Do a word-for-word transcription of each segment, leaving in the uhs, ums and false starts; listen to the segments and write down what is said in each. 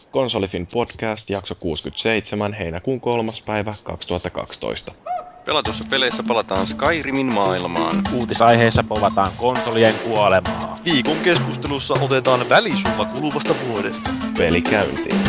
Konsolifin podcast, jakso kuusikymmentäseitsemän, heinäkuun kolmas päivä kaksituhattakaksitoista. Pelatussa peleissä palataan Skyrimin maailmaan. Uutisaiheessa povataan konsolien kuolemaa. Viikon keskustelussa otetaan välisumma kuluvasta vuodesta. Peli käyntiin.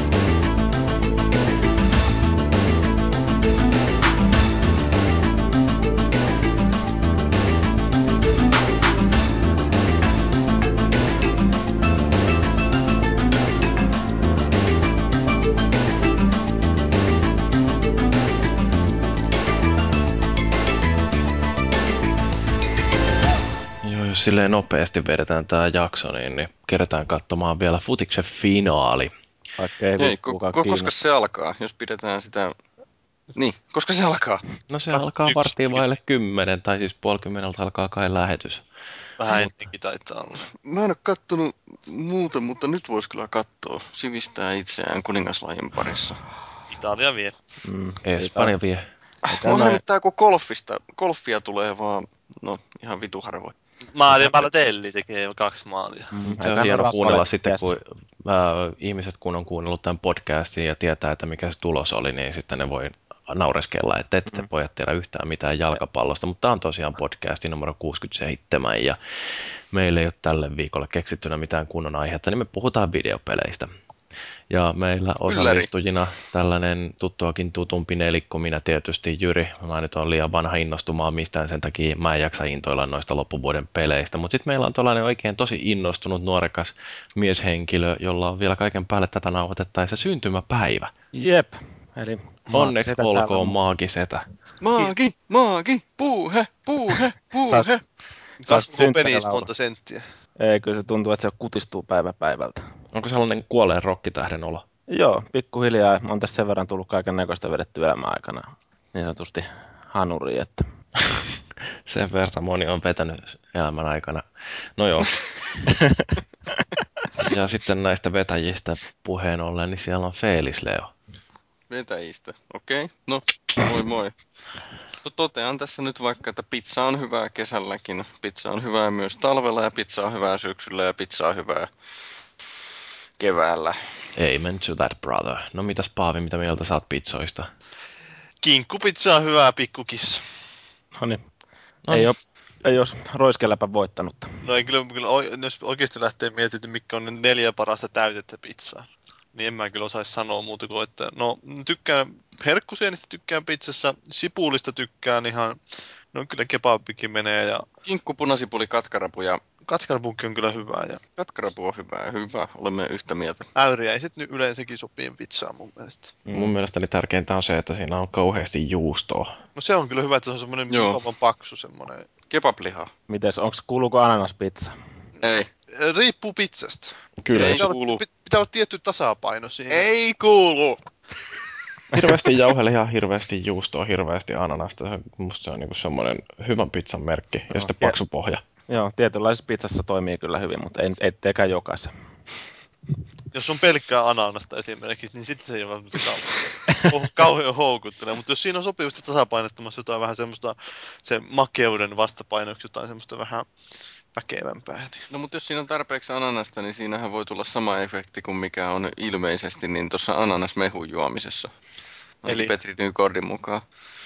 Jos silleen nopeasti vedetään tää jakso, niin, niin kerätään katsomaan vielä futiksen finaali. Vaikkei Hei, ko- ko- koska se alkaa, jos pidetään sitä... Niin, koska se alkaa? No se alkaa vartiin vaille kymmenen, tai siis puoli kymmeneltä alkaa kai lähetys. Vähän ennenkin taitaa olla. Mä en oo kattonut muuta, mutta nyt vois kyllä katsoa. Sivistää itseään kuningaslajin parissa. Italia vie. Mm, Espanja vie. Mua harmittaa, kun golfista, golfia tulee vaan, no ihan vitu harvoin. Mario Balotelli tekee kaksi maalia. Mm, se on hieno kuunnella sitten, kun äh, ihmiset kun on kuunnellut tämän podcastin ja tietää, että mikä se tulos oli, niin sitten ne voi naureskella, että ette mm. pojat tiedä yhtään mitään jalkapallosta, mutta tämä on tosiaan podcasti numero kuusikymmentäseitsemän ja meillä ei ole tälle viikolle keksittynä mitään kunnon aihetta, niin me puhutaan videopeleistä. Ja meillä osallistujina tällainen tuttuakin tutumpi nelikko, minä tietysti Jyri. Mä nyt on liian vanha innostumaan mistään, sen takia mä en jaksa intoilla noista loppuvuoden peleistä. Mutta sitten meillä on tällainen oikein tosi innostunut nuorekas mieshenkilö, jolla on vielä kaiken päälle tätä nauhoitettaessa syntymäpäivä. Jep. Eli onneksi olkoon maagisetä. Maagi, maagi, puuhe, puuhe, puuhe. Kasvuko penis monta senttiä? Ei, kyllä se tuntuu, että se kutistuu päivä päivältä. Onko sellainen kuolleen rokkitähden olo? Joo, pikkuhiljaa. On tässä sen verran tullut kaiken näköistä vedetty elämän aikana. Niin sanotusti hanuri, että... sen verran moni on vetänyt elämän aikana. No joo. Ja sitten näistä vetäjistä puheen ollen, niin siellä on Felis Leo. Vetäjistä, okei. Okay. No, moi moi. No, totean tässä nyt vaikka, että pizza on hyvää kesälläkin. Pizza on hyvää myös talvella ja pizza on hyvää syksyllä ja pizza on hyvää keväällä. Amen to that, brother. No mitäs Paavi, mitä mieltä saat pizzoista? Kinkkupizza on hyvää pikkukissa. No niin. Ei ole, ei ole roiskeläpä voittanutta. No ei kyllä, kyllä jos oikeasti lähtee miettimään, mitkä on ne neljä parasta täytettä pizzaa, niin en mä kyllä osaisi sanoa muuta kuin, että no tykkään herkkusienistä, tykkään pizzassa, sipulista tykkään ihan, no kyllä kebabikin menee ja... Kinkku, punasipuli, katkarapu ja... Katkarapukin on kyllä hyvää ja... Katkarapu on hyvää, hyvä, olemme yhtä mieltä. Äyriäiset nyt yleensäkin sopii pizzaan mun mielestä. Mm. Mun mielestäni tärkeintä on se, että siinä on kauheasti juustoa. No se on kyllä hyvä, että se on semmoinen mukavan paksu semmoinen. Kebabliha. Mites, onko kuuluuko ananaspizza? Ei. Riippuu pizzasta. Kyllä. Pitää olla, pitää olla tietty tasapaino siinä. Ei kuulu! Hirveästi jauhelihaa, hirveästi juustoa, hirveästi ananasta. Musta se on niinku semmoinen hyvän pizzan merkki ja sitten paksu pohja. Joo, tietynlaisessa pizzassa toimii kyllä hyvin, mutta ei, etteikään jokaisen. Jos on pelkkää ananasta esimerkiksi, niin sitten se ei ole kauhean, kauhean houkuttelee. Mutta jos siinä on sopivasti tasapainottamassa jotain vähän semmoista, sen makeuden vastapainoksi jotain semmoista vähän väkevämpää. Niin. No mutta jos siinä on tarpeeksi ananasta, niin siinähän voi tulla sama efekti kuin mikä on ilmeisesti niin tuossa ananasmehun juomisessa. Eli Petri Nykordin mukaan.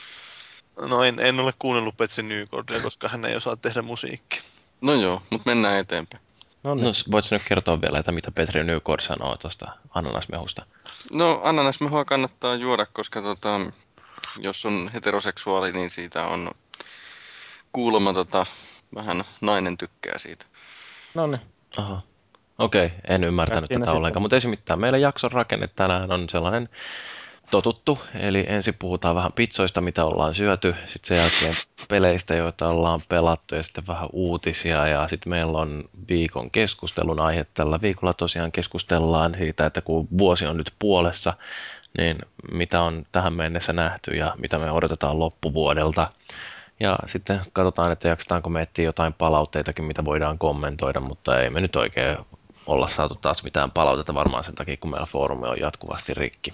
No en, en ole kuunnellut Petri Nykordia, koska hän ei osaa tehdä musiikkia. No joo, mutta mennään eteenpäin. No, no voitko nyt kertoa vielä, että mitä Petri Nykord sanoo tuosta ananasmehusta? No ananasmehua kannattaa juoda, koska tota, jos on heteroseksuaali, niin siitä on kuulemma tota, vähän nainen tykkää siitä. No niin. Aha. Okei, okay, en ymmärtänyt Rättiin tätä ollenkaan, mutta ei se mitään. Meillä jakson rakenne tänään on sellainen totuttu, eli ensin puhutaan vähän pizzoista, mitä ollaan syöty, sitten sen jälkeen peleistä, joita ollaan pelattu, ja sitten vähän uutisia, ja sitten meillä on viikon keskustelun aihe. Tällä viikolla tosiaan keskustellaan siitä, että kun vuosi on nyt puolessa, niin mitä on tähän mennessä nähty, ja mitä me odotetaan loppuvuodelta. Ja sitten katsotaan, että jaksetaanko me etsiä jotain palautteitakin, mitä voidaan kommentoida, mutta ei me nyt oikein olla saatu taas mitään palautetta varmaan sen takia, kun meillä foorumi on jatkuvasti rikki.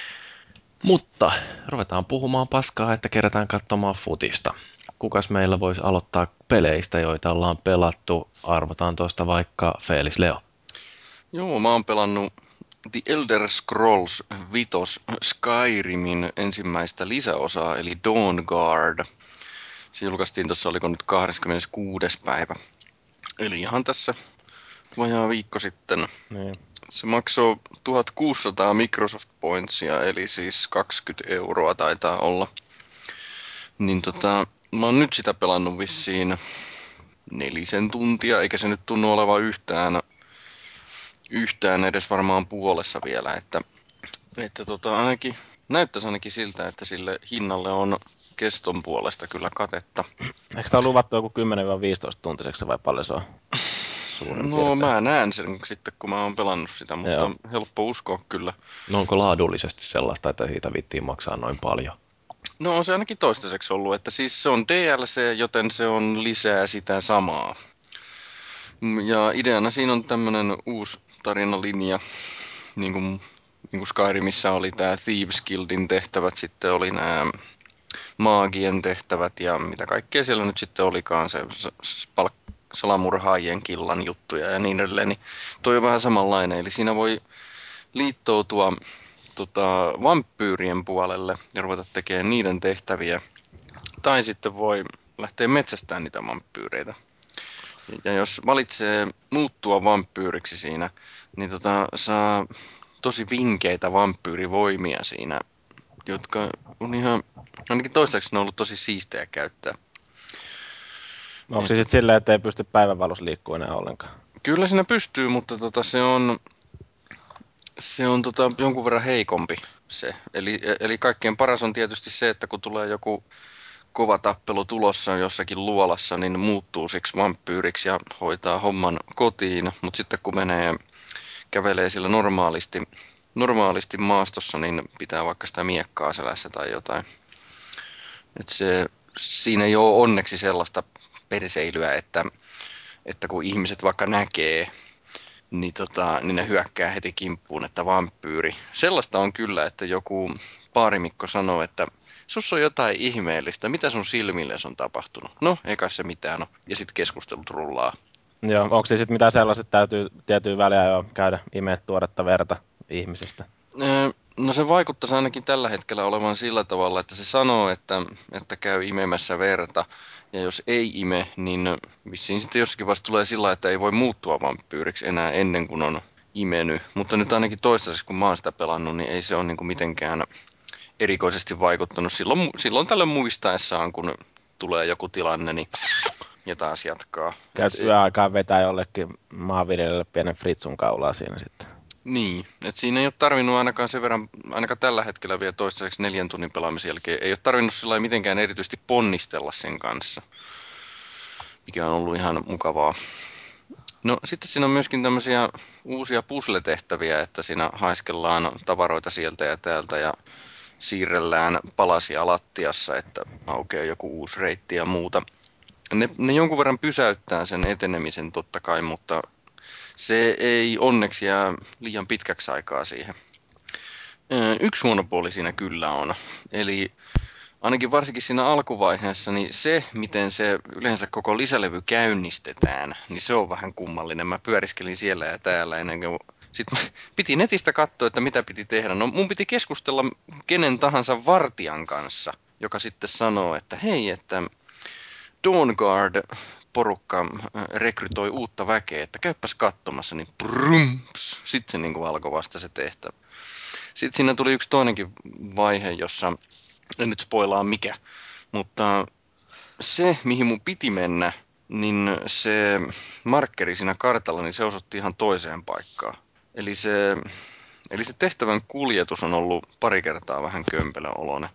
Mutta ruvetaan puhumaan paskaa, että kerätään katsomaan futista. Kukas meillä voisi aloittaa peleistä, joita ollaan pelattu? Arvotaan tuosta vaikka Felis Leo. Joo, mä oon pelannut The Elder Scrolls viisi Skyrimin ensimmäistä lisäosaa, eli Dawnguard. Se julkaistiin tuossa, oliko nyt kahdeskymmeneskuudes päivä. Eli ihan tässä vajaa viikko sitten. Niin. Se maksoi tuhatkuusisataa Microsoft Pointsia, eli siis kaksikymmentä euroa taitaa olla. Niin tota, mä oon nyt sitä pelannut vissiin nelisen tuntia, eikä se nyt tunnu olevan yhtään, yhtään edes varmaan puolessa vielä, että, että tota, ainakin, näyttäisi ainakin siltä, että sille hinnalle on keston puolesta kyllä katetta. Eikö tämä ole luvattu joku kymmenen viisitoista tuntiseksi vai paljon se on? Suurin No piirtein. mä näen sen sitten, kun mä oon pelannut sitä, mutta Joo. helppo uskoa kyllä. No onko laadullisesti sellaista, että siitä vittiin maksaa noin paljon? No on se ainakin toistaiseksi ollut, että siis se on D L C, joten se on lisää sitä samaa. Ja ideana siinä on tämmönen uusi tarinalinja, niin kuin, niin kuin Skyrimissä oli tämä Thieves Guildin tehtävät, sitten oli nämä maagien tehtävät ja mitä kaikkea siellä nyt sitten olikaan, se palk- salamurhaajien killan juttuja ja niin edelleen, niin toi on vähän samanlainen, eli siinä voi liittoutua tota, vampyyrien puolelle ja ruveta tekemään niiden tehtäviä, tai sitten voi lähteä metsästämään niitä vampyyreitä. Ja jos valitsee muuttua vampyyriksi siinä, niin tota, saa tosi vinkeitä vampyyrivoimia siinä, jotka on ihan, ainakin toistaiseksi ne on ollut tosi siistejä käyttää. Onko se sitten silleen, että ei pysty päivänvalossa liikkua enää ollenkaan? Kyllä siinä pystyy, mutta tota, se on, se on tota, jonkun verran heikompi se. Eli, eli kaikkein paras on tietysti se, että kun tulee joku kova tappelu tulossa jossakin luolassa, niin muuttuu siksi vampyyriksi ja hoitaa homman kotiin. Mutta sitten kun menee, kävelee sillä normaalisti, normaalisti maastossa, niin pitää vaikka sitä miekkaa selässä tai jotain. Et se, siinä ei ole onneksi sellaista perseilyä, että, että kun ihmiset vaikka näkee, niin, tota, niin ne hyökkää heti kimppuun, että vampyyri. Sellaista on kyllä, että joku paarimikko sanoo, että sus on jotain ihmeellistä, mitä sun silmilles on tapahtunut? No, eikä se mitään ole. Ja sitten keskustelut rullaa. Joo, onko se sitten mitään sellaiset, että täytyy tiettyä väliä jo käydä imeä tuoretta verta ihmisistä? Öö, No se vaikuttaisi ainakin tällä hetkellä olevan sillä tavalla, että se sanoo, että, että käy imemässä verta. Ja jos ei ime, niin vissiin sitten jossakin vaiheessa tulee sillä, että ei voi muuttua vampyyriksi enää ennen kuin on imennyt. Mutta nyt ainakin toistaiseksi, kun mä oon sitä pelannut, niin ei se ole niin kuin mitenkään erikoisesti vaikuttanut. Silloin, silloin tällöin muistaessaan, kun tulee joku tilanne, niin ja taas jatkaa. Käyt Et se- yöaikaan vetää jollekin maanviljelijälle pienen fritsun kaulaa siinä sitten. Niin, että siinä ei ole tarvinnut ainakaan sen verran, ainakaan tällä hetkellä vielä toistaiseksi neljän tunnin pelaamisen jälkeen, ei ole tarvinnut sillä lailla mitenkään erityisesti ponnistella sen kanssa, mikä on ollut ihan mukavaa. No sitten siinä on myöskin tämmöisiä uusia puzzle-tehtäviä, että siinä haiskellaan tavaroita sieltä ja täältä ja siirrellään palasia lattiassa, että aukeaa joku uusi reitti ja muuta. Ne, ne jonkun verran pysäyttää sen etenemisen totta kai, mutta se ei onneksi jää liian pitkäksi aikaa siihen. Ö, Yksi huono puoli siinä kyllä on. Eli ainakin varsinkin siinä alkuvaiheessa, niin se, miten se yleensä koko lisälevy käynnistetään, niin se on vähän kummallinen. Mä pyöriskelin siellä ja täällä ennen kuin... Sitten piti netistä katsoa, että mitä piti tehdä. No mun piti keskustella kenen tahansa vartijan kanssa, joka sitten sanoo, että hei, että Dawnguard-porukka rekrytoi uutta väkeä, että käypäs katsomassa, niin brumps, sitten se niin kuin alkoi vasta se tehtävä. Sitten siinä tuli yksi toinenkin vaihe, jossa, en nyt spoilaa mikä, mutta se, mihin mun piti mennä, niin se markkeri siinä kartalla, niin se osoitti ihan toiseen paikkaan. Eli se, eli se tehtävän kuljetus on ollut pari kertaa vähän kömpelöoloinen.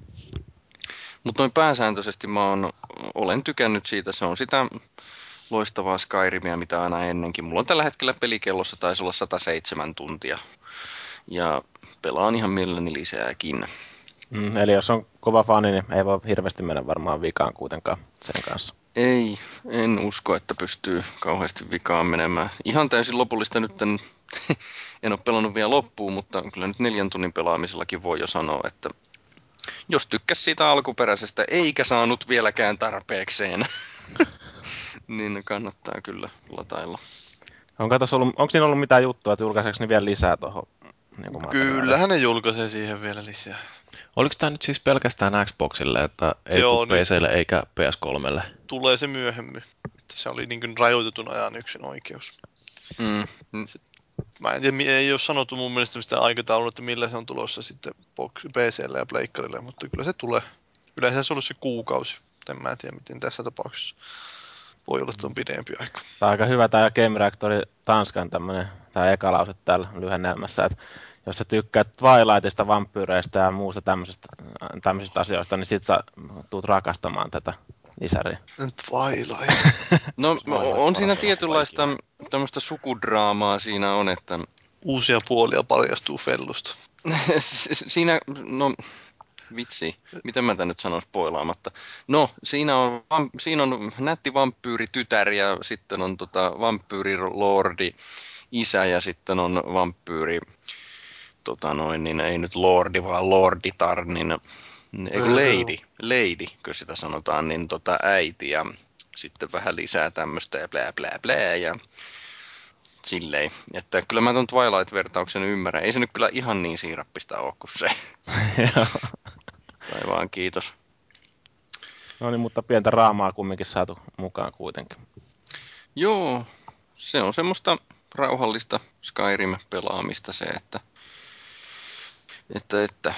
Mutta noin pääsääntöisesti mä oon, olen tykännyt siitä. Se on sitä loistavaa Skyrimia, mitä aina ennenkin. Mulla on tällä hetkellä pelikellossa taisi olla sata seitsemän tuntia. Ja pelaan ihan mielelläni lisääkin. Mm, eli jos on kova fani, niin ei voi hirveästi mennä varmaan vikaan kuitenkaan sen kanssa. Ei, en usko, että pystyy kauheasti vikaan menemään. Ihan täysin lopullista nyt en, en ole pelannut vielä loppuun, mutta kyllä nyt neljän tunnin pelaamisellakin voi jo sanoa, että jos tykkäs siitä alkuperäisestä eikä saanut vieläkään tarpeekseen, niin kannattaa kyllä latailla. Onko, ollut, onko siinä ollut mitään juttua, että julkaiseeko ne vielä lisää tuohon niin Kyllähän ne julkaisee siihen vielä lisää. Oliko tämä nyt siis pelkästään Xboxille, että ei Joo, P C:lle eikä P S kolmelle? Tulee se myöhemmin. Että se oli niin kuin rajoitetun ajan yksin oikeus. Mm. Mm. Mä en tiedä, ei ole sanottu mun mielestä sitä aikataulua, että millä se on tulossa sitten P C:lle ja Pleikkarille, mutta kyllä se tulee. Yleensä se on ollut se kuukausi. En mä tiedä, miten tässä tapauksessa voi olla, että on pidempi aika. Tämä on aika hyvä tämä Game Reactorin Tanskan tämmöinen, tämä eka lause täällä lyhennelmässä, että jos sä tykkäät Twilightista, vampyyreistä ja muusta tämmöisistä, tämmöisistä asioista, niin sit sä tuut rakastamaan tätä lisäriä. Twilight. No Twilight on siinä paras tietynlaista elokuva tämmöistä sukudraamaa siinä on, että Uusia puolia paljastuu Fellusta. siinä, no vitsi, miten mä tämän nyt sanon spoilaamatta. No, siinä on, siinä on nätti vampyyritytär ja sitten on tota vampyyrilordi isä ja sitten on vampyyri, tota noin, niin ei nyt lordi, vaan lorditar, niin ei kun lady, lady, kun sitä sanotaan, niin tota äiti ja sitten vähän lisää tämmöistä ja blää blää blää ja silleen. Että kyllä mä ton Twilight-vertauksen ymmärrän. Ei se nyt kyllä ihan niin siirappista ole kuin se. Tai vaan kiitos. No niin, mutta pientä raamaa kumminkin saatu mukaan kuitenkin. Joo, se on semmoista rauhallista Skyrim-pelaamista se, että, että, että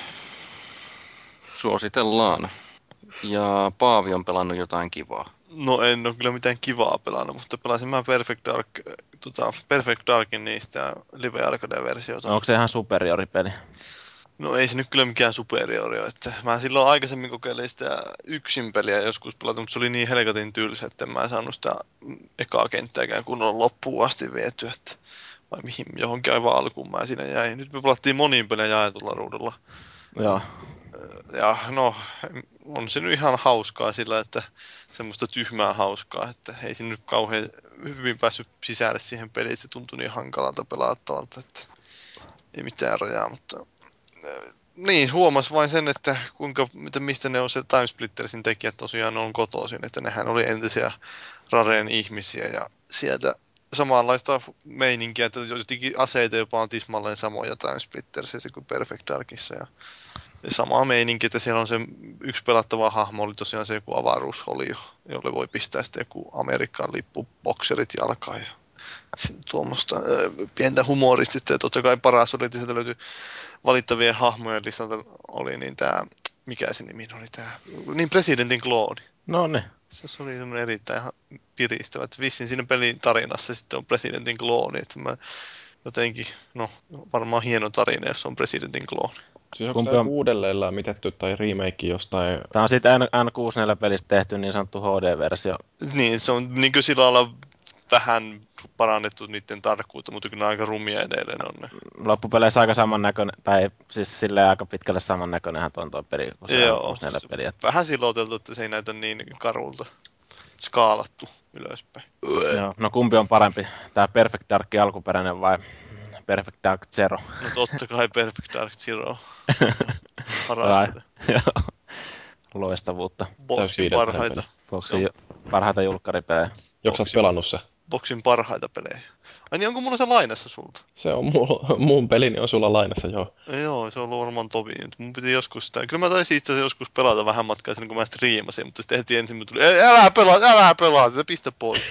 suositellaan. Ja Paavi on pelannut jotain kivaa. No en ole kyllä mitään kivaa pelannut, mutta pelasin mä Perfect Dark, tota, Perfect Darkin niistä Live Arcade-versiota. No, onko se ihan superiori-peli? No ei se nyt kyllä mikään superiori ole. Että mä silloin aikaisemmin kokeilin sitä yksin peliä joskus pelata, mutta se oli niin helkatin tylsä, että en mä saanut sitä ekaa kenttääkään kunnolla loppuun asti vietyä. Että vai mihin johonkin aivan alkuun mä siinä jäin. Nyt me pelattiin moniin pelejä jaetulla ruudulla. Joo. Ja no, on se nyt ihan hauskaa sillä, että semmoista tyhmää hauskaa, että ei siinä nyt kauhean hyvin päässyt sisälle siihen peliin. Se tuntui niin hankalalta pelattavalta, että ei mitään rajaa, mutta niin, huomas vain sen, että kuinka, mistä ne on se Timesplittersin tekijät tosiaan on kotoisin, että nehän oli entisiä Raren ihmisiä ja sieltä samanlaista meininkiä, että jotenkin aseita jopa on tismalleen samoja Timesplittersissä kuin Perfect Darkissa ja sama meininki, että siellä on se yksi pelattava hahmo, oli tosiaan se joku avaruusholio, jolle voi pistää sitten joku Amerikan lippu bokserit jalkaan ja tuommoista ö, pientä humoristista ja totta kai paras oli, että sieltä löytyi valittavien hahmojen listalta oli niin tämä, mikä se nimi oli tämä, niin presidentin klooni. No niin. Se oli semmoinen erittäin piristävä, että vissiin siinä pelin tarinassa sitten on presidentin klooni, että mä jotenkin, no varmaan hieno tarina, jos on presidentin klooni. Siis onko tämä on... uudelleen lämmitetty tai remake jostain? Tämä on sitten N kuusikymmentäneljä-pelistä tehty niin sanottu H D-versio. Niin, se on niin kuin sillä lailla vähän parannettu niiden tarkkuutta, mutta kyllä aika rumia edelleen on ne. Loppupeleissä aika samannäköinen, tai siis silleen aika pitkälle samannäköinenhän tuon tuo peli, kun se on kuusikymmentäneljä peli. Vähän siloteltu, että se ei näytä niin karulta. Skaalattu ylöspäin. Joo, no kumpi on parempi, tämä Perfect Dark alkuperäinen vai Perfect Dark Zero? No totta kai Perfect Dark Zero. Paras peli. Loistavuutta. Boksin parhaita. Boksin parhaita julkkaripelejä. Joksa oot pelannut se? Boksin parhaita pelejä. Ai niin, onko mulla se lainassa sulta? Se on mulla, mun peli, niin on sulla lainassa, joo. Joo, se on ollut varmaan tovi. Mun piti joskus sitä. Kyllä mä taisin itse asiassa joskus pelata vähän matkaa sen, kun mä striimasin, mutta sitten heti ensin tuli, älä pelaa, älä pelaa, sitä pistä pois.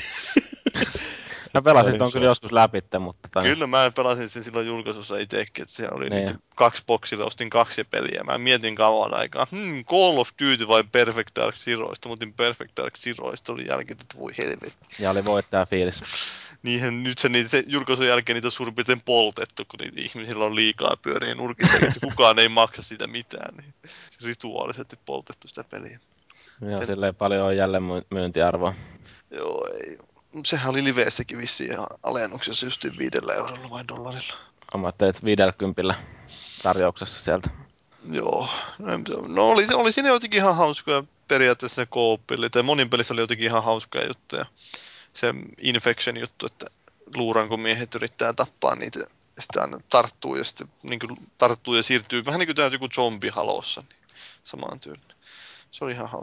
Mä pelasin sitä on kyllä joskus läpitte, mutta... Tämän... Kyllä mä pelasin sen silloin julkaisussa itsekin, että siellä oli niin. kaksi boksilla, ostin kaksi peliä. Mä mietin kauan aikaa, hmm, Call of Duty vai Perfect Dark Zeroista, mutta Perfect Dark Zeroista oli jälkeen, että voi helvetti. Ja oli voittaja fiilis. Niinhän nyt se, niin se julkaisun jälkeen niitä on suurin piirtein poltettu, kun niitä ihmisillä on liikaa pyöriä nurkissa, että kukaan ei maksa sitä mitään. Niin rituaalisesti poltettu sitä peliä. Joo, sen... silleen paljon on jälleen myyntiarvoa. Joo, ei. Sehän oli liveessäkin vissiin alennuksessa just viidellä eurolla vai dollarilla. Omat teet viidelläkympillä tarjouksessa sieltä. Joo, no oli, oli siinä jotenkin ihan hauskoja periaatteessa kooppille. Tai monin pelissä oli jotenkin ihan hauskoja juttuja. Se infection juttu, että luuranko miehet yrittää tappaa niitä. Ja sitten aina tarttuu ja sitten niin kuin, tarttuu ja siirtyy. Vähän niin kuin tämä joku zombi halossa, niin samaan tyyliin. Se oli ihan hauska.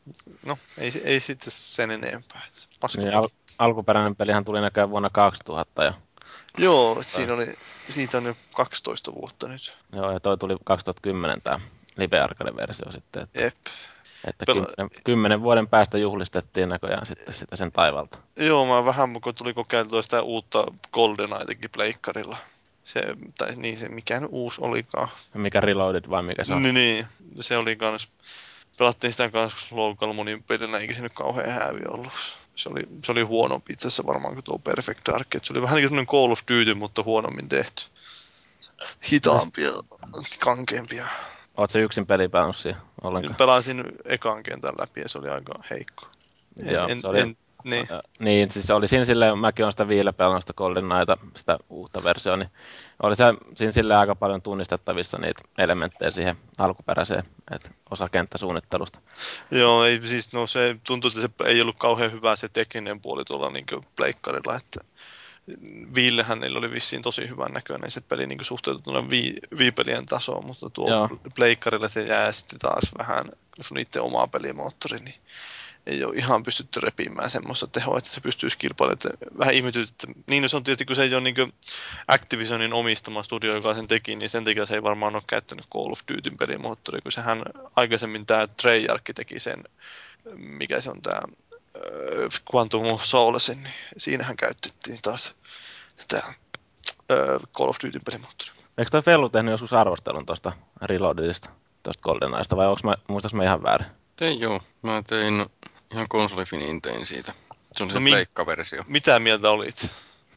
No, ei, ei sitten sen enempää. Niin, al- alkuperäinen pelihän tuli näköjään vuonna kaksituhatta. Ja... Joo, siinä oli, siitä on jo kaksitoista vuotta nyt. Joo, ja toi tuli kaksituhattakymmenen tämä Live Arcade-versio sitten. Että, Jep. että Pela- kymmenen, kymmenen vuoden päästä juhlistettiin näköjään sitten sitä sen taivalta. Joo, mä vähän kun tuli kokeiltua sitä uutta GoldenEyetäkin pleikkarilla. Se, tai niin se, mikä uusi olikaan. Mikä Reloaded vai mikä se on? Niin, niin, se oli kans, pelattiin sitä kanssa loukalla monin pelinä, eikä se nyt kauhean häävi ollut. Se oli, se oli huonompi itse asiassa varmaan kuin tuo Perfect Dark. Se oli vähän niin kuin semmoinen Call of Duty, mutta huonommin tehty. Hitaampia, kankeampia. Oot se yksin peli pelannut siihen ollenkaan? Pelasin ekan kentän läpi ja se oli aika heikko. En, Joo, en, se oli, en, niin. Äh, niin, siis oli siinä silleen, mäkin olen sitä viillä pelannut sitä Golden Knighta, sitä uutta versiota, niin oli se siinä silleen aika paljon tunnistettavissa niitä elementtejä siihen alkuperäiseen, että osa kenttäsuunnittelusta. Joo, ei, siis no se tuntui, että se ei ollut kauhean hyvä se tekninen puoli tuolla niin pleikkarilla, että Viillehän niillä oli vissiin tosi hyvän näköinen se peli niin suhteutettuna vi, viipelien tasoon, mutta tuo Joo. pleikkarilla se jää sitten taas vähän, kun sun itse omaa pelimoottori, niin ei ole ihan pystytty repimään semmoista tehoa, että se pystyisi kilpailemaan. Vähän ihmetyt, että niin se on tietysti, kun se ei ole niin Activisionin omistama studio, joka sen teki, niin sen takia se ei varmaan ole käyttänyt Call of Dutyn pelimoottori, kun sehän aikaisemmin tämä Treyarch teki sen, mikä se on tämä Quantum of Solace, niin siinähän käytettiin taas tätä Call of Dutyn pelimoottori. Eikö toi Fellu tehnyt joskus arvostelun tuosta Reloadedista, tuosta GoldenEyesta, vai mä, muistaaks mä ihan väärin? Tein joo. Mä tein ihan konsolifiniin tein siitä. Se oli No se mi- pleikkaversio. Mitä mieltä olit?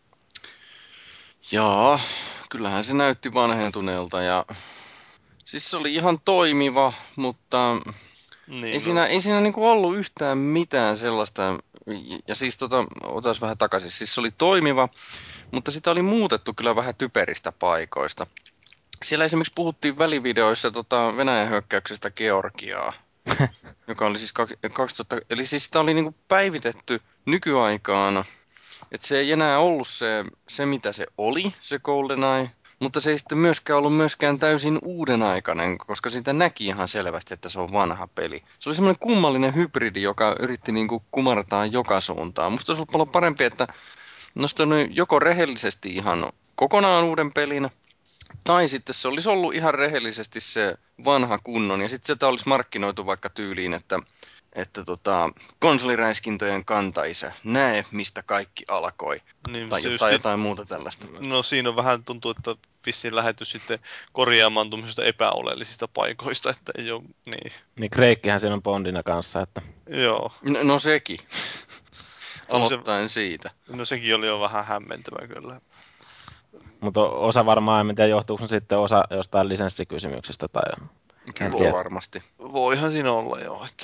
Jaa, kyllähän se näytti vanhentuneelta ja siis se oli ihan toimiva, mutta Niin, ei no, siinä, ei siinä niinku ollut yhtään mitään sellaista. Ja, ja siis tota, otas vähän takaisin. Siis se oli toimiva, mutta sitä oli muutettu kyllä vähän typeristä paikoista. Siellä esimerkiksi puhuttiin välivideoissa tota Venäjän hyökkäyksestä Georgiaa, joka oli siis kak- kaksituhatta, eli siis sitä oli niinku päivitetty nykyaikaan. Että se ei enää ollut se, se, mitä se oli, se GoldenEye, mutta se ei sitten myöskään ollut myöskään täysin uudenaikainen, koska siitä näki ihan selvästi, että se on vanha peli. Se oli semmoinen kummallinen hybridi, joka yritti niinku kumartaa joka suuntaan. Musta olisi ollut paljon parempi, että nostanut joko rehellisesti ihan kokonaan uuden pelin, tai sitten se olisi ollut ihan rehellisesti se vanha kunnon, ja sitten sitä olisi markkinoitu vaikka tyyliin, että, että tota, konsoliräiskintojen kantaisä, näe mistä kaikki alkoi, niin, tai se jotain, just- jotain muuta tällaista. No siinä on vähän tuntuu, että vissiin lähetty sitten korjaamaan tuommoisista epäoleellisista paikoista, että ei ole, niin. Niin Kreikkihän siinä on Bondina kanssa, että Joo. No, no sekin, On se, aloittain siitä. no sekin oli jo vähän hämmentävä kyllä. mutta osa varmaan, en tiedä johtuuko se sitten osa jostain lisenssikysymyksestä tai en Kyllä tiedä. varmasti. Voihan siinä olla jo, että.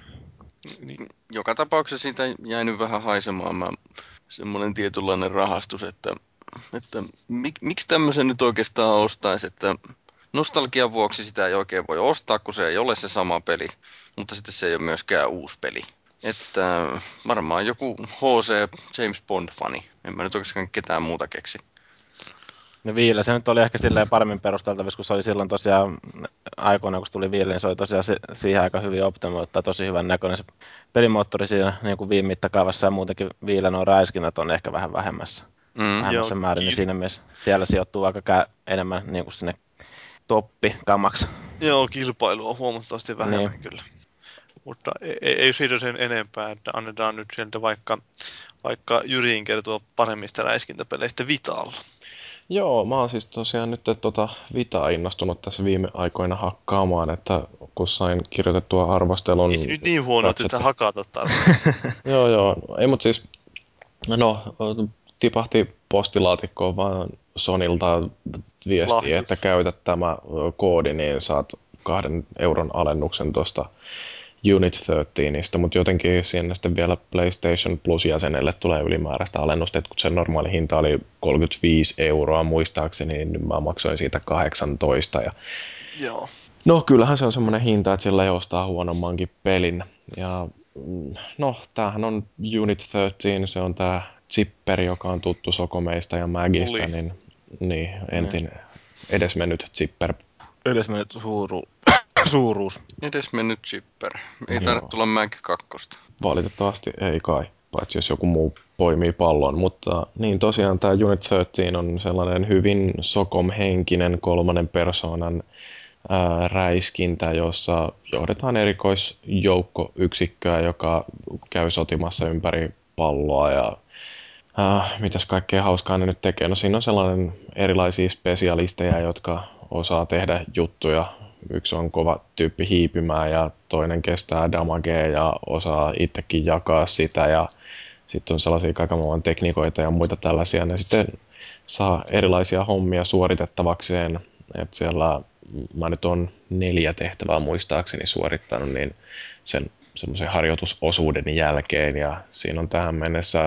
Niin. Joka tapauksessa siitä jäi nyt vähän haisemaan mä, semmoinen tietynlainen rahastus, että, että mik, miksi tämmöisen nyt oikeastaan ostaisi, että nostalgian vuoksi sitä ei oikein voi ostaa, kun se ei ole se sama peli, mutta sitten se ei ole myöskään uusi peli. Että varmaan joku H C James Bond-fani, en mä nyt oikeastaan ketään muuta keksi. No Viillä se nyt oli ehkä silleen paremmin perusteltavissa, kun se oli silloin tosiaan aikoina, kun se tuli Viille, niin se oli tosiaan si- siihen aika hyvin optimoitu tai tosi hyvän näköinen se pelimoottori siinä niin kuin Viin mittakaavassa ja muutenkin Viillä nuo räiskinnät on ehkä vähän vähemmässä, Mm. vähemmässä Joo, määrin, niin kiil- siinä mielessä siellä sijoittuu aika kä- enemmän niin kuin sinne toppikamaksi. Joo, kilpailu on huomattavasti vähemmän Niin. kyllä. Mutta ei, ei, ei siitä sen enempää, että annetaan nyt sieltä vaikka, vaikka Jyriin kertoa paremmista räiskintäpeleistä Vitalla. Joo, mä oon siis tosiaan nyt tota Vitaa innostunut tässä viime aikoina hakkaamaan, että kun sain kirjoitettua arvostelun... Ei se nyt niin huono, että sitä hakata tarvitsee. Joo, joo. Ei, mutta siis, no, tipahti postilaatikkoon vaan Sonilta viesti, Lahjus. että käytät tämä koodi, niin saat kahden euron alennuksen tuosta Unit kolmetoista, mutta jotenkin siinä sitten vielä PlayStation Plus-jäsenelle tulee ylimääräistä alennusta, että kun se normaali hinta oli kolmekymmentäviisi euroa muistaakseni, niin mä maksoin siitä kahdeksantoista. Ja Joo. no kyllähän se on semmoinen hinta, että sillä ei ostaa huonommankin pelin. Ja no tämähän on Unit kolmetoista, se on tämä Zipper, joka on tuttu Sokomeista ja Magista, Oli. niin, niin entinen edesmennyt Zipper. Edesmennyt suuru. suuruus. Edes mennyt zipper. Ei Joo. taida tulla Mac kakkosta. Valitettavasti ei kai, paitsi jos joku muu poimii pallon. Mutta niin tosiaan tämä Unit kolmetoista on sellainen hyvin Socom-henkinen kolmannen persoonan ää, räiskintä, jossa johdetaan erikoisjoukkoyksikköä, joka käy sotimassa ympäri palloa ja äh, mitäs kaikkea hauskaa ne nyt tekee. No siinä on sellainen erilaisia spesialisteja, jotka osaa tehdä juttuja. Yksi on kova tyyppi hiipimään ja toinen kestää damagea ja osaa itsekin jakaa sitä ja sitten on sellaisia kaikenlaisia tekniikoita ja muita tällaisia. Ne sitten saa erilaisia hommia suoritettavakseen. Että siellä mä nyt on neljä tehtävää muistaakseni suorittanut niin sen semmoisen harjoitusosuuden jälkeen ja siinä on tähän mennessä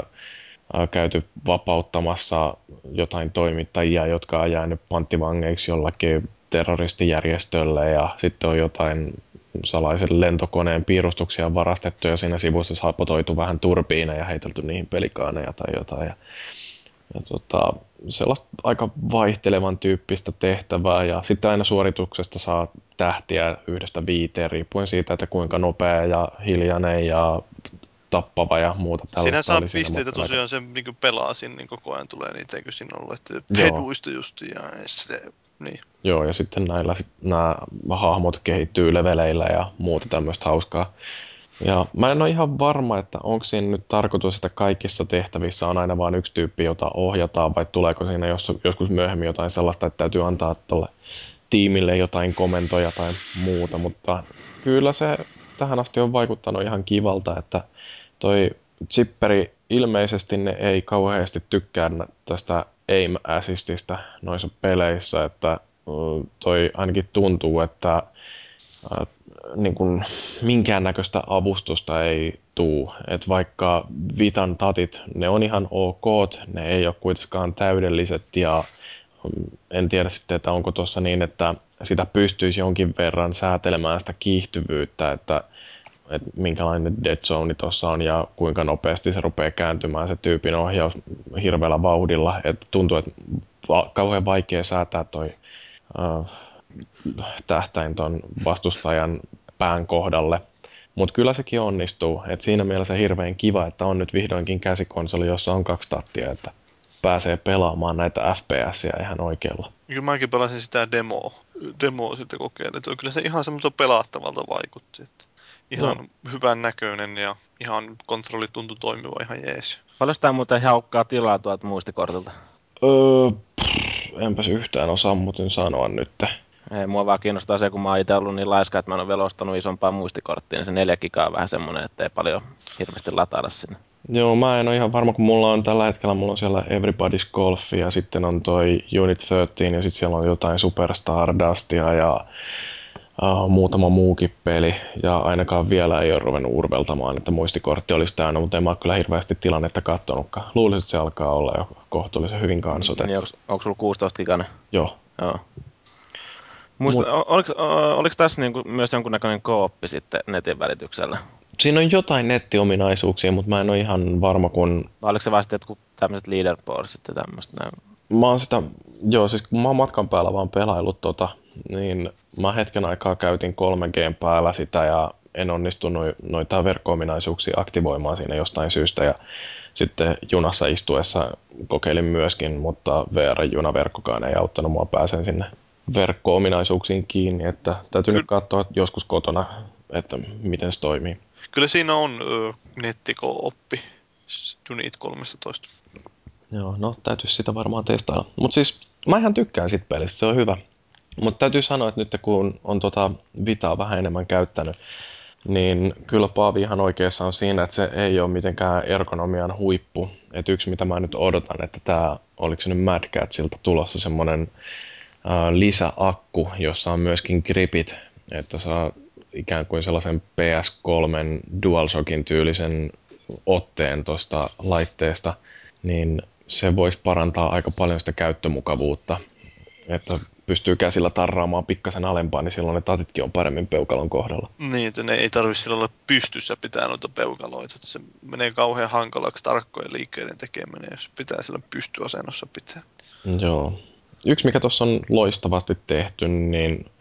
käyty vapauttamassa jotain toimittajia, jotka on jäänyt panttivangeiksi jollakin terroristijärjestölle ja sitten on jotain salaisen lentokoneen piirustuksia varastettu ja siinä sivussa sapotoitu vähän turbiineja ja heitelty niihin pelikaaneja tai jotain. Ja, ja tota, sellaista aika vaihtelevan tyyppistä tehtävää ja sitten aina suorituksesta saa tähtiä yhdestä viiteen riippuen siitä, että kuinka nopea ja hiljainen ja tappava ja muuta tällaista. Siinä saa oli siinä pisteitä matkalla. tosiaan, se niin pelaa siinä niin koko ajan tulee niitä, eikö siinä ollut, että Joo. peduista just ja sitten, niin. Joo, ja sitten näillä sit, nämä hahmot kehittyy leveleillä ja muuta tämmöistä hauskaa. Ja mä en ole ihan varma, että onko siinä nyt tarkoitus, että kaikissa tehtävissä on aina vain yksi tyyppi, jota ohjataan, vai tuleeko siinä jos, joskus myöhemmin jotain sellaista, että täytyy antaa tuolle tiimille jotain komentoja tai muuta, mutta kyllä se tähän asti on vaikuttanut ihan kivalta, että toi Zipperi ilmeisesti ne ei kauheasti tykkää tästä aim assistista noissa peleissä, että toi ainakin tuntuu, että äh, niin kuin minkäännäköistä avustusta ei tuu. Et vaikka Vitan tatit, ne on ihan ok, ne ei ole kuitenkaan täydelliset ja en tiedä sitten, että onko tuossa niin, että sitä pystyisi jonkin verran säätelemään sitä kiihtyvyyttä, että, että minkälainen dead zone tuossa on ja kuinka nopeasti se rupeaa kääntymään se tyypin ohjaus hirveällä vauhdilla. Et tuntuu, että va- kauhean vaikea säätää toi uh, tähtäin ton vastustajan pään kohdalle. Mutta kyllä sekin onnistuu. Et siinä mielessä hirveän kiva, että on nyt vihdoinkin käsikonsoli, jossa on kaksi tattia, että pääsee pelaamaan näitä F P S:iä ihan oikealla. Kyllä mäkin pelasin sitä demoa, demoa sitten kokeilin, että kyllä se ihan semmoista pelattavalta vaikutti, että ihan no. hyvän näköinen ja ihan kontrolli tuntui toimiva ihan jees. Paljon sitä muuten haukkaa tilaa tuolta muistikortilta? Öö, pff, enpäs yhtään osaa muuten sanoa nyt. Ei, mua vaan kiinnostaa se, kun mä oon itse ollut niin laiska, että mä en ole vielä ostanut isompaa muistikorttia, niin se neljä gigaa on vähän semmoinen, että ei paljon hirveästi latailla sinne. Joo, mä en ole ihan varma, kun mulla on tällä hetkellä mulla on siellä Everybody's Golf ja sitten on toi Unit kolmetoista ja sitten siellä on jotain Superstar Dustia ja uh, muutama muukin peli. Ja ainakaan vielä ei ole ruvennut urveltamaan, että muistikortti olisi täynnä, mutta en mä ole kyllä hirveästi tilannetta katsonutkaan. Luulisin, että se alkaa olla jo kohtuullisen hyvin kansotettu. Niin, onko, onko sulla kuusitoista gigainen? Joo. Joo. Muista, Mut, oliko, oliko tässä niinku myös jonkunnäköinen kooppi sitten netin välityksellä? Siinä on jotain nettiominaisuuksia, mutta mä en ole ihan varma, kun... Vai oliko se vasta jotkut tämmöiset leaderboardsit ja tämmöistä? Mä oon sitä, joo siis kun mä oon matkan päällä vaan pelaillut tota, niin mä hetken aikaa käytin kolme G:n päällä sitä ja en onnistunut noita verkko-ominaisuuksia aktivoimaan siinä jostain syystä ja sitten junassa istuessa kokeilin myöskin, mutta V R-junaverkkokaan ei auttanut mua pääsen sinne verkko-ominaisuuksiin kiinni, että täytyy Ky- nyt katsoa joskus kotona, että miten se toimii. Kyllä siinä on ö, nettiko-oppi Unit kolmetoista. Joo, no täytyisi sitä varmaan testailla. Mutta siis mä ihan tykkään sit pelistä, se on hyvä. Mutta täytyy sanoa, että nyt kun on tota Vitaa vähän enemmän käyttänyt, niin kyllä Paavi ihan oikeassa on siinä, että se ei ole mitenkään ergonomian huippu. Että yksi mitä mä nyt odotan, että tämä, oliko se nyt Mad Catsilta tulossa semmoinen äh, lisäakku, jossa on myöskin gripit, että saa ikään kuin sellaisen P S kolme DualShockin tyylisen otteen tuosta laitteesta, niin se voisi parantaa aika paljon sitä käyttömukavuutta, että pystyy käsillä tarraamaan pikkasen alempaa, niin silloin ne tatitkin on paremmin peukalon kohdalla. Niin, että ne ei tarvitse sillä olla pystyssä pitää noita peukaloita, että se menee kauhean hankalaksi tarkkojen liikkeiden tekeminen, jos pitää sillä pystyasennossa pitää. Joo. Yksi, mikä tuossa on loistavasti tehty, niin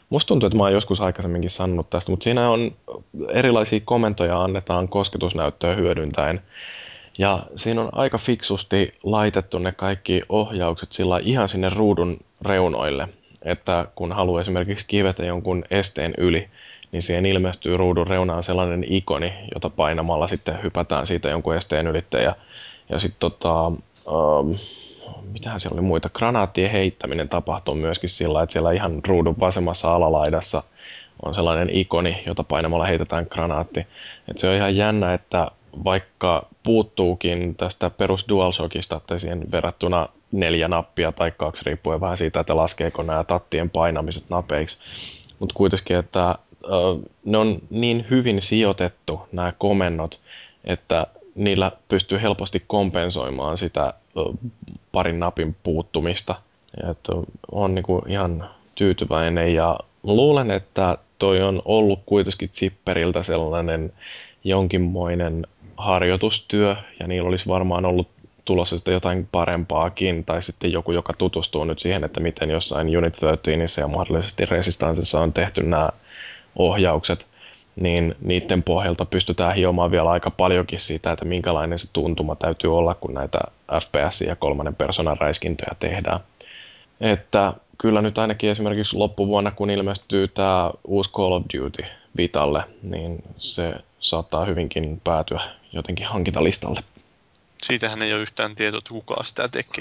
Musta tuntuu, että mä oon joskus aikaisemminkin sanonut tästä, mutta siinä on erilaisia komentoja annetaan kosketusnäyttöä hyödyntäen. Ja siinä on aika fiksusti laitettu ne kaikki ohjaukset sillä ihan sinne ruudun reunoille, että kun haluaa esimerkiksi kivetä jonkun esteen yli, niin siihen ilmestyy ruudun reunaan sellainen ikoni, jota painamalla sitten hypätään siitä jonkun esteen ylitte. Ja, ja sitten tota, ähm, mitähän siellä oli muita, granaattien heittäminen tapahtuu myöskin sillä, että siellä ihan ruudun vasemmassa alalaidassa on sellainen ikoni, jota painamalla heitetään granaatti. Et se on ihan jännä, että vaikka puuttuukin tästä perus DualShockista, että siihen verrattuna neljä nappia tai kaksi riippuen vähän siitä, että laskeeko nämä tattien painamiset napeiksi. Mutta kuitenkin, että äh, ne on niin hyvin sijoitettu nämä komennot, että niillä pystyy helposti kompensoimaan sitä äh, parin napin puuttumista. Ja että on niinku ihan tyytyväinen ja luulen, että toi on ollut kuitenkin Zipperiltä sellainen jonkinmoinen harjoitustyö, ja niillä olisi varmaan ollut tulossa sitten jotain parempaakin, tai sitten joku, joka tutustuu nyt siihen, että miten jossain Unit kolmetoista ja mahdollisesti Resistancessa on tehty nämä ohjaukset, niin niiden pohjalta pystytään hiomaan vielä aika paljonkin siitä, että minkälainen se tuntuma täytyy olla, kun näitä F P S ja kolmannen persoonan räiskintöjä tehdään. Että kyllä nyt ainakin esimerkiksi loppuvuonna, kun ilmestyy tämä uusi Call of Duty Vitalle, niin se saattaa hyvinkin päätyä jotenkin hankintalistalle. Siitähän ei ole yhtään tietoa, että kuka sitä tekee.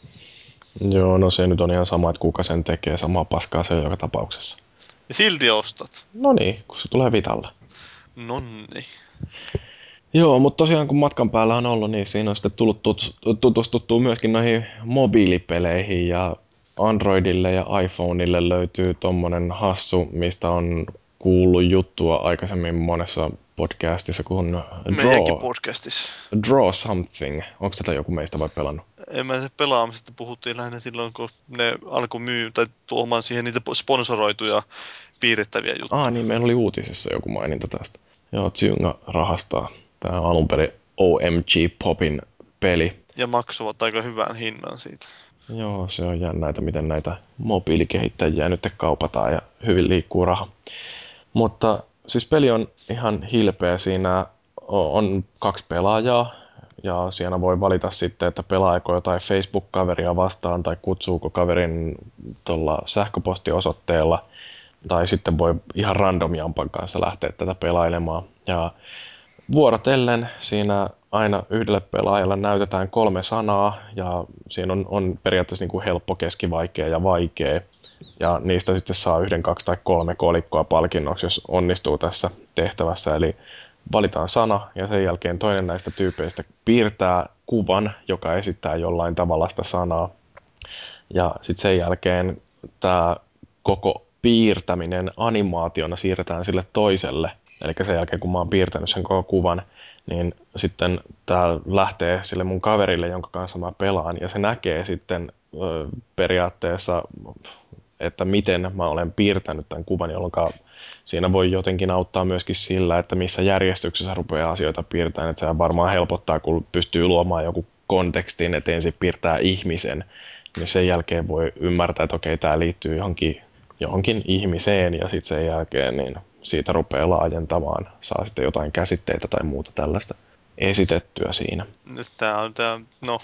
Joo, no se nyt on ihan sama, että kuka sen tekee. Samaa paskaa se joka tapauksessa. Ja silti ostat. No niin, kun se tulee Vitalle. Nonni. Joo, mutta tosiaan kun matkan päällä on ollut, niin siinä on sitten tullut tutustuttua myöskin noihin mobiilipeleihin ja Androidille ja iPhoneille löytyy tommonen hassu, mistä on kuullut juttua aikaisemmin monessa podcastissa kuin Meidänkin Draw, podcastissa. Draw Something. Onko tätä joku meistä vai pelannut? En mä se pelaamisesta puhuttiin lähinnä silloin, kun ne alkoi myy tai tuomaan siihen niitä sponsoroituja piirrettäviä juttuja. Ah niin, meillä oli uutisissa joku maininta tästä. Joo, Zynga rahastaa. Tämä on alun perin O M G Popin peli. Ja maksavat aika hyvän hinnan siitä. Joo, se on jännä, että miten näitä mobiilikehittäjiä nyt kaupataan ja hyvin liikkuu raha. Mutta siis peli on ihan hilpeä. Siinä on kaksi pelaajaa ja siinä voi valita sitten, että pelaako jotain Facebook-kaveria vastaan tai kutsuuko kaverin tuolla sähköpostiosoitteella tai sitten voi ihan randomjampan kanssa lähteä tätä pelailemaan. Ja vuorotellen siinä aina yhdelle pelaajalle näytetään kolme sanaa ja siinä on, on periaatteessa niin kuin helppo, keskivaikea ja vaikea. Ja niistä sitten saa yhden, kaksi tai kolme kolikkoa palkinnoksi, jos onnistuu tässä tehtävässä. Eli valitaan sana ja sen jälkeen toinen näistä tyypeistä piirtää kuvan, joka esittää jollain tavalla sitä sanaa. Ja sitten sen jälkeen tämä koko piirtäminen animaationa siirretään sille toiselle. Eli sen jälkeen, kun mä oon piirtänyt sen koko kuvan, niin sitten tämä lähtee sille mun kaverille, jonka kanssa mä pelaan, ja se näkee sitten ö, periaatteessa, että miten mä olen piirtänyt tämän kuvan, jolloin siinä voi jotenkin auttaa myöskin sillä, että missä järjestyksessä rupeaa asioita piirtämään, että se varmaan helpottaa, kun pystyy luomaan joku kontekstin, että ensin piirtää ihmisen, niin sen jälkeen voi ymmärtää, että okei, tämä liittyy johonkin, johonkin ihmiseen, ja sitten sen jälkeen niin siitä rupeaa laajentamaan, saa sitten jotain käsitteitä tai muuta tällaista esitettyä siinä. Tämä on tämä, no,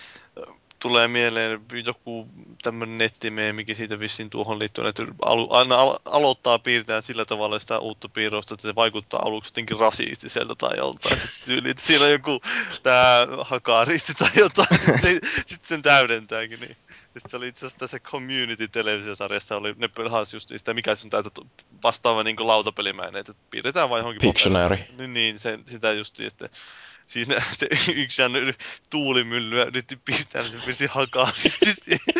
tulee mieleen joku tämmöinen nettimeemikin siitä vissiin tuohon liittyen, että aina alo- aloittaa piirtää sillä tavalla sitä uutta piirrosta, että se vaikuttaa aluksi jotenkin rasistiselta tai joltain. Tyyli, siellä on joku tämä hakaristi tai jotain, sitten sen täydentääkin. Niin. Sitten se oli itse asiassa tässä Community-televisiosarjassa, oli, ne pelasi just sitä, mikä sun täytä vastaava niin kuin lautapelimäinen, että piirretään vain johonkin Pictionary. Niin, niin se, sitä justiin sitten. Siinä se yksi tuulimyllyä yritti pistää, niin se pesi hakaristi siihen.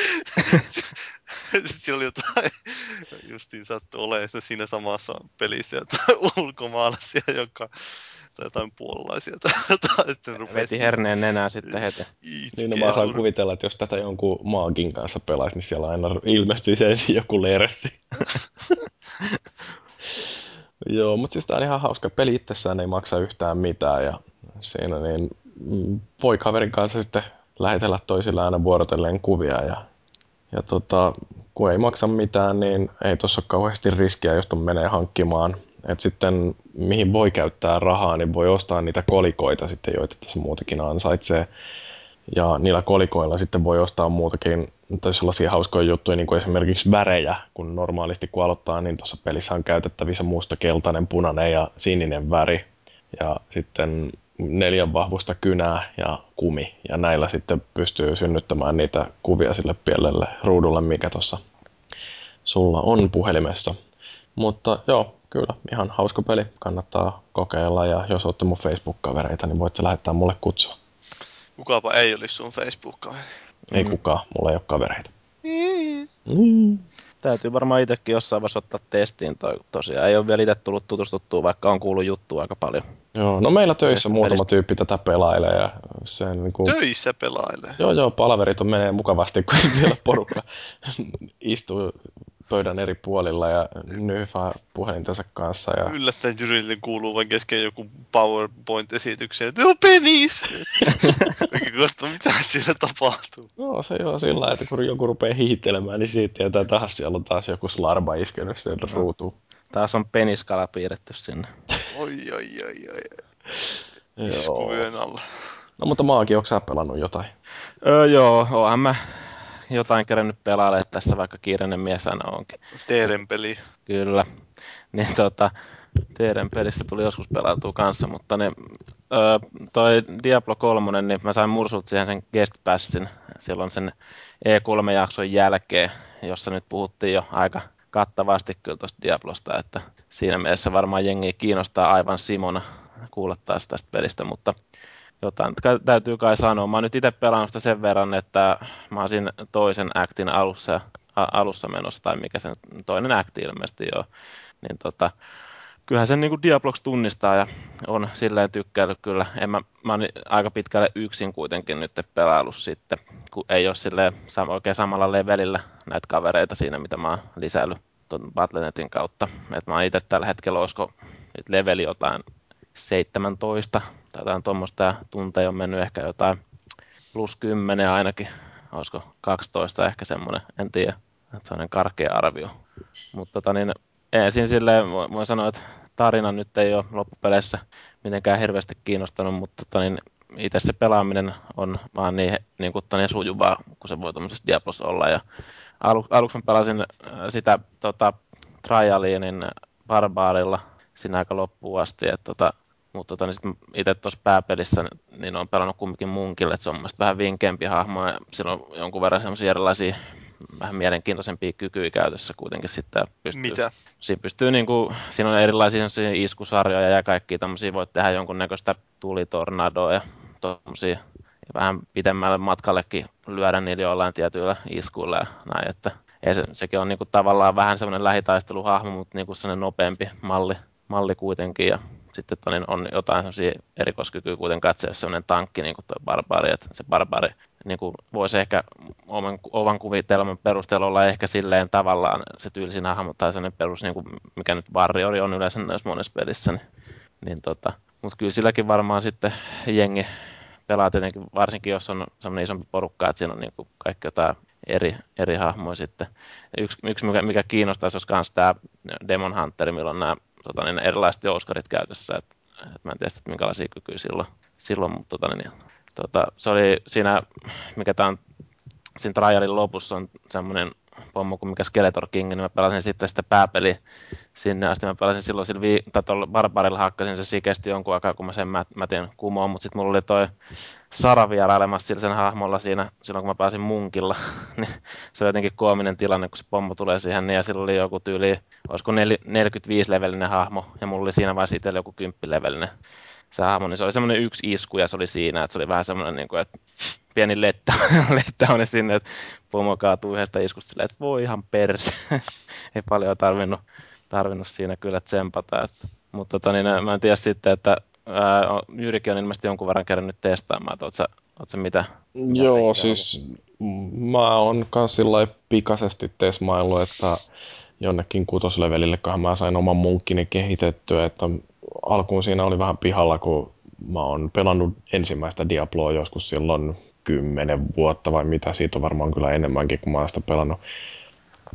Sitten siellä oli jotain, justiin sattui olemaan siinä samassa pelissä jotain ulkomaalaisia, joka, tai jotain puolalaisia. Tai jotain, sitten rupesi veti herneen nenää sitten heti. Niin no mä osaan kuvitella, että jos tätä jonkun maagin kanssa pelaisi, niin siellä aina ilmestyisi ensin joku lerssi. Joo, mutta siis tää on ihan hauska. Peli itsessään ei maksa yhtään mitään ja siinä niin voi kaverin kanssa sitten lähetellä toisille aina vuorotelleen kuvia ja, ja tota, kun ei maksa mitään, niin ei tuossa ole kauheasti riskiä, jos ton menee hankkimaan. Et sitten mihin voi käyttää rahaa, niin voi ostaa niitä kolikoita sitten, joita tässä muutakin ansaitsee. Ja niillä kolikoilla sitten voi ostaa muutakin, tai sellaisia hauskoja juttuja, niin kuin esimerkiksi värejä, kun normaalisti kun aloittaa, niin tuossa pelissä on käytettävissä musta, keltainen, punainen ja sininen väri. Ja sitten neljän vahvusta kynää ja kumi. Ja näillä sitten pystyy synnyttämään niitä kuvia sille pienelle ruudulle, mikä tuossa sulla on puhelimessa. Mutta joo, kyllä, ihan hauska peli. Kannattaa kokeilla ja jos olette mun Facebook-kavereita, niin voitte lähettää mulle kutsua. Kukapa ei olisi sun Facebook-kaveri. Ei mm. kukaan, mulla ei ole kavereita. Mm. Mm. Täytyy varmaan itsekin jossain vaiheessa ottaa testiin toi tosiaan. Ei ole vielä itse tullut tutustuttua, vaikka on kuullut juttua aika paljon. Joo, no meillä töissä muutama pelistä. Tyyppi tätä pelailee. Ja se niin kuin... Töissä pelailee? Joo, joo, palaverit on menee mukavasti, kun siellä porukka istuu pöydän eri puolilla ja nyhfää puhelintensa kanssa. Ja... Yllättäen Jyrille kuuluu vain kesken joku PowerPoint-esitykseen, että joo, penis! Eikä kosta, mitä siellä tapahtuu. No se joo sillä että kun joku rupeaa hihittelemään, niin siitä tietää taas, siellä on taas joku slarba iskenyt sieltä no. ruutuun. Taas on peniskala piirretty sinne. Oi, oi, oi, oi. Iskuvyön alla. No mutta Maaki, onko sä pelannut jotain? Öö, joo, oonhan mä jotain kerännyt pelailemaan tässä, vaikka kiireinen mies aina onkin. Teeren peli. Kyllä. Niin tota, Teeren pelissä tuli joskus pelautua kanssa, mutta ne, öö, toi Diablo kolme, niin mä sain mursulta siihen sen guest passin silloin sen E kolme jakson jälkeen, jossa nyt puhuttiin jo aika kattavasti kyllä tuosta Diablosta, että siinä mielessä varmaan jengi kiinnostaa aivan Simona kuulla taas tästä pelistä, mutta jotain täytyy kai sanoa. Mä oon nyt itse pelannut sitä sen verran, että mä oon siinä toisen actin alussa, a, alussa menossa, tai mikä se toinen acti ilmeisesti jo, niin tota, kyllähän sen niin Diabloksi tunnistaa ja on silleen tykkäillyt kyllä. En mä, mä oon aika pitkälle yksin kuitenkin nyt pelaillut sitten, kun ei ole silleen oikein samalla levelillä näitä kavereita siinä, mitä mä oon lisäillyt tuon Battle pontu netin kautta. Et mä oon itse tällä hetkellä, olisiko nyt leveli jotain seitsemäntoista tai jotain tuommoista, tunteja on mennyt ehkä jotain plus kymmenen ainakin, olisiko kaksitoista ehkä semmoinen, en tiedä, että sellainen karkea arvio. Mutta tota niin, ensin silleen voin sanoa, että tarina nyt ei ole loppupeleissä mitenkään hirveästi kiinnostanut, mutta tota niin, itse se pelaaminen on vaan niin, niin, kuin, niin sujuvaa, kun se voi tuollaisessa Diablossa olla. Ja alu, aluksi mä pelasin sitä tota, Trialinin Barbaarilla siinä aika loppuun asti, että tota, mutta tota, niin itse tuossa pääpelissä niin olen pelannut kumminkin munkille, että se on mielestäni vähän vinkeämpi hahmo ja sillä on jonkun verran sellaisia erilaisia vähän mielenkiintoisempia kykyjä käytössä kuitenkin sitten. Pystyy, mitä? Siinä pystyy niin kuin, siinä on erilaisia iskusarjoja ja kaikkia tämmöisiä, voit tehdä jonkunnäköistä tulitornadoa ja tuommoisia ja vähän pitemmälle matkallekin lyödä niillä jollain tietyillä iskuilla ja näin, että se, sekin on niin kuin, tavallaan vähän semmoinen lähitaisteluhahmo, mutta niin kuin sellainen nopeampi malli, malli kuitenkin ja sitten tonin on jotain sellaisia erikoiskykyjä kuitenkaan, että se on sellainen tankki niin kuin tuo barbaari, että se barbaari niin kuin voisi ehkä oman, oman kuvitelman perusteella olla ehkä silleen tavallaan se tyylisin hahmo tai sellainen perus, niin kuin mikä nyt Warrior on yleensä näissä monessa pelissä, niin, niin tota, mutta kyllä silläkin varmaan sitten jengi pelaa tietenkin, varsinkin jos on sellainen isompi porukka, että siinä on niin kuin kaikki jotain eri, eri hahmoja sitten. Yksi, yksi mikä, mikä kiinnostaisi, olisi myös tämä Demon Hunter, millä on nämä tota, niin erilaiset jouskarit käytössä, että et mä en tiedä, että minkälaisia kykyjä silloin, silloin mutta tota, niin, tota, se oli siinä, mikä tämä on, siinä Trialin lopussa on semmoinen pommo kuin mikä Skeletor King, niin mä pelasin sitten sitä pääpeliä sinne asti. Mä pelasin silloin sillä vii, tai tuolla Barbarilla hakkasin se sikesti jonkun aikaa, kun mä sen mä, mätin kumoon, mutta sitten mulla oli toi Sara vierailemassa sillä sen hahmolla siinä, silloin kun mä pääsin munkilla, niin se oli jotenkin koominen tilanne, kun se pommo tulee siihen, niin ja sillä oli joku tyyli, olisiko neljäkymmentäviisi-levelinen hahmo, ja mulla oli siinä vaiheessa itsellä joku kymmenen-levelinen se hahmo, niin se oli semmoinen yksi isku, ja se oli siinä, että se oli vähän semmoinen, niin kuin, että pieni lettäone sinne, että pomo kaatuu yhdestä iskusta silleen, että voi ihan perse. Ei paljon tarvinnut, tarvinnut siinä kyllä tsempata. Että, mutta tota, niin, mä en tiedä sitten, että ää, Jyrikin on ilmeisesti jonkun verran kerännyt testaamaan, että oot sä, oot sä mitä? Joo, mitä siis ollut? Mä oon kans sillä pikaisesti tesmaillut, että jonnekin kutoslevelilleköhän mä sain oman munkkini kehitettyä, että alkuun siinä oli vähän pihalla, kun mä oon pelannut ensimmäistä Diabloa joskus silloin kymmenen vuotta vai mitä, siitä on varmaan kyllä enemmänkin, kun mä oon sitä pelannut.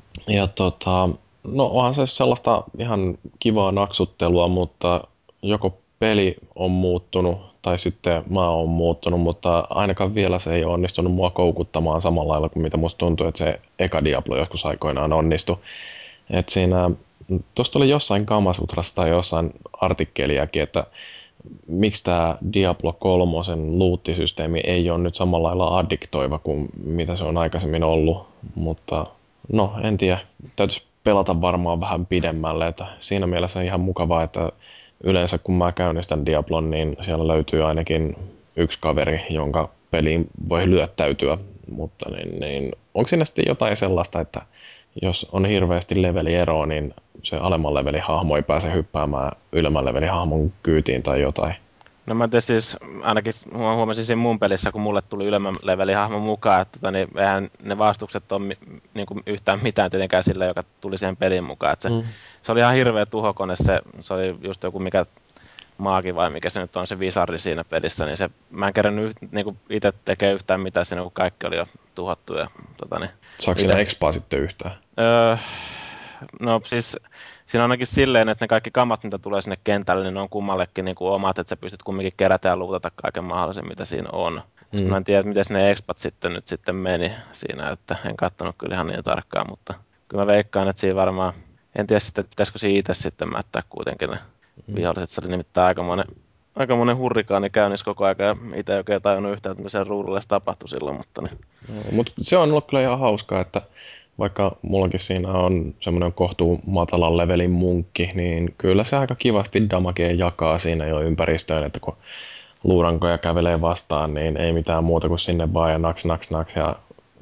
Ja tota, no onhan se sellaista ihan kivaa naksuttelua, mutta joko peli on muuttunut tai sitten mä oon muuttunut, mutta ainakaan vielä se ei ole onnistunut mua koukuttamaan samalla lailla kuin mitä musta tuntuu, että se eka Diablo joskus aikoinaan onnistui. Et siinä, tuosta oli jossain Kamasutrassa tai jossain artikkeliakin, että miksi tämä Diablo kolmosen luuttisysteemi ei ole nyt samalla lailla addiktoiva kuin mitä se on aikaisemmin ollut, mutta no en tiedä, täytyisi pelata varmaan vähän pidemmälle, että siinä mielessä on ihan mukavaa, että yleensä kun mä käynnistän Diablon, niin siellä löytyy ainakin yksi kaveri, jonka peliin voi lyöttäytyä, mutta niin, niin, onko siinä sitten jotain sellaista, että jos on hirveästi levelieroa, niin se alemman levelin hahmo ei pääse hyppäämään ylemmän levelin hahmon kyytiin tai jotain. No mä tein siis, ainakin huomasin siinä mun pelissä, kun mulle tuli ylemmän levelin hahmo mukaan, että tota, niin, eihän ne vastukset ole niin kuin yhtään mitään tietenkään sille, joka tuli siihen pelin mukaan. Että se, mm. se oli ihan hirveä tuhokone, se, se oli just joku mikä maagi vai mikä se nyt on, se Wizardi siinä pelissä, niin se, mä en kerännyt niin itse tekemään yhtään mitään siinä, kun kaikki oli jo tuhottu. Ja, tota, niin, saako siinä expaa sitten yhtään? Öö, no siis siinä on ainakin silleen, että ne kaikki kamat, mitä tulee sinne kentälle, niin ne on kummallekin niin kuin omat, että sä pystyt kumminkin kerätä ja luutata kaiken mahdollisen, mitä siinä on. Mm. Sitten mä en tiedä, miten ne expat sitten nyt sitten meni siinä, että en katsonut kyllä ihan niin tarkkaan, mutta kyllä mä veikkaan, että siinä varmaan, en tiedä sitten, että pitäisikö siinä itse sitten mättää kuitenkin ne mm. viholliset. Se oli nimittäin aikamoinen, aikamoinen hurrikaani käynnissä koko ajan, ja itse ei oikein tajunnut yhtään, että mitä ruudulla tapahtui silloin, mutta niin. No, mutta se on ollut kyllä ihan hauskaa, että vaikka mullakin siinä on semmoinen kohtuu matalan levelin munkki, niin kyllä se aika kivasti damagea jakaa siinä jo ympäristöön, että kun luurankoja kävelee vastaan, niin ei mitään muuta kuin sinne vaan ja naks, naks, naks ja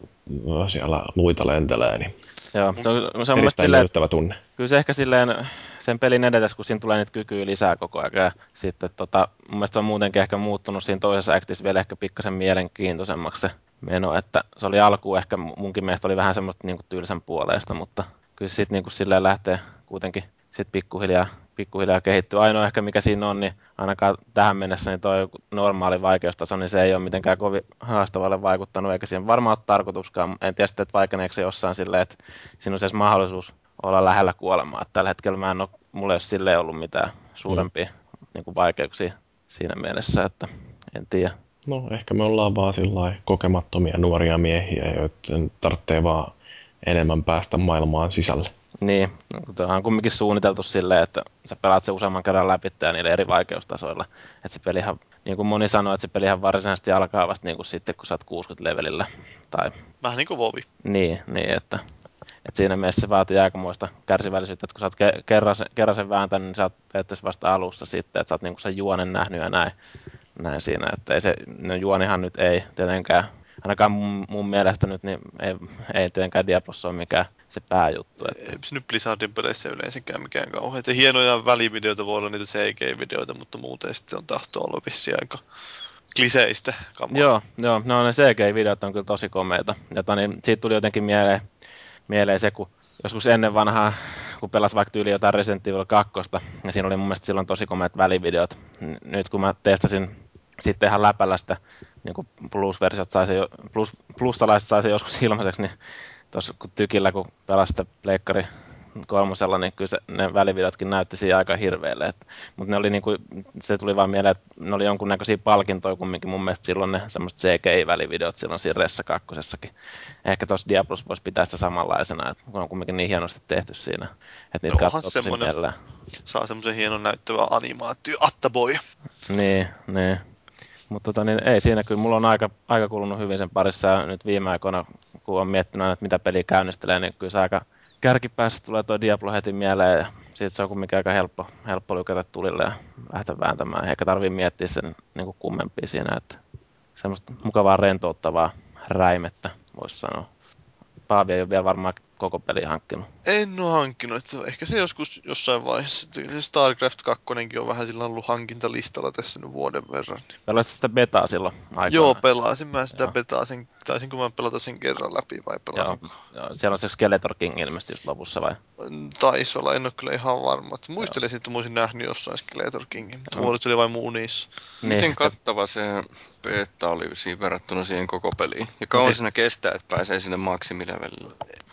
siellä luita lentelee. Niin joo, se on, se on erittäin miellyttävä tunne. Kyllä se ehkä silleen sen pelin edetessä, kun siinä tulee niitä kykyjä lisää koko ajan. Ja sitten tota, mun mielestä se on muutenkin ehkä muuttunut siinä toisessa actissa vielä ehkä pikkasen mielenkiintoisemmaksi se meno, että se oli alkuun ehkä munkin mielestä oli vähän semmoista niin kuin tylsän puoleista, mutta kyllä sitten niin kuin silleen lähtee kuitenkin sitten pikkuhiljaa, pikkuhiljaa kehittyy. Ainoa ehkä mikä siinä on, niin ainakaan tähän mennessä niin toi normaali vaikeustaso, niin se ei ole mitenkään kovin haastavalle vaikuttanut, eikä siihen varmaan ole tarkoituskaan. En tiedä sitten, että vaikeneeko se jossain silleen, että siinä on se mahdollisuus olla lähellä kuolemaa. Tällä hetkellä mä en ole, mulla ei ole silleen ollut mitään suurempia mm. niin kuin vaikeuksia siinä mielessä, että en tiedä. No ehkä me ollaan vaan sillai kokemattomia nuoria miehiä, joiden tarvitsee vaan enemmän päästä maailmaan sisälle. Niin, no, on kumminkin suunniteltu silleen, että sä pelaat se useamman kerran läpi ja niille eri vaikeustasoilla. Että se pelihan, niin kuin moni sanoo, että se pelihan varsinaisesti alkaa vasta niin kuin sitten, kun sä oot kuusikymmentä levelillä. Tai... Vähän niin kuin Vovi. Niin, niin että, että siinä mielessä se vaatii aikamoista kärsivällisyyttä, että kun sä oot ke- kerran, kerran sen vääntänyt, niin sä oot periaatteessa vasta alussa sitten, että sä oot niin kuin sen juonen nähnyt ja näin, näin siinä. Että ei se, no juonihan nyt ei tietenkään, ainakaan mun, mun mielestä nyt niin ei, ei tietenkään Diablossa ole mikään se pääjuttu. Että... Ei se nyt Blizzardin peleissä yleensäkään mikään kauhean. Hienoja välivideoita voi olla niitä C G-videoita, mutta muuten sitten on tahto ollut vissiin aika kliseistä kamaa. Joo, joo, no ne C G-videot on kyllä tosi komeita. Jota, niin, siitä tuli jotenkin mieleen, mieleen se, kun joskus ennen vanhaa, kun pelasi vaikka tyyli jotain Resident Evil kaksi, ja siinä oli mun mielestä silloin tosi komeat välivideot. Nyt kun mä testasin sitten ihan läpällä sitä, niin kuin plus-versiot sai se, plus, plussalaiset sai se joskus ilmaiseksi, niin tuossa kun tykillä, kun pelasi sitä pleikkari kolmosella, niin kyllä se, ne välivideotkin näytti siinä aika hirveelle. Mutta ne oli niinku, se tuli vaan mieleen, että ne oli jonkunnäköisiä palkintoja kumminkin mun mielestä silloin ne semmoiset C G I-välivideot silloin siinä Ressa kakkosessakin. Ehkä tuossa Diablos voisi pitää sitä samanlaisena, että on kumminkin niin hienosti tehty siinä. Että niitä katsoo tosi mielellään. Saa semmoisen hienon näyttävän animaatio, Attaboy. Niin, niin. Mutta tota, niin ei siinä kyllä, mulla on aika, aika kulunut hyvin sen parissa ja nyt viime aikoina, kun on miettinyt, että mitä peliä käynnistelee, niin kyllä se aika kärkipäässä tulee tuo Diablo heti mieleen ja siitä se on kumminkin aika helppo, helppo lykätä tulille ja lähteä vääntämään. Eikä tarvitse miettiä sen niin kuin kummempia siinä, että semmoista mukavaa rentouttavaa räimettä, voisi sanoa. Paavi ei ole vielä varmaan koko peli hankkinut. En ole hankkinut. Että ehkä se joskus jossain vaiheessa. Se StarCraft kaksi on vähän sillä ollut hankintalistalla tässä nyt vuoden verran. Pelasit sitä betaa silloin aikoina? Joo, pelasin mä sitä Joo. betaa. Sen, taisinko mä pelata sen kerran läpi vai pelasinko? Joo, Joo. Siellä on se Skeletor King ilmeisesti just lopussa vai? Taisi olla, en ole kyllä ihan varma. Muistelisin, että mä olisin nähnyt jossain Skeletor Kingin, mutta vuodet se oli vain mun unissa. Niin, miten kattava se beta oli siinä verrattuna siihen koko peliin? Ja kauan no siis... siinä kestää, että pääsee sinne maksimilevelille?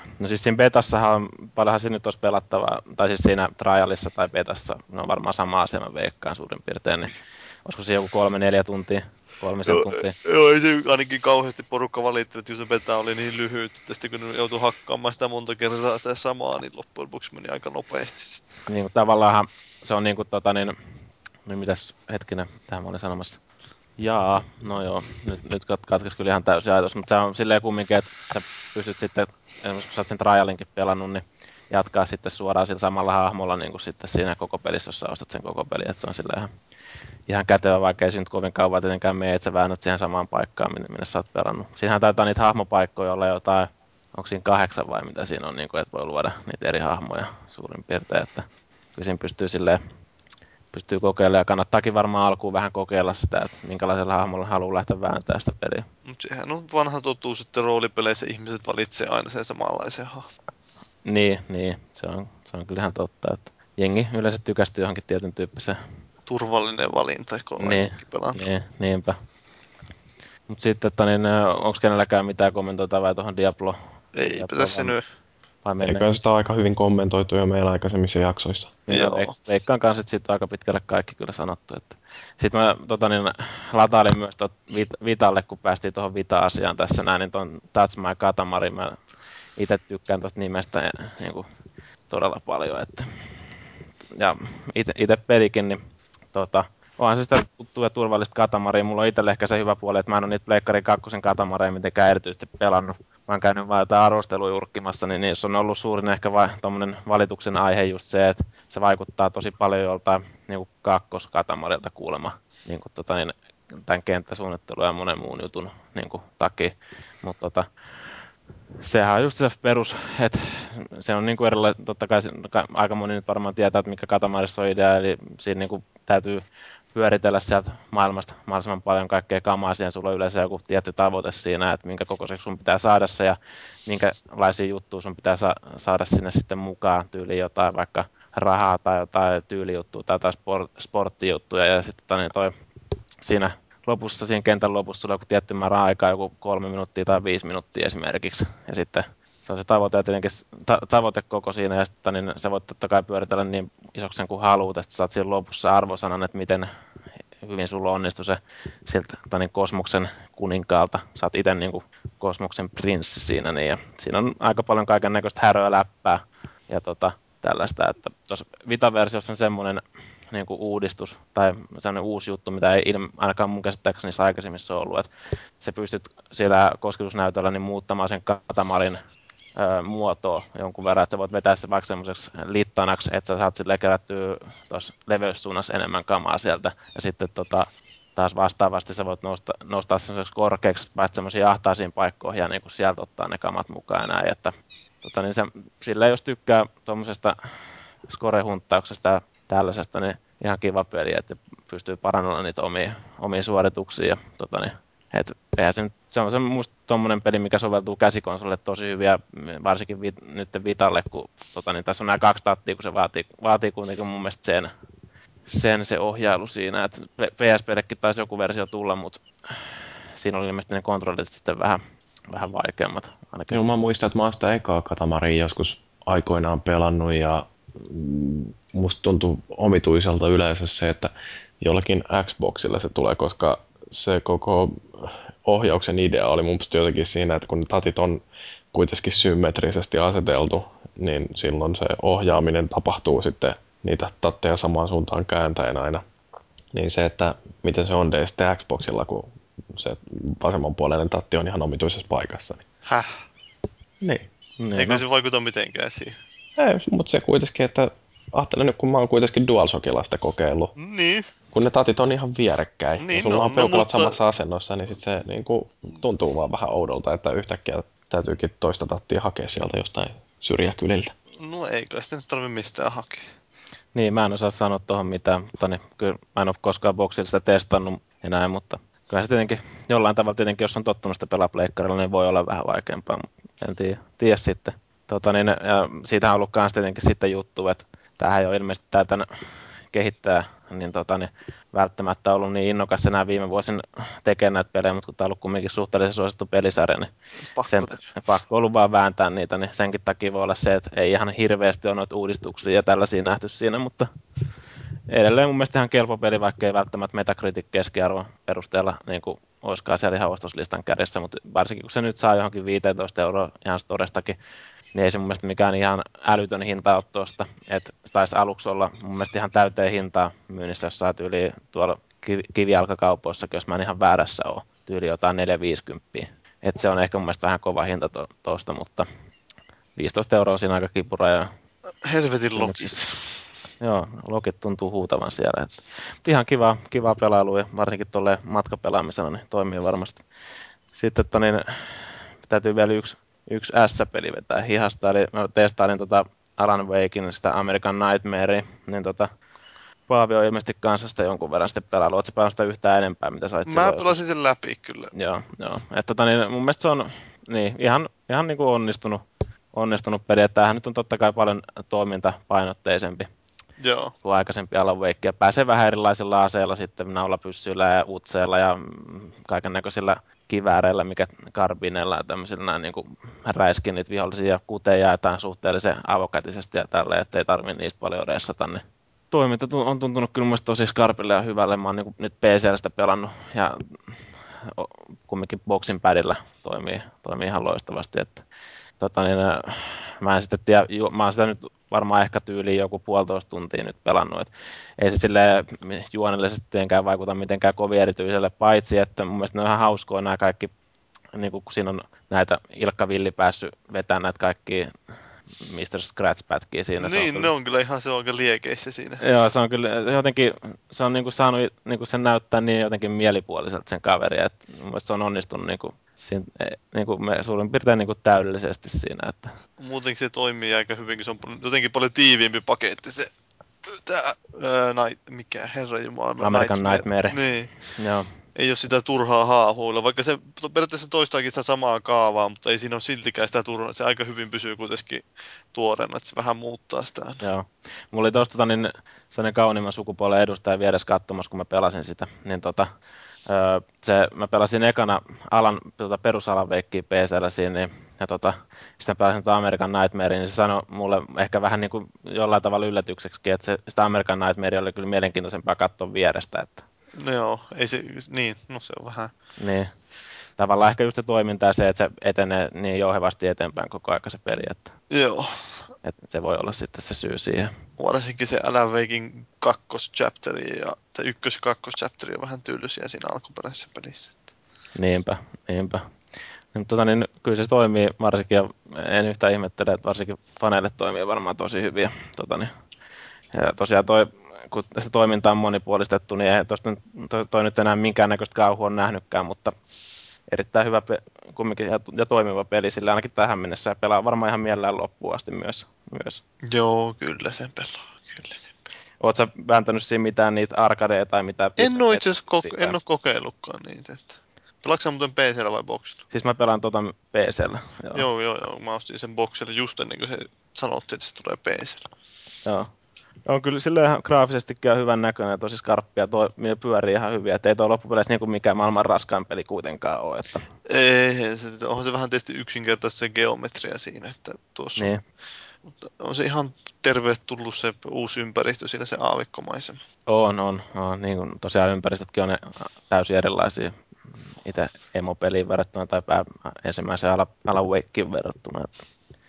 no siis siinä betassahan on, paljonhan se nyt olisi pelattavaa, tai siis siinä trialissa tai betassa, ne on varmaan sama asia, mä veikkaan suurin piirtein, niin olisiko se joku kolme neljä tuntia, kolmisen tuntia? Joo, ei se ainakin kauheasti porukka valitti, että jos se beta oli niin lyhyt, että sitten kun joutui hakkaamaan sitä monta kertaa sitä samaa, niin loppujen lopuksi meni aika nopeasti. Niin kuin tavallaan se on niin kuin tota niin, niin mitäs hetkinen, tähän mä olin sanomassa. Jaa, no joo, nyt, nyt katkesi kyllä ihan täysin ajatus, mutta se on silleen kumminkin, että sä pystyt sitten, esimerkiksi kun sä oot sen trialinkin pelannut, niin jatkaa sitten suoraan sillä samalla hahmolla niin kuin sitten siinä koko pelissä, jos sä ostat sen koko peli, että se on silleen ihan, ihan kätevä, vaikka ei se nyt kovin kauan tietenkään mene, että sä väännät siihen samaan paikkaan, minne, minne sä oot pelannut. Siinähän taitaa niitä hahmopaikkoja olla jotain, onko siinä kahdeksan vai mitä siinä on, niin kuin, että voi luoda niitä eri hahmoja suurin piirtein, että kyllä siinä pystyy silleen pystyy kokeilemaan ja kannattaakin varmaan alkuun vähän kokeilla sitä, että minkälaisella hahmolla haluaa lähteä vääntämään sitä peliä. Mutta sehän on vanha totuus, että roolipeleissä ihmiset valitsee aina sen samanlaisen hahmon. Niin, niin. Se on, se on kyllähän totta, että jengi yleensä tykästyy johonkin tietyn tyyppiseen. Turvallinen valinta, kun on niin, pelannut. niin, niinpä. Mutta sitten, että niin, onko kenelläkään mitään kommentoitavaa tuohon Diablo? Eipä tässä nyt. Eikö sitä ole aika hyvin kommentoitu jo meillä aikaisemmissa jaksoissa? Niin, no, veikkaan kanssa, että siitä on aika pitkälle kaikki kyllä sanottu. Että. Sitten mä tota, niin, latailin myös tot Vit- Vitalle, kun päästiin tuohon Vita-asiaan tässä näin, niin tuon Touch My Katamari, mä itse tykkään tuosta nimestä niin kuin, todella paljon. Että. Ja itse pelikin, niin tota, onhan se sitä tuttua ja turvallista katamaria. Mulla on itselle ehkä se hyvä puoli, että mä en ole niitä Pleikkari kakkosen katamareja mitenkään erityisesti pelannut. Mä oon käynyt vaan jotain arvostelua urkkimassa, niin niissä on ollut suurin ehkä va- tommonen valituksen aihe just se, että se vaikuttaa tosi paljon joltain niin kakkoskatamarilta kuulemma niin kuin, tota, niin, tämän kenttäsuunnittelun ja monen muun jutun niin kuin, takia. Mutta tota, sehän on just se perus, että se on niin kuin erilainen, totta kai aika moni nyt varmaan tietää, että mikä katamarissa on idea, eli siinä niin kuin täytyy pyöritellä sieltä maailmasta mahdollisimman paljon kaikkea kamaa siihen. Sulla on yleensä joku tietty tavoite siinä, että minkä kokoiseksi sun pitää saada se ja minkälaisia juttuja sun pitää sa- saada sinne sitten mukaan, tyyliin jotain vaikka rahaa tai jotain tyylijuttuja tai jotain sport- sporttijuttuja ja sitten niin toi siinä lopussa, siinä kentän lopussa sulla on joku tietty määrä aikaa, joku kolme minuuttia tai viisi minuuttia esimerkiksi ja sitten se on se tavoite, tietenkin ta- tavoitekoko siinä, ja sitten niin sä voit totta kai pyöritellä niin isoksi sen kuin haluat, että saat siinä lopussa arvosanan, että miten hyvin sulla onnistui se sieltä niin kosmoksen kuninkaalta. Sä oot itse niin kuin kosmoksen prinssi siinä, niin, ja siinä on aika paljon kaiken näköistä häröä läppää ja tota, tällaista, että tuossa Vita-versiossa on semmoinen niin kuin uudistus tai sellainen uusi juttu, mitä ei ilme, ainakaan mun käsittääkseni niissä aikaisemmissa ollut, että sä pystyt siellä kosketusnäytöllä niin muuttamaan sen katamarin Öö, muotoa jonkun verran, että sä voit vetää se vaikka semmoiseksi littanaksi, että sä saat silleen kerättyä tuossa leveyssuunnassa enemmän kamaa sieltä, ja sitten tota, taas vastaavasti sä voit nousta, nostaa semmoiseksi korkeaksi, että pääset semmoisiin ahtaisiin paikkoihin ja niin kuin sieltä ottaa ne kamat mukaan ja näin, että tota, niin se, silleen jos tykkää tuommoisesta score-hunttauksesta ja tällaisesta, niin ihan kiva peli, että pystyy parantamaan niitä omia, omia suorituksia ja tota, niin, et eihän se, nyt, se on se musta tommonen peli, mikä soveltuu käsikonsolille tosi hyvin, ja varsinkin vi, nyt Vitalle, kun tota, niin tässä on nämä kaksi tattia, kun se vaatii, vaatii kuitenkin mun mielestä sen, sen se ohjailu siinä, että P S P:llekin taisi joku versio tulla, mutta siinä oli ilmeisesti ne kontrollit sitten vähän, vähän vaikeammat. Ainakin. Joo, mä muistan, että mä oon sitä ekaa Katamaria joskus aikoinaan pelannut, ja musta tuntuu omituiselta yleensä se, että jollakin Xboxilla se tulee, koska se koko ohjauksen idea oli mun mielestä jotenkin siinä, että kun ne tatit on kuitenkin symmetrisesti aseteltu, niin silloin se ohjaaminen tapahtuu sitten niitä tatteja samaan suuntaan kääntäen aina. Niin se, että miten se on sitten Xboxilla, kun se vasemmanpuoleinen tatti on ihan omituisessa paikassa. Niin. Häh? Niin. niin Eikö no. se vaikuta mitenkään siihen? Ei, mutta se kuitenkin, että ajattelen nyt, kun mä oon kuitenkin DualShockilla sitä kokeillut. Niin. Kun ne tatit on ihan vierekkäin, Niin, ja sulla no, on peukalot no, mutta... samassa asennossa, niin sit se niin kuin, tuntuu vaan vähän oudolta, että yhtäkkiä täytyykin toista tattia hakea sieltä jostain syrjäkyliltä. No eikö sitä nyt tarvitse mistään hakea. Niin, mä en osaa sanoa tuohon mitään, mutta niin, kyllä mä en ole koskaan boksilla sitä testannut ja näin, mutta kyllä se tietenkin jollain tavalla tietenkin, jos on tottunut sitä pelaa pleikkarilla, niin voi olla vähän vaikeampaa, mutta en tiedä, tiedä sitten. Tota, niin, ja siitähän on ollut myös tietenkin sitten juttu, että tämähän ei ole ilmeisesti tämä tämän kehittää, niin, tota, niin välttämättä ollut niin innokas enää viime vuosina tekemään näitä pelejä, mutta kun tämä on ollut kumminkin suhteellisen suosittu pelisarja, niin Pakko sen, pakko ollut vaan vääntää niitä, niin senkin takia voi olla se, että ei ihan hirveästi ole noita uudistuksia ja tällaisia nähty siinä, mutta edelleen mun mielestä ihan kelpo peli, vaikka ei välttämättä Metacritic keskiarvon perusteella niin kuin olisikaan siellä ihan ostoslistan kärjessä, mutta varsinkin kun se nyt saa johonkin viisitoista euroa ihan Storestakin, niin ei se mun mielestä mikään ihan älytön hinta ole tuosta. Että se taisi aluksi olla mun mielestä ihan täyteen hintaa myynnissä, jos saat yli tuolla kivijalkakaupoissakin, jos mä en ihan väärässä ole, tyyli jotain neljä viisikymmentä. Että se on ehkä mun mielestä vähän kova hinta tuosta, mutta viisitoista euroa siinä aika kipuraja. Helvetin lokit. Joo, lokit tuntuu huutavan siellä. Että ihan kiva, kiva pelailu ja varsinkin tuolleen matkapelaamisena niin toimii varmasti. Sitten että niin, täytyy vielä yksi, yksi S-peli vetää hihasta, eli mä testailin tota Alan Wakein sitä American Nightmarea, niin tota Paavi on ilmeisesti kanssa sitä jonkun verran sitten pelailu. Oletko sä pelannut sitä yhtään enempää, mitä sä olet Mä pelasin sen läpi kyllä. Joo, joo. Että tota niin, mun mielestä se on niin, ihan, ihan niin kuin onnistunut, onnistunut peli. Että tämähän nyt on totta kai paljon toimintapainotteisempi. Joo. Kuin aikaisempi Alan Wake. Pääsee vähän erilaisilla aseilla sitten, naulapyssyillä ja utseilla ja kaiken näköisillä kivääreillä, mikä karbineilla ja tämmöisillä näin niin kuin räiskin niitä vihollisia ja kuteen jaetaan suhteellisen avokätisesti ja tälleen, ettei tarvitse niistä paljon ressata. Niin toiminta on tuntunut kyllä mun tosi skarpille ja hyvälle. Mä oon niin nyt P C:llä sitä pelannut ja kumminkin boxin padilla toimii, toimii ihan loistavasti. Että, tota niin, mä en sitten tiedä, mä oon sitä nyt varmaan ehkä tyyliin joku puolitoista tuntia nyt pelannut. Et ei se silleen juonellisesti tietenkään vaikuta mitenkään kovin erityiselle, paitsi että mun mielestä ne on ihan hauskoja nämä kaikki, niin kun siinä on näitä Ilkka Villi päässyt vetämään näitä kaikkia mister Scratch-pätkiä siinä. Niin, on ne on kyllä ihan se on aika liekeissä siinä. Joo, se on kyllä jotenkin, se on niinku saanut niinku sen näyttää niin jotenkin mielipuoliselta sen kaveri, että mun mielestä se on onnistunut niinku, siinä, niinku me suurin piirtein niinku täydellisesti siinä. Että muutenkin se toimii aika hyvin, kun se on jotenkin paljon tiiviimpi paketti se, tää, ää, night, mikä herranjumala. American Nightmare. Niin. Joo. Ei ole sitä turhaa haahuilla, vaikka se periaatteessa toistaakin sitä samaa kaavaa, mutta ei siinä ole siltikään sitä turhaa. Se aika hyvin pysyy kuitenkin tuoreena, että se vähän muuttaa sitä. Joo. Mulla oli tuosta niin sellainen kauniimman sukupuolen edustaja vieressä katsomassa, kun mä pelasin sitä. Niin tota, se, mä pelasin ekana alan, tota perusalan veikkiä P C:llä siinä, niin, ja tota, sitten pelasin tuota American Nightmarea, niin se sanoi mulle ehkä vähän niin kuin jollain tavalla yllätykseksikin, että se, sitä American Nightmarea oli kyllä mielenkiintoisempaa katsoa vierestä. Että no joo, ei se, niin, no se on vähän. Niin, tavallaan ehkä just se toiminta ja se, että se etenee niin jouhevasti eteenpäin koko ajan se peli, että joo. Että se voi olla sitten se syy siihen. Varsinkin se Alan Wakein kakkoschapteri ja se ykkös- ja kakkoschapteri on vähän tylsiä siinä alkuperäisessä pelissä. Niinpä, niinpä. Niin, tota, niin, kyllä se toimii varsinkin, ja en yhtään ihmettele, että varsinkin faneille toimii varmaan tosi hyvin. Tota, niin, ja tosiaan toi, kun sitä toimintaa on monipuolistettu, niin ei tosta, toi, toi nyt enää minkäännäköistä kauhua on nähnytkään, mutta erittäin hyvä pe- kumminkin ja, ja toimiva peli, sillä ainakin tähän mennessä ja pelaa varmaan ihan mielellään loppuun asti myös. myös. Joo, kyllä sen pelaa, kyllä sen pelaa. Oletko sä vääntänyt siinä mitään niitä arcadeja tai mitään? En ole itse asiassa koke- en ole kokeillutkaan niitä. Että. Pelaatko sä muuten P C:llä vai boxilla? Siis mä pelaan tota P C:llä. Joo. joo, joo, joo. Mä ostin sen boxilla just ennen kuin se sanottiin, että se tulee P C:llä. Joo. On kyllä silleen ihan graafisestikin on hyvän näköinen ja tosi skarppia, toi pyörii ihan hyvin, että ei toi loppupeleissä niin kuin mikään maailman raskain peli kuitenkaan ole. Että ei, se, onhan se vähän tietysti yksinkertaisesti se geometria siinä, että tuossa niin. Mutta on se ihan tervetullut se uusi ympäristö siinä, se aavikkomaisema. On, on. on. Niin kuin tosiaan ympäristötkin on ne täysin erilaisia itse emopeliin verrattuna tai pää, ensimmäiseen Alan Wakeen verrattuna. Että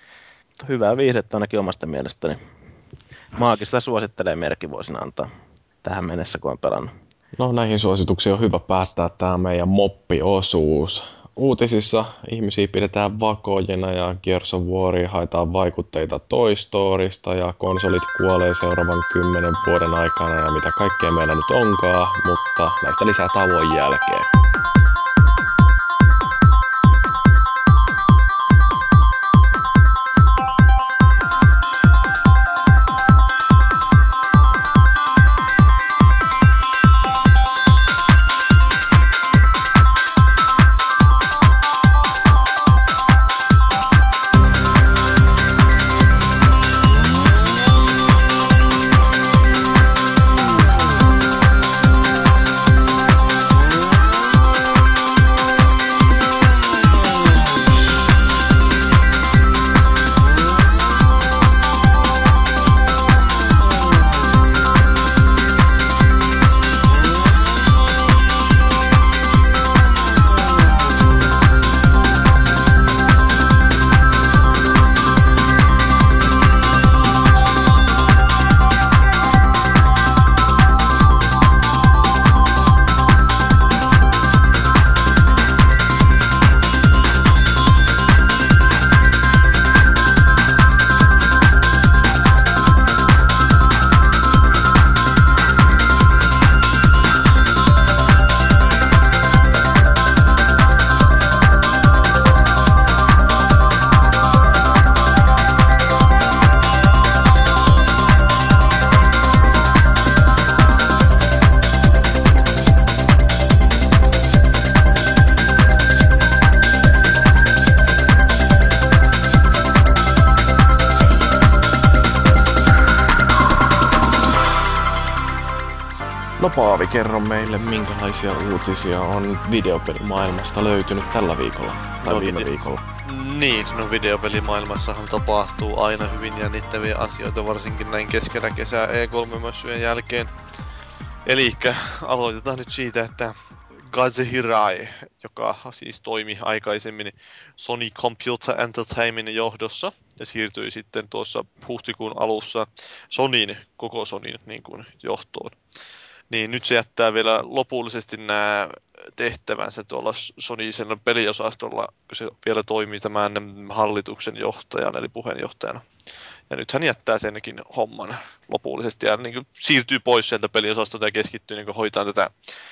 hyvää viihdettä ainakin omasta mielestäni. Maagista suosittelee merkki voisin antaa tähän mennessä, kun on pelannut. No näihin suosituksiin on hyvä päättää tämä meidän moppiosuus. Uutisissa ihmisiä pidetään vakojina ja Gears of Waria haetaan vaikutteita Toy Storysta ja konsolit kuolee seuraavan kymmenen vuoden aikana ja mitä kaikkea meillä nyt onkaan, mutta näistä lisää tauon jälkeen. No Paavi, kerro meille, minkälaisia uutisia on videopelimaailmasta löytynyt tällä viikolla tai No, viime vide- viikolla. Niin, no videopelimaailmassahan tapahtuu aina hyvin jännittäviä asioita, varsinkin näin keskellä kesää E kolme-messujen jälkeen. Elikkä aloitetaan nyt siitä, että Kaze Hirai, joka siis toimi aikaisemmin Sony Computer Entertainmentin johdossa ja siirtyi sitten tuossa huhtikuun alussa Sonyin, koko Sonyin niin kuin johtoon. Niin nyt se jättää vielä lopullisesti nämä tehtävänsä tuolla Sonyin peliosastolla, kun se vielä toimii tämän hallituksen johtajan eli puheenjohtajana. Ja nyt hän jättää senkin homman lopullisesti ja niin kuin siirtyy pois sieltä peliosastolta ja keskittyy niin kuin hoitaa tätä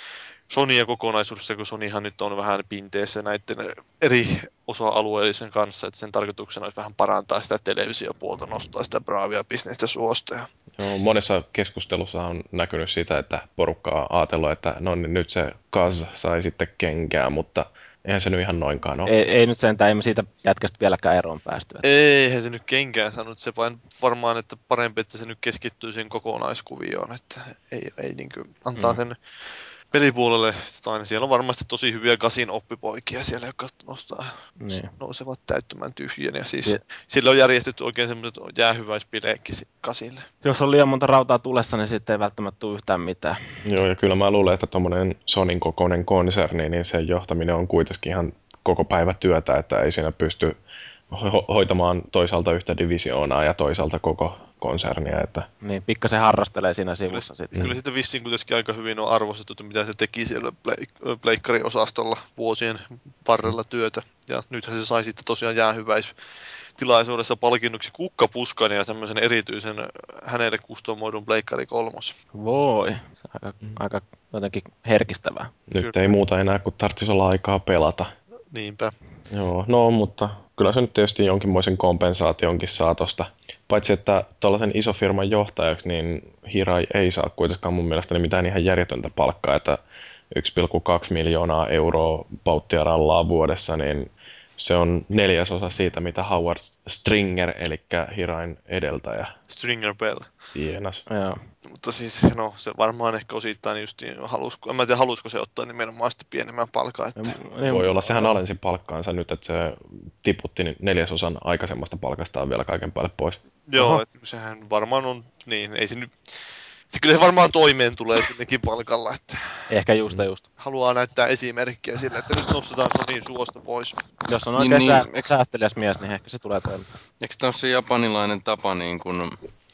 Sonya kokonaisuudessa, kun Sonyhan nyt on vähän pinteessä näiden eri osa-alueellisen kanssa, että sen tarkoituksena olisi vähän parantaa sitä televisiopuolta, nostaa sitä Bravia bisnestä suosta. Joo, monessa keskustelussa on näkynyt sitä, että porukka on ajatellut, että no niin, nyt se Kaz sai sitten kenkää, mutta eihän se nyt ihan noinkaan ole. Ei, ei nyt sentään, ei me siitä jätkästä vieläkään eroon päästy. Että Eihän se nyt kenkään sanonut, se vain varmaan, että parempi, että se nyt keskittyy siihen kokonaiskuvioon, että ei, ei niin kuin antaa Mm. sen pelipuolelle, aina siellä on varmasti tosi hyviä Kasin oppipoikia siellä, jotka nostaa, Niin. nousevat täyttämään tyhjän. Ja siis Si- sillä on järjestetty oikein semmoiset jäähyväispileekki Kasille. Jos on liian monta rautaa tulessa, niin sitten ei välttämättä tule yhtään mitään. Joo, ja kyllä mä luulen, että tuommoinen Sonyn kokoinen konserni, niin sen johtaminen on kuitenkin ihan koko päivä työtä, että ei siinä pysty ho- hoitamaan toisaalta yhtä divisioonaa ja toisaalta koko konsernia. Että Niin, pikkasen harrastelee siinä sivussa Kyllä, sitten. kyllä sitä vissiin kuitenkin aika hyvin on arvostettu, että mitä se teki siellä pleik- pleikkariosastolla vuosien varrella työtä. Ja nythän se sai sitten tosiaan jäähyväistilaisuudessa palkinnoksi kukkapuskan ja semmoisen erityisen hänelle kustomoidun pleikkari kolmos. Voi, se on aika, aika jotenkin herkistävää. nyt Kyllä. ei muuta enää, kun tarvitsisi olla aikaa pelata. Niinpä. Joo, no mutta kyllä se nyt tietysti jonkinmoisen kompensaationkin saa tosta. Paitsi että tuollaisen isofirman johtajaksi, niin Hirai ei saa kuitenkaan mun mielestäni mitään ihan järjetöntä palkkaa, että yksi pilkku kaksi miljoonaa euroa pauttia rallaa vuodessa, niin se on neljäsosa siitä, mitä Howard Stringer, eli Hirain edeltäjä, Stringer Bell. tienas. Joo. Mutta siis, no, se varmaan ehkä osittain just halusko, en mä tiedä, halusko se ottaa nimenomaan sitten pienemmän palkan. Että Niin, Voi olla, sehän alensi palkkaansa nyt, että se tiputti neljäsosan aikaisemmasta palkastaan vielä kaiken päälle pois. joo, Aha. että sehän varmaan on, niin, ei se nyt, se kyllä se varmaan toimeen tulee sinnekin palkalla, että Ehkä just ja just. haluaa näyttää esimerkkiä sillä, että nyt nostetaan Sonyin suosta pois. Jos on Niin, oikein niin, sää, eks- säästeliäs mies, niin ehkä se tulee toimeen. Eikö tämä ole se japanilainen tapa niin kun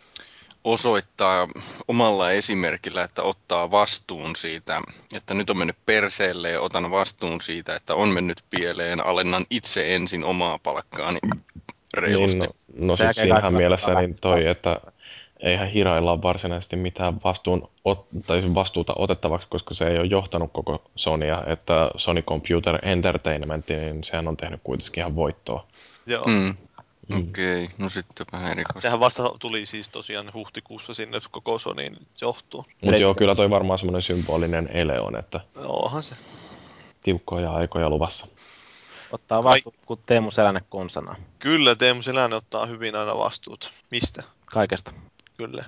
osoittaa omalla esimerkillä, että ottaa vastuun siitä, että nyt on mennyt perseelle ja otan vastuun siitä, että on mennyt pieleen, alennan itse ensin omaa palkkaani reilusti. Niin, no, no Se siis jälkeen siinähän kaikki mielessä ottaa niin toi, että eihän Hirailla ole varsinaisesti mitään vastuun, ot, tai siis vastuuta otettavaksi, koska se ei ole johtanut koko Sonya, että Sony Computer Entertainment, niin sehän on tehnyt kuitenkin ihan voittoa. Joo. Mm. Mm. Okei, okay. No sitten vähän erikoista. Sehän vasta tuli siis tosiaan huhtikuussa sinne koko Sonyin johtoon. Mutta joo, kyllä toi varmaan semmoinen symbolinen ele on, että Onhan se. tiukkoja aikoja luvassa. Ottaa vastuut, kun Teemu Selänne konsana. Kyllä, Teemu Selänne ottaa hyvin aina vastuut. Mistä? Kaikesta. Kyllä.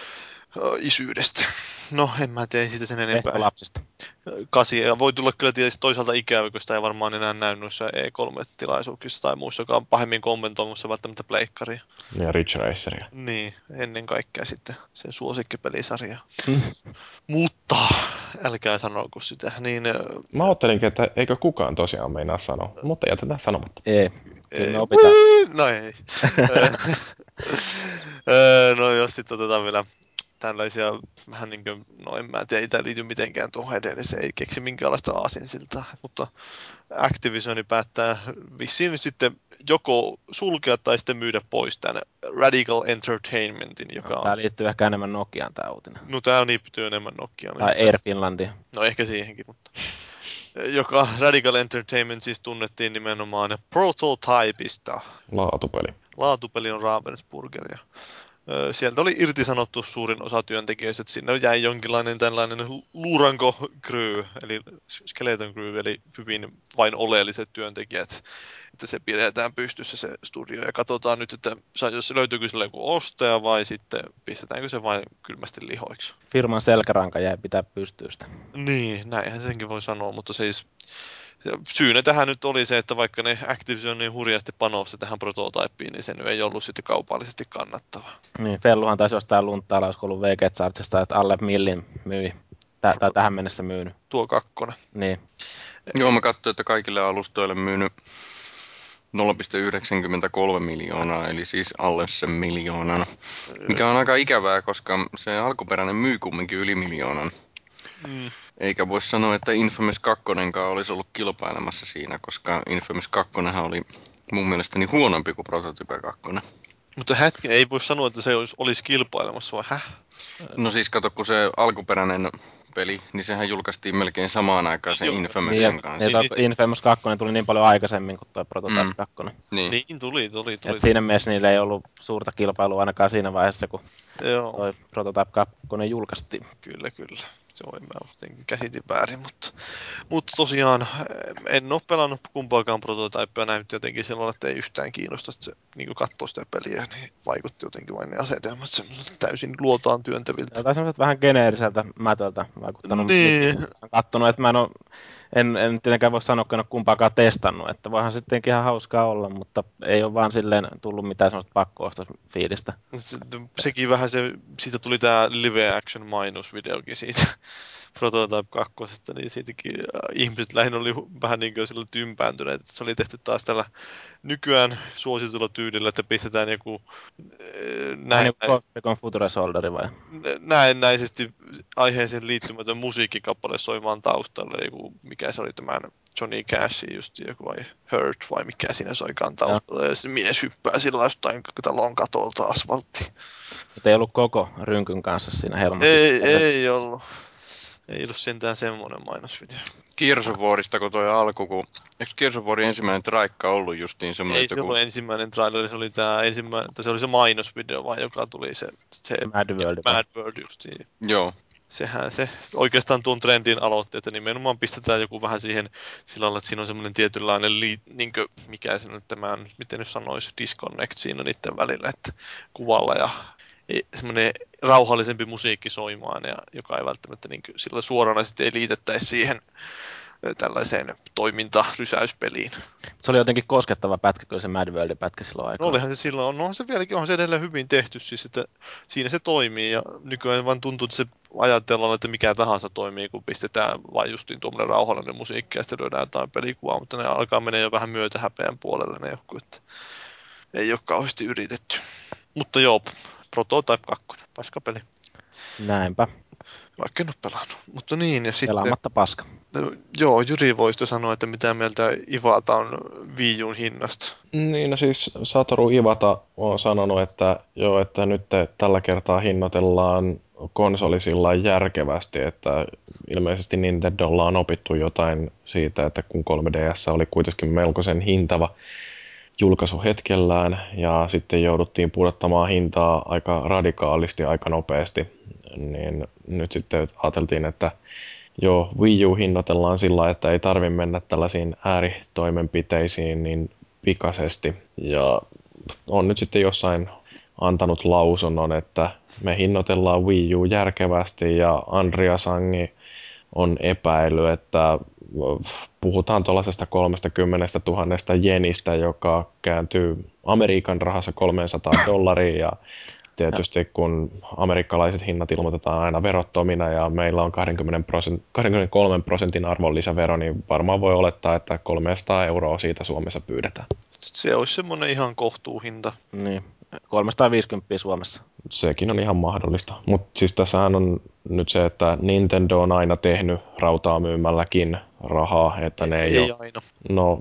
Ö, Isyydestä. No, en mä tee siitä sen enempää. Ehkä lapsista. Kasi, ja voi tulla kyllä tietysti toisaalta ikävä, kun sitä ei varmaan enää näy noissa E kolme-tilaisuuksissa tai muissakaan pahemmin kommentoimassa välttämättä pleikkaria. Ja Ridge Raceria. Niin, ennen kaikkea sitten sen suosikkipelisarja. Mutta, älkää sanoko sitä, niin... ö, Mä ajattelinkin, että eikö kukaan tosiaan meinaa sanoa, mutta jätetään sanomatta. Ei. Kyllä ei- me opitaan. No ei. Ö, no jos sitten otetaan vielä tällaisia vähän niin kuin, no en mä tiedä, ei tämä liity mitenkään tuohon edelliseen, ei keksi minkäänlaista aasinsiltaa, mutta Activision päättää vissiin nyt sitten joko sulkea tai sitten myydä pois tämän Radical Entertainmentin, joka Tämä on, liittyy ehkä enemmän Nokiaan tämä uutinen. no tämä on liittyy enemmän Nokiaan. Tai Air Finlandia. No ehkä siihenkin, mutta joka Radical Entertainment siis tunnettiin nimenomaan Prototypeista. Laatupeli. Laatupeli on Ravensburger ja Sieltä oli irtisanottu suurin osa työntekijöistä, että sinne jäi jonkinlainen tällainen luuranko crew, eli skeleton crew, eli hyvin vain oleelliset työntekijät, että se pidetään pystyssä se studio ja katsotaan nyt, että jos löytyykö sille joku ostaja vai sitten pistetäänkö se vain kylmästi lihoiksi. Firman selkäranka jäi pitää pystystä. Niin, näinhän senkin voi sanoa, mutta siis syynä tähän nyt oli se, että vaikka ne Activision niin hurjasti panosti tähän prototypeen, niin se nyt ei ollut sitten kaupallisesti kannattavaa. Niin, Felluhan taisi jostain lunttailla, olisiko ollut V G Chargesta, että alle millin myi, Tä, tai tähän mennessä myynyt. Tuo kakkonen. Niin. Joo, mä katsoin, että kaikille alustoille myynyt nolla pilkku yhdeksänkymmentäkolme miljoonaa, eli siis alle sen miljoonan, mikä on aika ikävää, koska se alkuperäinen myy kumminkin yli miljoonan. Mm. Eikä voi sanoa, että Infamous kaksi olisi ollut kilpailemassa siinä, koska Infamous kaksi oli mun mielestäni huonompi kuin Prototype kaksi. Mutta hetken, ei voi sanoa, että se olisi, olisi kilpailemassa, vai häh? No siis kato, kun se alkuperäinen peli, niin sehän julkaistiin melkein samaan aikaan sen Infamousin niin, kanssa. Niin, Infamous kaksi tuli niin paljon aikaisemmin kuin tuo Prototype mm. kaksi. Niin. niin, tuli, tuli. tuli. Et siinä mielessä niillä ei ollut suurta kilpailua ainakaan siinä vaiheessa, kun Joo. tuo Prototype kaksi julkaistiin. Kyllä, kyllä. Se on, mä jotenkin käsitin väärin, mutta, mutta tosiaan en ole pelannut kumpaakaan prototypea, näytti jotenkin silloin, että ei yhtään kiinnosta, että se niin katsoo sitä peliä, niin vaikutti jotenkin vain ne asetelmat semmoiset täysin luotaan työntäviltä. Jotain semmoiset vähän geneeriseltä mätöltä vaikuttanut. Niin. Olen kattonut, että mä en, ole, en, en tietenkään voi sanoa, että en ole kumpaakaan testannut, että voihan sittenkin ihan hauskaa olla, mutta ei ole vaan silleen tullut mitään semmoista pakko-ostosfiilistä. Se, sekin vähän se, siitä tuli tää live action mainosvideokin siitä Prototype kaksi, niin siitäkin ihmiset lähinnä oli vähän niin kuin sillä tympääntyneet, että se oli tehty taas tällä nykyään suositulla tyylillä, että pistetään joku näin, näin, Ghost Recon Future Soldier vai? Näennäisesti aiheeseen liittymätön musiikkikappale soimaan taustalle, joku, mikä se oli tämän Johnny Cashin just joku vai Hurt vai mikä siinä soikaan taustalla, ja, ja se mies hyppää sillä jostain talon katolta asfalttiin. Mutta ei ollut koko rynkyn kanssa siinä helmassa. Ei, ei ollut. Ei ollut sentään semmoinen mainosvideo. Gears of Warista, kun toi alku, kun... Eikö Gears of Warin ensimmäinen traikka ollut justiin semmoinen? Ei se ollut kun... ensimmäinen traileri, se oli tää ensimmäinen, se oli se mainosvideo vaan, joka tuli se... se Mad World. Mad World justiin. Joo. Sehän se oikeastaan tuon trendin aloitti, että nimenomaan pistetään joku vähän siihen sillä lailla, että siinä on semmoinen tietynlainen, li, niin kuin, mikä se nyt tämä, miten nyt sanoisi, disconnect siinä niiden välillä, että kuvalla ja semmoinen rauhallisempi musiikki soimaan, ja joka ei välttämättä niin kuin, sillä suoranaisesti ei liitettäisi siihen tällaiseen toimintarysäyspeliin. Se oli jotenkin koskettava pätkä, kyllä se Mad Worldin pätkä silloin aikaa. No olihan se silloin, no se vieläkin, on se edelleen hyvin tehty, siis että siinä se toimii, ja nykyään vaan tuntuu, että se ajatellaan, että mikä tahansa toimii, kun pistetään vain justiin tuommoinen rauhallinen musiikki, ja sitten lyödään jotain pelikuvaa, mutta ne alkaa mennä jo vähän myötähäpeän puolelle ne joku, että ei ole kauheasti yritetty. Mutta joo, Prototype kaksi, paskapeli. Näinpä. Vaikka en ole pelannut, mutta niin. Ja sitten, pelaamatta paska. Joo, Jyri voisi sanoa, että mitä mieltä Iwata on Wii U:n hinnasta. Niin, no siis Satoru Iwata on sanonut, että joo, että nyt tällä kertaa hinnoitellaan konsoli sillä järkevästi, että ilmeisesti Nintendolla on opittu jotain siitä, että kun kolme D S oli kuitenkin melkoisen hintava julkaisu hetkellään ja sitten jouduttiin pudottamaan hintaa aika radikaalisti, aika nopeasti, niin nyt sitten ajateltiin, että joo, Wii U hinnoitellaan sillä, että ei tarvitse mennä tällaisiin ääritoimenpiteisiin niin pikaisesti. Ja on nyt sitten jossain antanut lausunnon, että me hinnoitellaan Wii U järkevästi, ja Andrea Sangi on epäily, että puhutaan tuollaisesta kolmekymmentätuhatta jenistä, joka kääntyy Amerikan rahassa kolmesataa dollaria, ja tietysti kun amerikkalaiset hinnat ilmoitetaan aina verottomina ja meillä on kaksikymmentäkolme prosentin arvonlisävero, niin varmaan voi olettaa, että kolmesataa euroa siitä Suomessa pyydetään. Se olisi semmoinen ihan kohtuuhinta. Niin, kolmesataaviisikymmentä Suomessa. Sekin on ihan mahdollista. Mutta siis tässähän on nyt se, että Nintendo on aina tehnyt rautaa myymälläkin rahaa, että ne ei, ei ole... aina. No,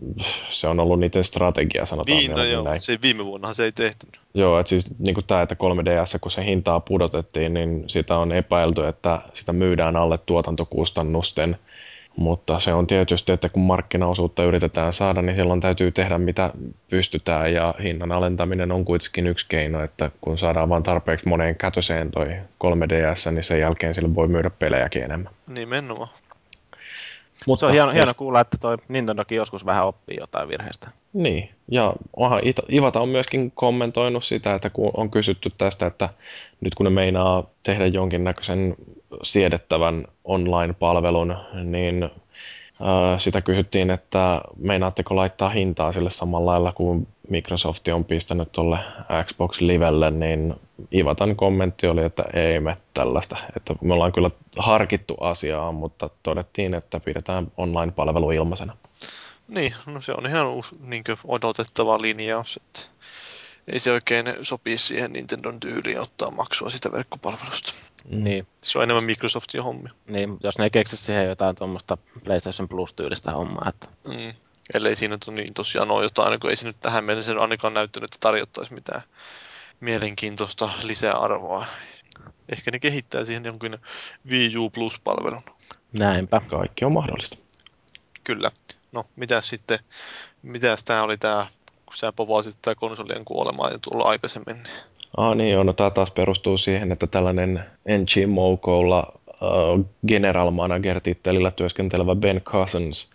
se on ollut niiden strategia, sanotaan. Niin, no joo, se viime vuonnahan se ei tehty. Joo, että siis niin kuin tämä, että kolme D S, kun se hintaa pudotettiin, niin sitä on epäilty, että sitä myydään alle tuotantokustannusten Mutta se on tietysti, että kun markkinaosuutta yritetään saada, niin silloin täytyy tehdä mitä pystytään, ja hinnan alentaminen on kuitenkin yksi keino, että kun saadaan vain tarpeeksi moneen kätöseen toi kolme D S, niin sen jälkeen sille voi myydä pelejäkin enemmän. Nimenomaan. Mutta se on hieno, hieno kuulla, että toi Nintendokin joskus vähän oppii jotain virheistä. Niin, ja onhan Ivata on myöskin kommentoinut sitä, että kun on kysytty tästä, että nyt kun ne meinaa tehdä jonkinnäköisen siedettävän online-palvelun, niin äh, sitä kysyttiin, että meinaatteko laittaa hintaa sille samalla lailla kuin Microsoft on pistänyt tuolle Xbox Livelle, niin Ivatan kommentti oli, että ei me tällaista. Että me ollaan kyllä harkittu asiaa, mutta todettiin, että pidetään online-palvelu ilmaisena. Niin, no se on ihan uusi, niin odotettava linjaus, että ei se oikein sopii siihen Nintendon tyyliin ottaa maksua sitä verkkopalvelusta. Niin. Se on enemmän Microsoftin hommia. Niin, jos ne ei keksi siihen jotain tuommoista PlayStation Plus-tyylistä hommaa. Että... Mm. Ellei siinä ole niin tosiaan ole jotain, kun ei se nyt tähän mennessä ainakaan näyttänyt, että tarjottaisi mitään mielenkiintoista lisäarvoa. Ehkä ne kehittää siihen jonkin Wii U Plus-palvelun. Näinpä. Kaikki on mahdollista. Kyllä. No, mitäs sitten, mitäs tää oli tää, kun sä povasit tää konsolien kuolemaa ja tuolla aikaisemmin? Ah niin joo, no tää taas perustuu siihen, että tällainen N G Mokolla uh, general manager-tittelillä työskentelevä Ben Cousins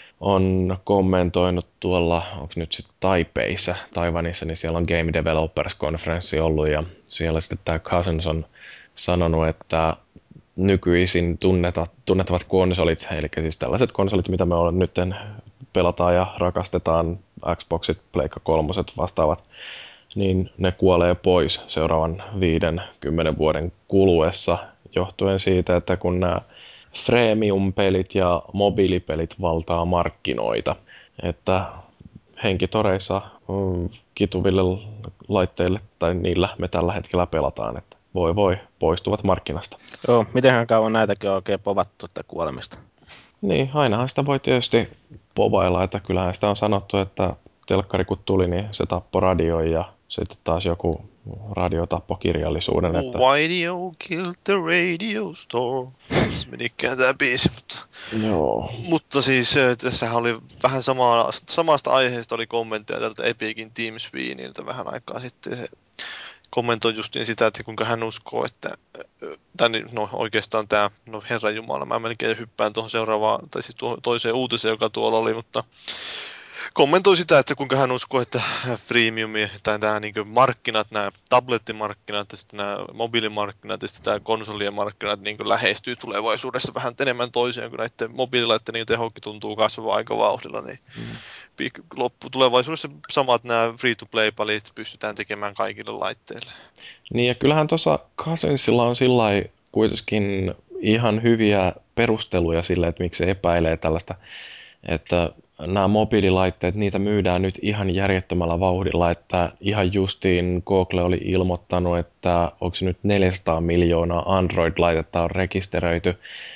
on kommentoinut tuolla, onko nyt sitten Taipeissa, Taiwanissa, niin siellä on Game Developers Conference ollut, ja siellä sitten tämä Cousins on sanonut, että nykyisin tunneta, tunnettavat konsolit, eli siis tällaiset konsolit, mitä me ollaan nyt pelataan ja rakastetaan, Xboxit, Pleikka kolmoset vastaavat, niin ne kuolee pois seuraavan viiden, kymmenen vuoden kuluessa, johtuen siitä, että kun nämä freemium-pelit ja mobiilipelit valtaa markkinoita, että henkitoreissa mm, kituville laitteille tai niillä me tällä hetkellä pelataan, että voi voi, poistuvat markkinasta. Joo, mitenhän kauan näitäkin on oikein povattu että kuolemista? Niin, ainahan sitä voi tietysti povailla, että kyllähän sitä on sanottu, että telkkari kun tuli, niin se tappoi radion ja sitten taas joku radio tappoi kirjallisuuden. Että... Radio killed the radio store. Se menikään tää biisi, mutta... Joo. Mutta siis tässä oli vähän sama, samasta aiheesta oli kommentteja tältä Epicin Team Sweeniltä vähän aikaa sitten. Se kommentoi justiin sitä, että kuinka hän uskoo, että tai no oikeastaan tämä, no herranjumala, mä melkein hyppään tuohon seuraavaan, tai siis tuohon toiseen uutiseen, joka tuolla oli, mutta kommentoi sitä, että kuinka hän uskoo, että freemium tai nämä niin markkinat, nämä tablettimarkkinat ja sitten nämä mobiilimarkkinat ja sitten tämä konsolien markkinat niin lähestyy tulevaisuudessa vähän enemmän toiseen, kun näiden mobiililaitteiden niin tehokki tuntuu kasvavaa aika vauhdilla, niin mm. loppu tulevaisuudessa samat nämä free-to-play-palit pystytään tekemään kaikille laitteille. Niin ja kyllähän tuossa Cousinsilla on sillai kuitenkin ihan hyviä perusteluja sille, että miksi se epäilee tällaista, että nämä mobiililaitteet, niitä myydään nyt ihan järjettömällä vauhdilla, että ihan justiin Google oli ilmoittanut, että onko se nyt neljäsataa miljoonaa Android-laitetta on rekisteröity,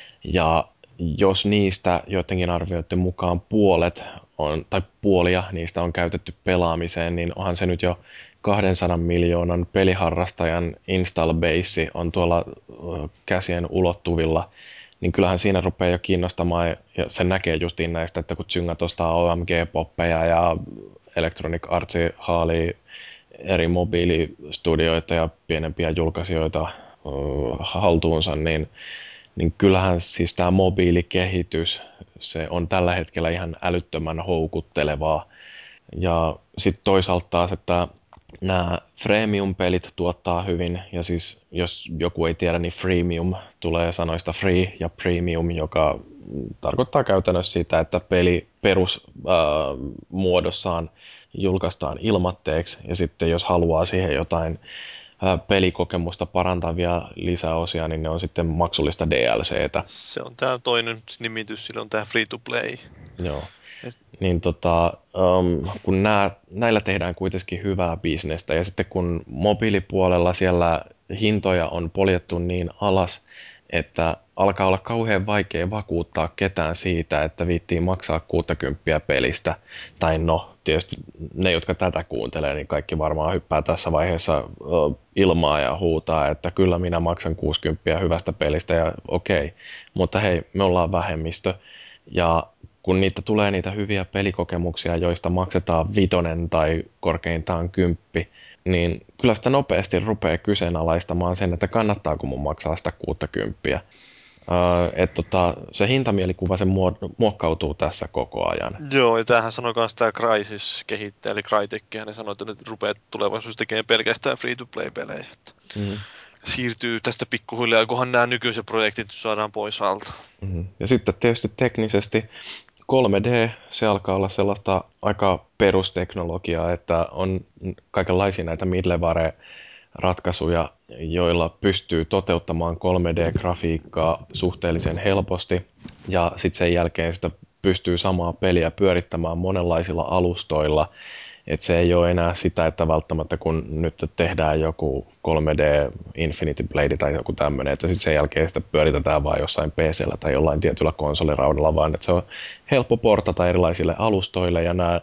ja jos niistä joidenkin arvioiden mukaan puolet on, tai puolia niistä on käytetty pelaamiseen, niin onhan se nyt jo kahdensadan miljoonan peliharrastajan install base on tuolla käsien ulottuvilla, niin kyllähän siinä rupeaa jo kiinnostamaan, ja se näkee justiin näistä, että kun Zynga ostaa O M G-poppeja ja Electronic Arts haalii eri mobiilistudioita ja pienempiä julkaisijoita uh, haltuunsa, niin, niin kyllähän siis tämä mobiilikehitys, se on tällä hetkellä ihan älyttömän houkuttelevaa. Ja sitten toisaalta taas, että nämä freemium-pelit tuottaa hyvin, ja siis jos joku ei tiedä, niin freemium tulee sanoista free ja premium, joka tarkoittaa käytännössä sitä, että peli perusmuodossaan julkaistaan ilmatteeksi, ja sitten jos haluaa siihen jotain ää, pelikokemusta parantavia lisäosia, niin ne on sitten maksullista D L C:tä. Se on tämä toinen nimitys, sillä on tämä free to play. Joo. Niin tota, um, kun nää, näillä tehdään kuitenkin hyvää bisnestä, ja sitten kun mobiilipuolella siellä hintoja on poljettu niin alas, että alkaa olla kauhean vaikea vakuuttaa ketään siitä, että viittiin maksaa kuusikymmentä pelistä. Tai no, tietysti ne, jotka tätä kuuntelee, niin kaikki varmaan hyppää tässä vaiheessa uh, ilmaa ja huutaa, että kyllä minä maksan kuusikymmentä hyvästä pelistä, ja okei. Okay. Mutta hei, me ollaan vähemmistö. Ja kun niitä tulee niitä hyviä pelikokemuksia, joista maksetaan vitonen tai korkeintaan kymppi, niin kyllä sitä nopeasti rupeaa kyseenalaistamaan sen, että kannattaako mun maksaa sitä kuuttakymppiä. Uh, että tota, se hintamielikuva se muokkautuu tässä koko ajan. Joo, ja tämähän sanoi myös tämä Crysis-kehittäjä, eli Crytek, ja ne sanoi, että ne rupeaa tulevaisuudessa tekemään pelkästään free-to-play-pelejä. Mm. Siirtyy tästä pikkuhiljaa, kunhan nämä nykyiset projektit saadaan pois alta. Mm. Ja sitten tietysti teknisesti kolme D, se alkaa olla sellaista aika perusteknologiaa, että on kaikenlaisia näitä middleware-ratkaisuja, joilla pystyy toteuttamaan kolme D-grafiikkaa suhteellisen helposti, ja sitten sen jälkeen sitä pystyy samaa peliä pyörittämään monenlaisilla alustoilla, että se ei ole enää sitä, että välttämättä kun nyt tehdään joku kolme D Infinity Blade tai joku tämmöinen, että sitten sen jälkeen sitä pyöritetään vain jossain P C:llä tai jollain tietyllä konsoliraudalla, vaan että se on helppo portata erilaisille alustoille ja nämä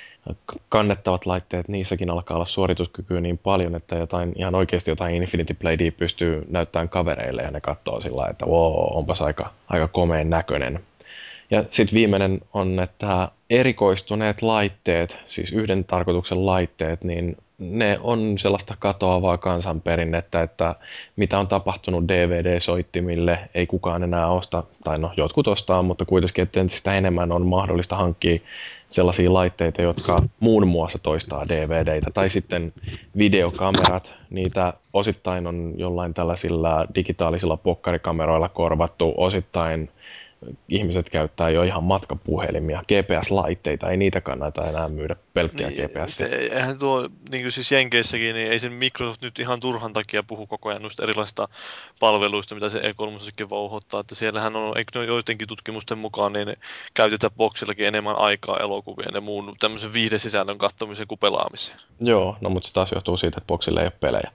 kannettavat laitteet, niissäkin alkaa olla suorituskykyä niin paljon, että jotain, ihan oikeasti jotain Infinity Bladea pystyy näyttämään kavereille ja ne katsoo sillä että wow, onpas aika, aika komeen näköinen. Ja sitten viimeinen on, että erikoistuneet laitteet, siis yhden tarkoituksen laitteet, niin ne on sellaista katoavaa kansanperinnettä, että mitä on tapahtunut D V D-soittimille, ei kukaan enää osta, tai no jotkut ostaa, mutta kuitenkin että entistä enemmän on mahdollista hankkia sellaisia laitteita, jotka muun muassa toistaa D V D:itä, tai sitten videokamerat, niitä osittain on jollain tällaisilla digitaalisilla pokkarikameroilla korvattu, osittain ihmiset käyttää jo ihan matkapuhelimia, G P S-laitteita, ei niitä kannata enää myydä pelkkiä niin, G P S. Eihän tuo, niin kuin siis Jenkeissäkin, niin ei se Microsoft nyt ihan turhan takia puhu koko ajan noista erilaisista palveluista, mitä se E kolme vouhottaa, että siellähän on, eikö ne joidenkin tutkimusten mukaan, niin käytetään boksillakin enemmän aikaa elokuvien ja muun tämmöisen viihdesisällön katsomiseen kuin pelaamiseen. Joo, no mutta se taas johtuu siitä, että boksilla ei ole pelejä.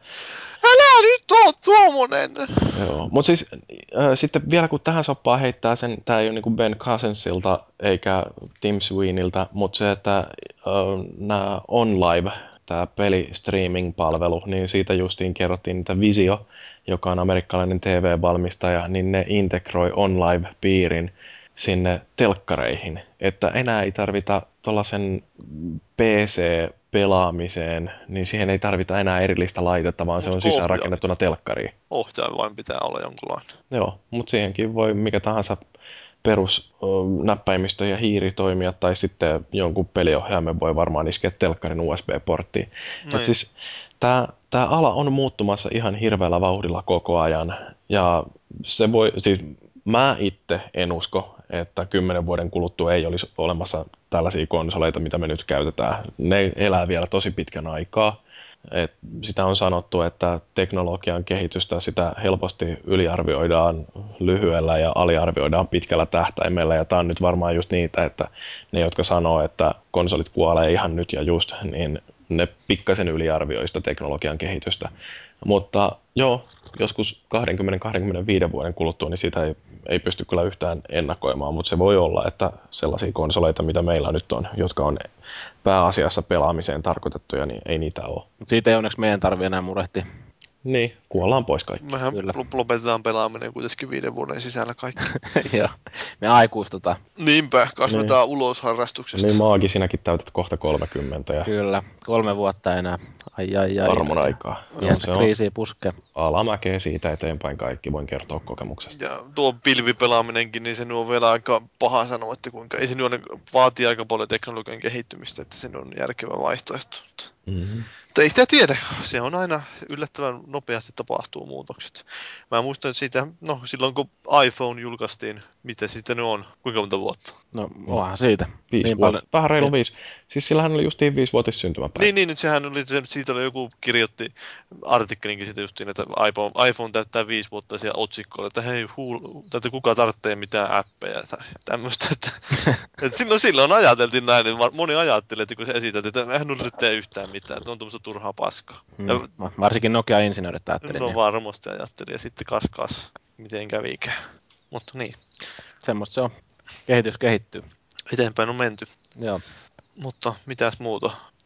Älä nyt oo tuommoinen! Joo, mutta siis äh, sitten vielä kun tähän soppaan heittää sen, tää ei ole niinku Ben Cousinsilta eikä Tim Sweeneyltä, mutta se, että äh, nämä OnLive, tämä peli-streaming-palvelu, niin siitä justiin kerrottiin, että Visio, joka on amerikkalainen T V-valmistaja, niin ne integroi OnLive-piirin sinne telkkareihin, että enää ei tarvita tuollaisen P C-pelaamiseen, niin siihen ei tarvita enää erillistä laitetta, vaan Mut se on sisäänrakennettuna telkkariin. Ohjaaja vain pitää olla jonkunlainen. Joo, mutta siihenkin voi mikä tahansa perusnäppäimistö ja hiiri toimia, tai sitten jonkun peliohjaimen voi varmaan iskeä telkkarin U S B-porttiin. Et siis tämä ala on muuttumassa ihan hirveällä vauhdilla koko ajan, ja se voi, siis mä itse en usko, että kymmenen vuoden kuluttua ei olisi olemassa tällaisia konsoleita, mitä me nyt käytetään. Ne elää vielä tosi pitkän aikaa. Et sitä on sanottu, että teknologian kehitystä sitä helposti yliarvioidaan lyhyellä ja aliarvioidaan pitkällä tähtäimellä. Ja tämä on nyt varmaan just niitä, että ne, jotka sanoo, että konsolit kuolee ihan nyt ja just, niin ne pikkasen yliarvioi sitä teknologian kehitystä. Mutta joo, joskus kaksikymmentä kaksikymmentäviisi vuoden kuluttua, niin sitä ei, ei pysty kyllä yhtään ennakoimaan, mutta se voi olla, että sellaisia konsoleita, mitä meillä nyt on, jotka on pääasiassa pelaamiseen tarkoitettuja, niin ei niitä ole. Siitä ei onneksi meidän tarvitse enää murehtia. Niin, kuollaan pois kaikki. Mehän lopetetaan pelaaminen kuitenkin viiden vuoden sisällä kaikki. Joo, me aikuistutaan. Niinpä, kasvetaan niin ulos harrastuksesta. Niin Maagi, sinäkin täytät kohta kolmekymmentä. Ja kyllä, kolme vuotta enää. Ai, ai, ai. Armon aikaa. Ja se kriisiä puskee. Alamäkeä siitä eteenpäin kaikki, voin kertoa kokemuksesta. Ja tuo pilvipelaaminenkin, niin se on vielä aika paha sanoa, että kuinka ei se nyt vaatii aika paljon teknologian kehittymistä, että se on järkevä vaihtoehto. Mm-hmm. Ei sitä tiedä. Se on aina yllättävän nopeasti tapahtuu muutokset. Mä muistan siitä, no silloin kun iPhone julkaistiin, mitä sitten nyt on, kuinka monta vuotta? No onhan siitä. Viisi niin vuotta. Paljon. Vähän reilu niin. viisi. Siis sillähän oli justiin viisivuotis syntymäpäivä. Niin, niin, nyt sehän oli, siitä oli joku kirjoitti artikkelinkin siitä justiin, että iPhone, iPhone täyttää viisi vuotta siellä otsikkoilla, että hei, huul, että kuka tarvitsee mitään appeja tai tämmöistä. Että, että silloin, silloin ajateltiin näin, että moni ajatteli, että kun se esität, että eihän nyt tee yhtään mitään, että on tuommoista turhaa paskaa. Hmm. Ja, varsinkin Nokia-insinöörit ajatteli. No niin. Varmasti ajatteli ja sitten kas kas, miten kävikään. Mutta niin. Semmoista se on. Kehitys kehittyy. Eteenpäin on menty. Joo. Mutta mitäs muuta?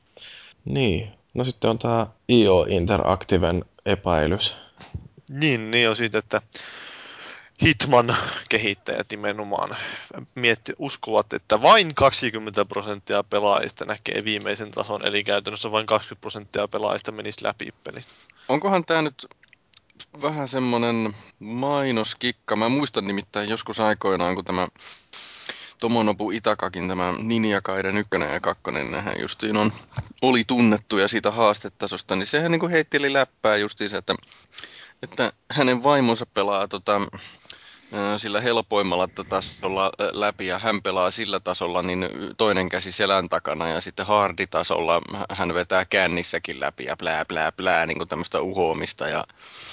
Niin. No sitten on tämä I O Interactiven epäilys. Niin, niin on siitä, että Hitman-kehittäjät nimenomaan mietti, uskovat, että vain kaksikymmentä prosenttia pelaajista näkee viimeisen tason, eli käytännössä vain kaksikymmentä prosenttia pelaajista menisi läpi peli. Onkohan tämä nyt vähän semmoinen mainoskikka? Mä muistan nimittäin joskus aikoinaan, kun tämä Tomonobu Itakakin, tämä Ninja Gaiden ykkönen ja kakkonen, nehän justiin on, oli tunnettuja siitä haastetasosta, niin sehän niin heitteli läppää justiinsa, että, että hänen vaimonsa pelaa tota, sillä helpoimmalla tasolla läpi ja hän pelaa sillä tasolla niin toinen käsi selän takana ja sitten harditasolla hän vetää kännissäkin läpi ja plää plää plää niin kuin tämmöistä uhoamista ja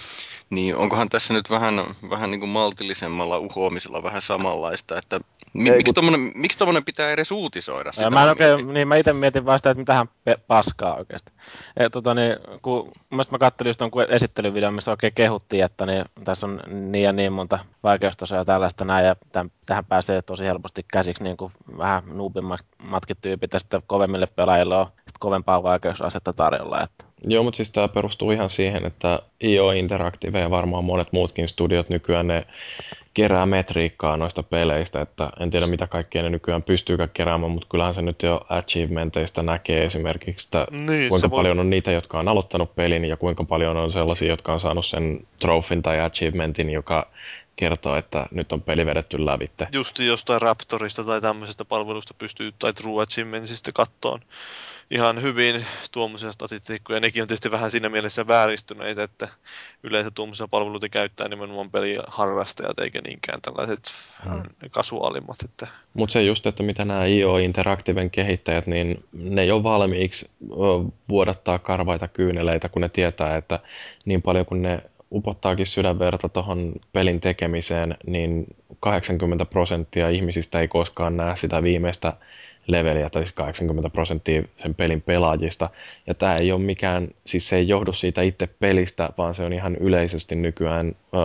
niin onkohan tässä nyt vähän, vähän niin kuin maltillisemmalla uhoamisella vähän samanlaista, että mi- Ei, miksi kun... tommonen, miksi tommonen pitää edes uutisoida? Sitä mä, en mä, oikein, niin mä itse mietin vasta, että mitähän pe- paskaa oikeasti. Et, tota, niin, kun, mä katselin just tuon esittelyvideon, missä oikein kehuttiin, että niin, tässä on niin ja niin monta vaikeustasoa ja tällaista näin, ja tämän, tähän pääsee tosi helposti käsiksi niin kuin vähän noobimmatkin tyypit, ja sitten kovemmille pelaajille on sit kovempaa vaikeusasetta tarjolla. Että. Joo, mutta siis tämä perustuu ihan siihen, että I O Interactive ja varmaan monet muutkin studiot nykyään ne kerää metriikkaa noista peleistä, että en tiedä mitä kaikkea ne nykyään pystyykään keräämään, mutta kyllähän se nyt jo achievementeista näkee esimerkiksi, että niin, kuinka voi... paljon on niitä, jotka on aloittanut pelin ja kuinka paljon on sellaisia, jotka on saanut sen trophyn tai achievementin, joka kertoo, että nyt on peli vedetty lävitte. Just jostain Raptorista tai tämmöisestä palvelusta pystyy, tai True Achievementsista kattoon ihan hyvin tuommoisia statistiikkoja. Nekin on tietysti vähän siinä mielessä vääristyneitä, että yleensä tuommoisia palveluita käyttää nimenomaan peliharrastajat, eikä niinkään tällaiset hmm. kasuaalimmat. Että... Mutta se just, että mitä nämä I O Interactiven kehittäjät, niin ne jo valmiiksi vuodattaa karvaita kyyneleitä, kun ne tietää, että niin paljon kun ne upottaakin sydänverta tuohon pelin tekemiseen, niin kahdeksankymmentä prosenttia ihmisistä ei koskaan näe sitä viimeistä leveliä, tai siis kahdeksankymmentä prosenttia sen pelin pelaajista. Ja tämä ei ole mikään, siis se ei johdu siitä itse pelistä, vaan se on ihan yleisesti nykyään ö,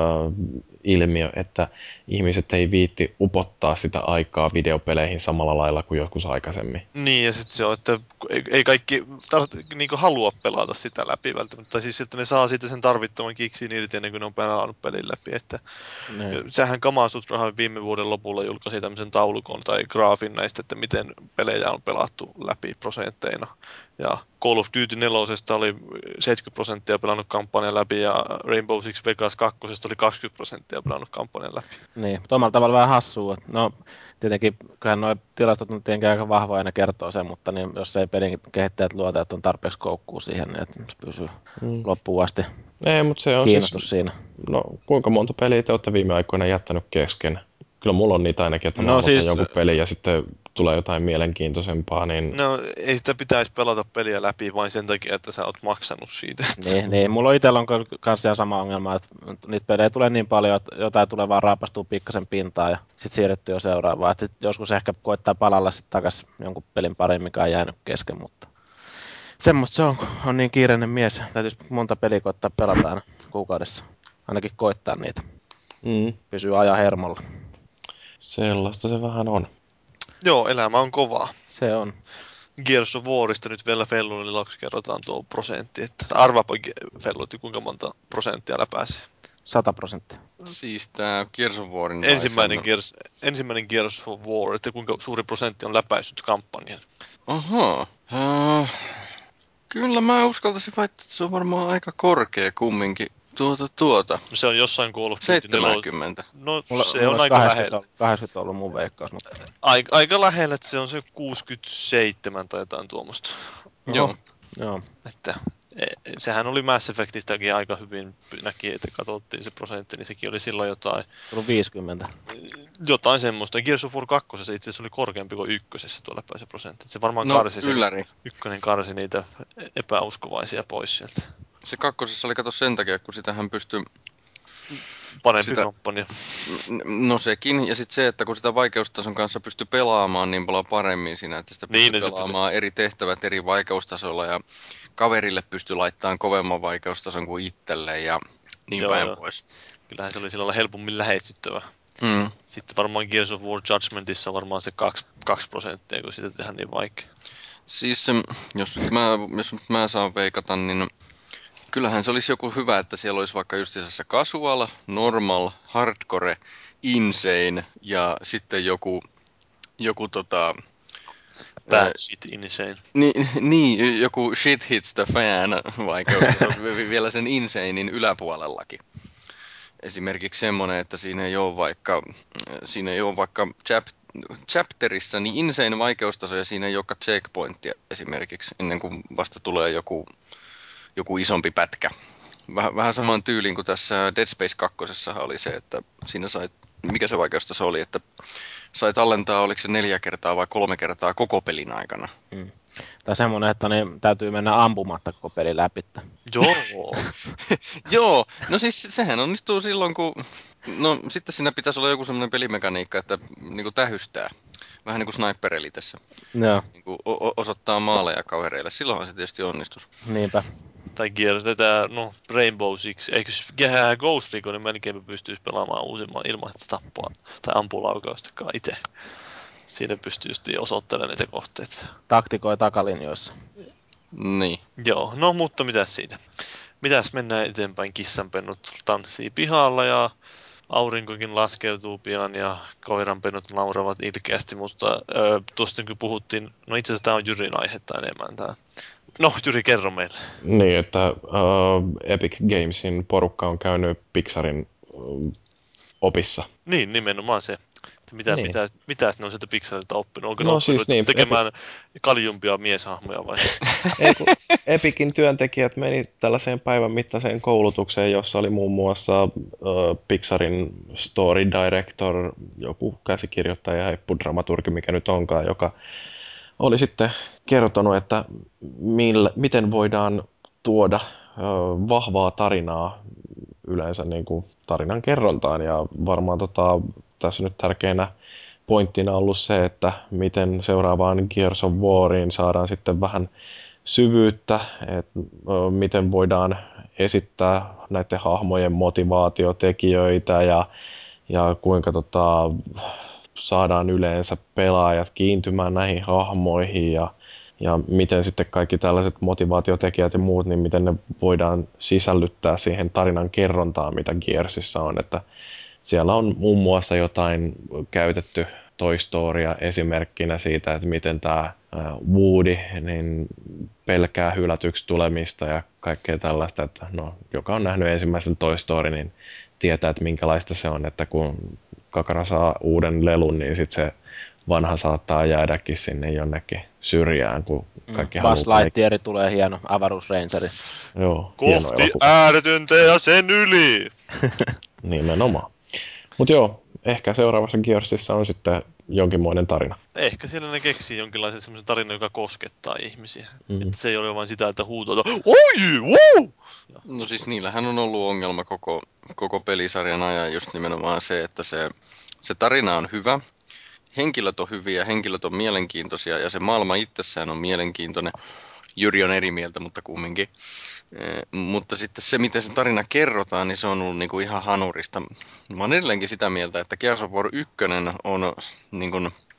ilmiö, että ihmiset ei viitti upottaa sitä aikaa videopeleihin samalla lailla kuin joskus aikaisemmin. Niin, ja sitten se on, että ei kaikki niin halua pelata sitä läpi välttämättä. Tai siis, että ne saa siitä sen tarvittavan kiksin irti ennen kuin ne on pelannut pelin läpi. Että sehän Kamasutrahan viime vuoden lopulla julkaisi tämmöisen taulukon tai graafin näistä, että miten pelejä on pelattu läpi prosentteina. Ja Call of Duty neljä oli seitsemänkymmentä prosenttia pelannut kampanjan läpi ja Rainbow Six Vegas kaksi oli kaksikymmentä prosenttia pelannut kampanjan läpi. Niin, mutta omalla tavalla vähän hassua. No tietenkin kyllähän nuo tilastot on tietenkin aika vahvoja ja ne kertoo sen, mutta niin, jos ei pelin kehittäjät luota, että on tarpeeksi koukkuu siihen, niin että se pysyy mm. loppuun asti ei, mutta se on kiinnostus siis, siinä. No kuinka monta peliä te olette viime aikoina jättänyt kesken? Kyllä mulla on niitä ainakin, että mä no, aloitan siis... jonkun pelin ja sitten tulee jotain mielenkiintoisempaa. Niin... No ei sitä pitäisi pelata peliä läpi vain sen takia, että sä oot maksanut siitä. Niin, niin. Mulla itsellä on myös sama ongelma, että niitä pelejä tulee niin paljon, että jotain tulee vaan raapastua pikkasen pintaan ja sitten siirryttyy jo seuraavaan. Et sit joskus ehkä koittaa palalla sitten takaisin jonkun pelin pariin, mikä on jäänyt kesken, mutta semmoista se on, kun on niin kiireinen mies. Täytyisi monta peliä koittaa pelata aina kuukaudessa. Ainakin koittaa niitä. Mm. Pysyy ajan hermolla. Sellaista se vähän on. Joo, elämä on kovaa. Se on. Gears of Warista nyt vielä Fellun lilaksi kerrotaan tuo prosentti. Että arvaapa Fellut, kuinka monta prosenttia läpääsee. Sata prosenttia. Siis tämä Gears of Warin ensimmäinen Gears, ensimmäinen Gears of War, että kuinka suuri prosentti on läpäissyt kampanjan. Ahaa. Uh, kyllä mä uskaltaisin väittää, että se on varmaan aika korkea kumminkin. Tuota, tuota. Se on jossain Call of Duty seitsemänkymmentä. No mulla, se mulla on aika lähellä. kahdeksankymmentä on ollut mun veikkaus. Mutta... Aika, aika lähellä, että se on se kuusikymmentäseitsemän tai jotain tuommoista. Joo. Joo. Että sehän oli Mass Effectistäkin aika hyvin näki, että katsottiin se prosentti, niin sekin oli silloin jotain... Ollut viisikymmentä. Jotain semmoista. Gears of War kaksi itse asiassa oli korkeampi kuin ykkösessä tuo läpäisy prosentti. Se varmaan no, karsi ylläri. Ykkönen karsi niitä epäuskovaisia pois sieltä. Se kakkosessa oli kato sen takia, kun sitähän pystyi... Parempi sitä, kampanja. No sekin, ja sitten se, että kun sitä vaikeustason kanssa pystyy pelaamaan niin paljon paremmin siinä, että sitä pystyy niin, pelaamaan se... eri tehtävät eri vaikeustasolla, ja kaverille pystyy laittamaan kovemman vaikeustason kuin itselle, ja niin joo, päin joo. pois. Kyllähän se oli sillä helpommin lähestyttävä. Mm. Sitten varmaan Gears of War Judgmentissa on varmaan se kaksi prosenttia, kun sitä tehdään niin vaikea. Siis jos nyt mä, jos nyt mä saan veikata, niin Kyllähän se olisi joku hyvä, että siellä olisi vaikka just se casual, normal, hardcore, insane ja sitten joku, joku tota... Bad shit insane. Niin, niin, joku shit hits the fan vaikeus vielä sen insanein yläpuolellakin. Esimerkiksi semmoinen, että siinä ei ole vaikka, siinä ei ole vaikka chap, chapterissa niin insane vaikeustaso ja siinä ei olekaan checkpointtia esimerkiksi ennen kuin vasta tulee joku, joku isompi pätkä. Vähän, vähän samaan tyyliin kuin tässä Dead Space kaksi oli se, että siinä sait, mikä se vaikeustaso oli, että sai tallentaa, oliko se neljä kertaa vai kolme kertaa koko pelin aikana. Mm. Tai semmoinen, että niin täytyy mennä ampumatta koko peli läpi. Joo. Joo, no siis sehän onnistuu silloin, kun... No sitten siinä pitäisi olla joku semmoinen pelimekaniikka, että niinku tähystää. Vähän niin kuin Sniper Elitessä. Joo. Niinku o- osoittaa maaleja kavereille. Silloinhan se tietysti onnistus. Niinpä. Tai Gears, tätä, no Rainbow Six, eikö se Ghost Recon, niin melkein pystyisi pelaamaan uusimman ilman, että tappaa tai ampuu laukaustakaan itse. Siinä pystyy just osoittelemaan niitä kohteita. Taktikoi takalinjoissa. Niin. Joo, no mutta mitäs siitä? Mitäs mennään eteenpäin, kissanpennut tanssii pihalla ja aurinkokin laskeutuu pian ja koiranpennut nauravat ilkeästi, mutta ö, tuosta kun puhuttiin, no itse asiassa tämä on Jyrin aihetta enemmän tämä. No Jyri, kerro meille. Niin, että uh, Epic Gamesin porukka on käynyt Pixarin uh, opissa. Niin, nimenomaan se. Että mitä, niin. mitä, mitä ne on sieltä Pixarilta oppinut? Onko no, ne oppinut siis niin, tekemään Epic... kaljumpia mieshahmoja vai? Ei, kun Epicin työntekijät meni tällaiseen päivän mittaiseen koulutukseen, jossa oli muun muassa uh, Pixarin story director, joku käsikirjoittaja ja heppudramaturgi, mikä nyt onkaan, joka oli sitten kertonut, että millä, miten voidaan tuoda uh, vahvaa tarinaa yleensä niin kuin tarinan kerrontaan. Ja varmaan tota, tässä nyt tärkeänä pointtina on ollut se, että miten seuraavaan Gears of Wariin saadaan sitten vähän syvyyttä, että miten voidaan esittää näiden hahmojen motivaatiotekijöitä ja, ja kuinka tota, saadaan yleensä pelaajat kiintymään näihin hahmoihin ja, ja miten sitten kaikki tällaiset motivaatiotekijät ja muut, niin miten ne voidaan sisällyttää siihen tarinan kerrontaan, mitä Gearsissa on, että siellä on muun muassa jotain käytetty Toy Storya esimerkkinä siitä, että miten tämä Woody niin pelkää hylätyksi tulemista ja kaikkea tällaista, että no, joka on nähnyt ensimmäisen Toy Story, niin tietää, että minkälaista se on, että kun kakara saa uuden lelun, niin sitten se vanha saattaa jäädäkin sinne jonnekin syrjään, kun kaikki mm, haluaa. Buzz Lightyear tulee hieno avaruusrangeri. Joo, hieno Kohti elokuva. ääretöntä ja sen yli! Nimenomaan. Mutta joo, ehkä seuraavassa Gearsissa on sitten jonkinmoinen tarina. Ehkä siellä ne keksii jonkinlaisen semmoisen tarinan, joka koskettaa ihmisiä. Mm. Että se ei ole vain sitä, että huutaa, oi, woo! No siis niillähän on ollut ongelma koko, koko pelisarjan ajan just nimenomaan se, että se, se tarina on hyvä, henkilöt on hyviä, henkilöt on mielenkiintoisia ja se maailma itsessään on mielenkiintoinen. Jyri on eri mieltä, mutta kumminkin. E, mutta sitten se, miten se tarina kerrotaan, niin se on ollut niinku ihan hanurista. Mä oon edelleenkin sitä mieltä, että Gears of War yksi on niinku,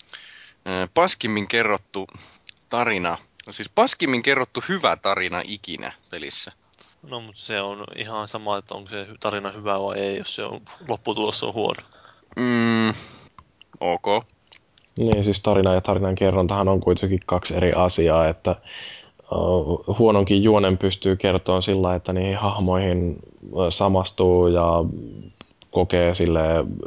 e, paskimmin kerrottu tarina, siis paskimmin kerrottu hyvä tarina ikinä pelissä. No, mutta se on ihan sama, että onko se tarina hyvä vai ei, jos se on lopputulos on huono. Mm, ok. Niin, siis tarina ja tarinan kerrontahan on kuitenkin kaksi eri asiaa, että uh, huononkin juonen pystyy kertomaan sillä, että niihin hahmoihin samastuu ja kokee sille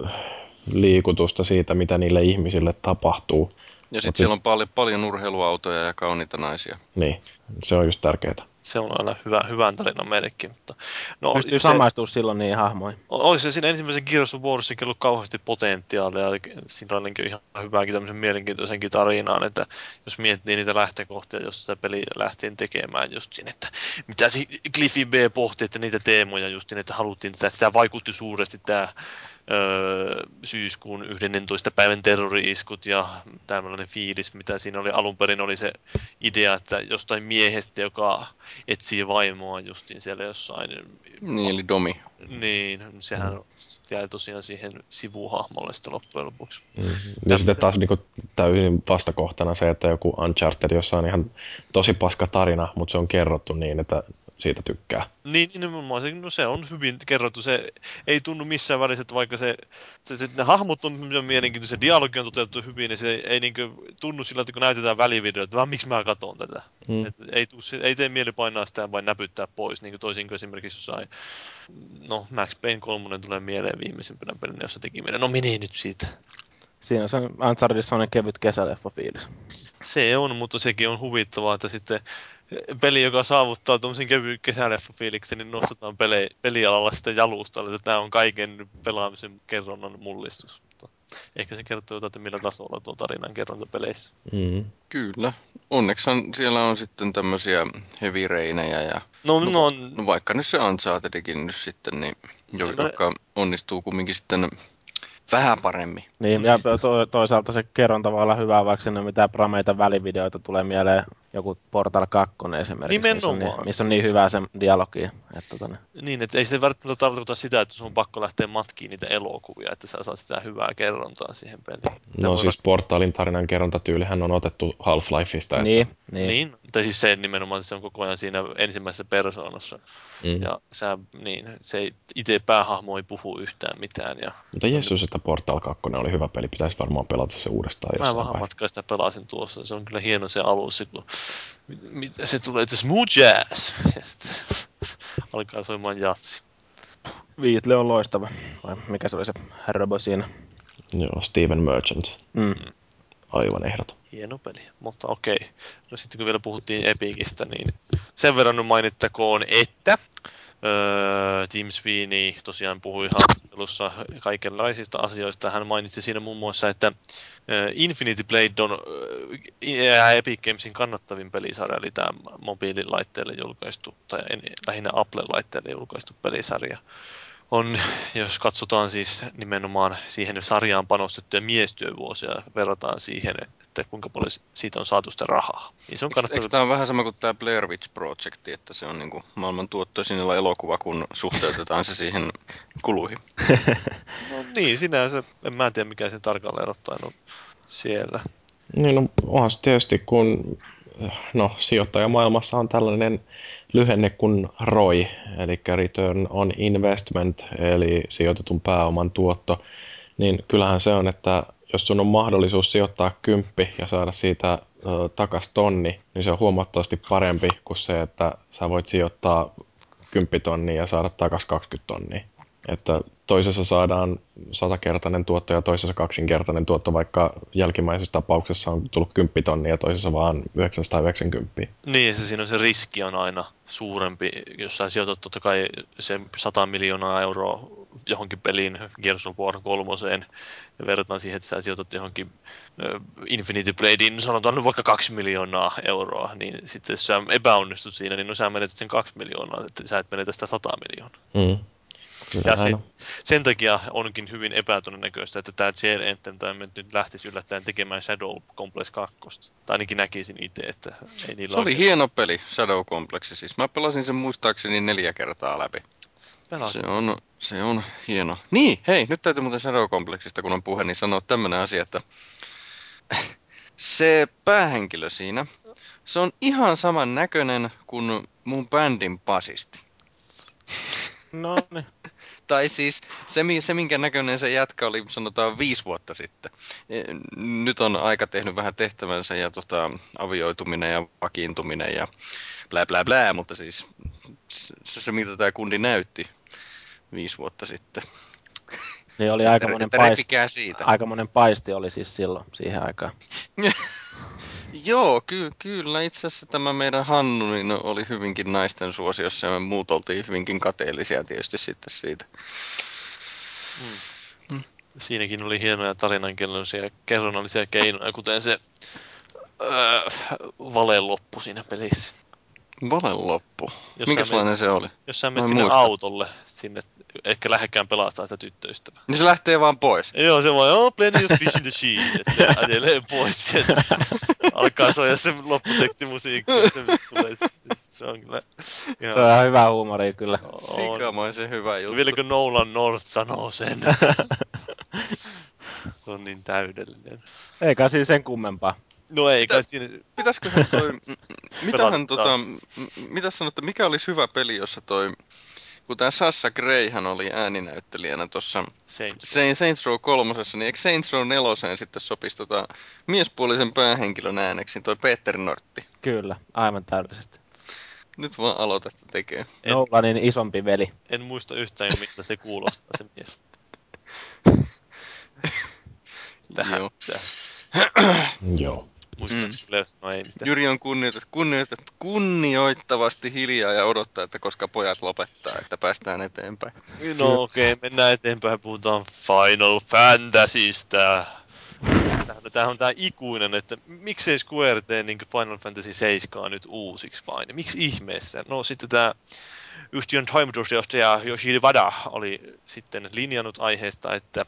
liikutusta siitä, mitä niille ihmisille tapahtuu. Ja sitten siellä on paljon, paljon urheiluautoja ja kauniita naisia. Niin, se on just tärkeää. Se on aina hyvä, hyvän tarinan merkki. Mutta no, pystyy se, samaistumaan silloin niihin hahmoihin. Olisi se siinä ensimmäisen Gears of Warssakin ollut kauheasti potentiaalia ja siinä on ihan hyvääkin tämmöisen mielenkiintoisenkin tarinaan, että jos miettii niitä lähtökohtia, jos sitä peli lähtiin tekemään justiin, että mitä se Cliffy B pohti, että niitä teemoja justiin, että haluttiin tätä, sitä vaikutti suuresti tämä Öö, syyskuun yhdennentoista päivän terrori-iskut ja tämmöinen fiilis, mitä siinä oli alun perin, oli se idea, että jostain miehestä, joka etsii vaimoa justiin siellä jossain. Niin, eli Domi. Niin, sehän jäi tosiaan siihen sivuhahmolle sitä loppujen lopuksi. Mm. Ja sitten taas niin kuin täysin vastakohtana se, että joku Uncharted, jossa on ihan tosi paska tarina, mutta se on kerrottu niin, että siitä tykkää. Niin, nimenomaan. Se, no se on hyvin kerrottu. Se ei tunnu missään välissä, että vaikka se, se, se ne hahmot on mielenkiintoisia, dialogi on toteutettu hyvin, niin se ei niin kuin, tunnu sillä, että kun näytetään välivideoita, että vaan miksi mä katson tätä. Mm. Et, ei, tuu, ei tee mieli painaa sitä vain näpyttää pois, niin kuin toisin kuin esimerkiksi jossain, no Max Payne kolme tulee mieleen viimeisimpänä pelinä, jossa teki mieleen. No meni nyt siitä. Siinä on se Unchartedissa sellainen kevyt kesäleffa fiilis. Se on, mutta sekin on huvittavaa, että sitten peli, joka saavuttaa tuommoisen kevyen kesäleffa-fiiliksen, niin nostetaan peli, pelialalla sitten jalustalle, että tämä on kaiken pelaamisen kerronnan mullistus. Mutta ehkä se kertoo jotain, että millä tasolla tuo tarinan kerronta peleissä. Mm. Kyllä. Onneksi siellä on sitten tämmöisiä heavy rainejä ja No, no, no, no vaikka nyt se Unchartedikin nyt sitten, niin, jo, mä... joka onnistuu kumminkin sitten vähän paremmin. Niin, ja to, toisaalta se kerronta voi olla hyvä, vaikka sinne mitään prameita välivideoita tulee mieleen joku Portal kaksi esimerkiksi, missä on, niin, missä on niin hyvä se dialogi. Että tonne. Niin, että ei se välttämättä tarkoita sitä, että sun on pakko lähteä matkiin niitä elokuvia, että sä saat sitä hyvää kerrontaa siihen peliin. Sitä No siis olla... Portalin tarinan kerrontatyylihän on otettu Half-Lifeista. Että... Niin, niin. niin, tai siis se nimenomaan se on koko ajan siinä ensimmäisessä persoonassa. Mm. Ja sä, niin, se ei, itse päähahmo ei puhu yhtään mitään. Ja... Mutta Jessus, että Portal kaksi oli hyvä peli, pitäisi varmaan pelata se uudestaan jossain Mä vähän matkaa sitä pelasin tuossa, se on kyllä hieno se alus, kun se tulee, että smooth jazz, ja sitten alkaa soimaan jatsi. Viitle on loistava, vai mikä se oli se robo siinä? Joo, Steven Merchant. Mm. Aivan ehdoton. Hieno peli, mutta okei. No sitten kun vielä puhuttiin Epicistä, niin sen verran nyt mainittakoon, että öö, Tim Sweeney tosiaan puhui haastattelussa kaikenlaisista asioista. Hän mainitsi siinä muun muassa, että Infinity Blade on äh, Epic Gamesin kannattavin pelisarja, eli tämä mobiililaitteelle julkaistu, tai lähinnä Apple-laitteelle julkaistu pelisarja. On, jos katsotaan siis nimenomaan siihen sarjaan panostettuja miestyövuosia, verrataan siihen, että kuinka paljon siitä on saatu sitä rahaa. Niin se on kannattavaa. Eikö tämä ole vähän sama kuin tämä Blair Witch Project, että se on niin kuin maailman tuottoisin elokuva, kun suhteutetaan se siihen kuluihin? No niin, sinänsä, en mä tiedä mikä se tarkalleen ottaen on siellä. Niin, no onhan se tietysti, kun no, sijoittajamaailmassa on tällainen lyhenne kuin R O I, eli Return on Investment, eli sijoitetun pääoman tuotto, niin kyllähän se on, että jos sun on mahdollisuus sijoittaa kymppi ja saada siitä ö, takas tonni, niin se on huomattavasti parempi kuin se, että sä voit sijoittaa kymppitonnia ja saada takas kaksikymmentä tonnia. Että toisessa saadaan satakertainen tuotto ja toisessa kaksinkertainen tuotto, vaikka jälkimmäisessä tapauksessa on tullut kymmenen tonnia ja toisessa vaan yhdeksänsataayhdeksänkymmentä. Niin, se siinä on se riski on aina suurempi, jos sä sijoitat totta kai se sata miljoonaa euroa johonkin peliin Gears of War kolmoseen ja verrataan siihen, että sä sijoitat johonkin Infinity Bladeen, sanotaan nyt vaikka kaksi miljoonaa euroa, niin sitten jos sä epäonnistut siinä, niin no sä menetät sen kaksi miljoonaa, että sä et menetä sitä sata miljoonaa. Mm. Ja se, sen takia onkin hyvin epätodennäköistä, että tämä J R Entertainment nyt lähtisi yllättäen tekemään Shadow Complex kaksi. Tai ainakin näkisin itse, että ei niillä Se oli hieno peli, Shadow Complex. Siis mä pelasin sen muistaakseni neljä kertaa läpi. Pelasin. Se on, se on hieno. Niin, hei, nyt täytyy muuten Shadow Complexista, kun on puhe, niin sanoa tämmönen asia, että se päähenkilö siinä, se on ihan saman näköinen kuin mun bändin basisti. No niin. Tai siis se, se, minkä näköinen se jätkä oli, sanotaan viisi vuotta sitten. Nyt on aika tehnyt vähän tehtävänsä ja tota, avioituminen ja vakiintuminen ja blää blää blää, mutta siis se, se mitä tämä kundi näytti viisi vuotta sitten. Niin oli aikamoinen paisti, siitä. aikamoinen paisti oli siis silloin siihen aikaan. Joo, ky- kyllä. Itse asiassa tämä meidän Hannu niin oli hyvinkin naisten suosiossa ja me muut oltiin hyvinkin kateellisia tietysti sitten siitä. Hmm. Hmm. Siinäkin oli hienoja tarinankelloisia kerronnallisia keinoja, kuten se öö, valen loppu siinä pelissä. Valen loppu? Jos minkälainen menet, se oli? Jos sä menet sinne muista. autolle, sinne, ehkä lähdekään pelastaa sitä tyttöystävää. Niin se lähtee vaan pois? Joo, se vaan, oh, plenty of fish in the sea, ja sitten ajelee pois sieltä. Alkaa soida se lopputekstimusiikki, ja se tulee, se on kyllä ihan... Se on ihan hyvä huumori kyllä. Sikamaisen hyvä juttu. Vieläkö Nolan North sanoo sen? Se on niin täydellinen. Eikä siinä sen kummempaa. No ei kai Pitä, siinä... Pitäisköhän toi mitähän tota, m- mitä sanotte, mikä olisi hyvä peli, jossa toi, kun tää Sasha Greyhän oli ääninäyttelijänä tuossa Saints Saints, Saints Row kolmosessa, niin eikö Saints Row neloseen sitten sopisi tota miespuolisen päähenkilön ääneksi toi Peter Nortti? Kyllä, aivan täydellisesti. Nyt vaan aloitatte tekee. En, Nolanin isompi veli. en muista yhtään, miltä se kuulostaa se mies. Tähän. Joo. Joo. Muistan Mm. kyllä, no ei mitään. Jyri on kunnioitettu, kunnioitettu kunnioittavasti hiljaa ja odottaa, että koska pojat lopettaa, että päästään eteenpäin. No okei, okay, mennään eteenpäin. Puhutaan Final Fantasystä. Tämähän on tämä ikuinen, että miksei Square tee niin Final Fantasy seitsemän nyt uusiksi vain? Miksi ihmeessä? No sitten tämä yhtiön toimitusjohtaja Yoshida Wada oli sitten linjannut aiheesta, että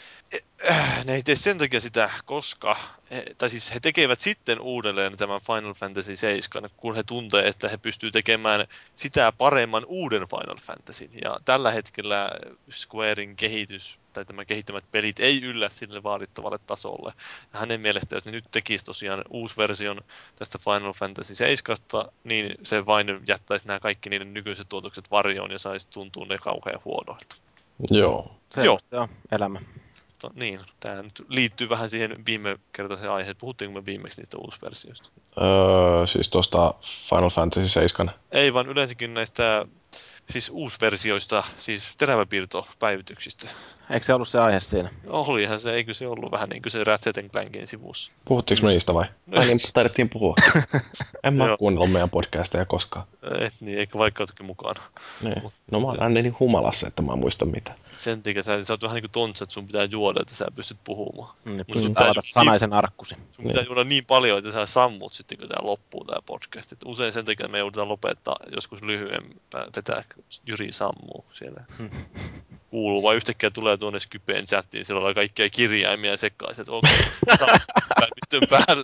ne ei tee sen takia sitä, koska, he, tai siis he tekevät sitten uudelleen tämän Final Fantasy seitsemän, kun he tuntee, että he pystyvät tekemään sitä paremman uuden Final Fantasyn. Ja tällä hetkellä Squarein kehitys, tai tämä kehittämät pelit ei yllä sille vaadittavalle tasolle. Ja hänen mielestä, jos ne nyt tekisi tosiaan uusi version tästä Final Fantasy seitsemän, niin se vain jättäisi nämä kaikki niiden nykyiset tuotokset varjoon ja saisi tuntua ne kauhean huonoilta. Joo. Se, Joo. se on elämä. To, niin, tämä nyt liittyy vähän siihen viime kertaiseen aiheeseen. Puhuttiinko me viimeksi niistä uusversioista? Öö, siis tuosta Final Fantasy seitsemän. Ei, vaan yleensäkin näistä siis uusversioista, siis teräväpiirtopäivityksistä. Eikö se ollut se aihe siinä? Olihan se, eikö se ollut vähän niin kuin se Ratchet and Clankin sivussa? Puhuttiinko me niistä vai? Ai niin, mutta taidettiin puhua. En mä Joo. kuunnellut meidän podcasteja koskaan. Et niin, eikä vaikka oletkin mukana. Niin. Mut- No mä oon aina niin humalassa, että mä en muista mitä. Sen takia sä, sä oot vähän niin kuin tontsa, että sun pitää juoda, että sä pystyt puhumaan. Niin, Mut pystyt sun pitää avata ju- sanaisen arkkusi. Sun pitää juoda niin paljon, että sä sammut sitten, kun tää loppuu tää podcast. Et usein sen takia me joudutaan lopettaa joskus lyhyempää, vetää Jyri sammuu siellä. Kuuluu, vai yhtäkkiä tulee tuonne Skypeen chattiin, siellä on kaikkia kirjaimia sekaisin, että okei, okay, pistyn päälle.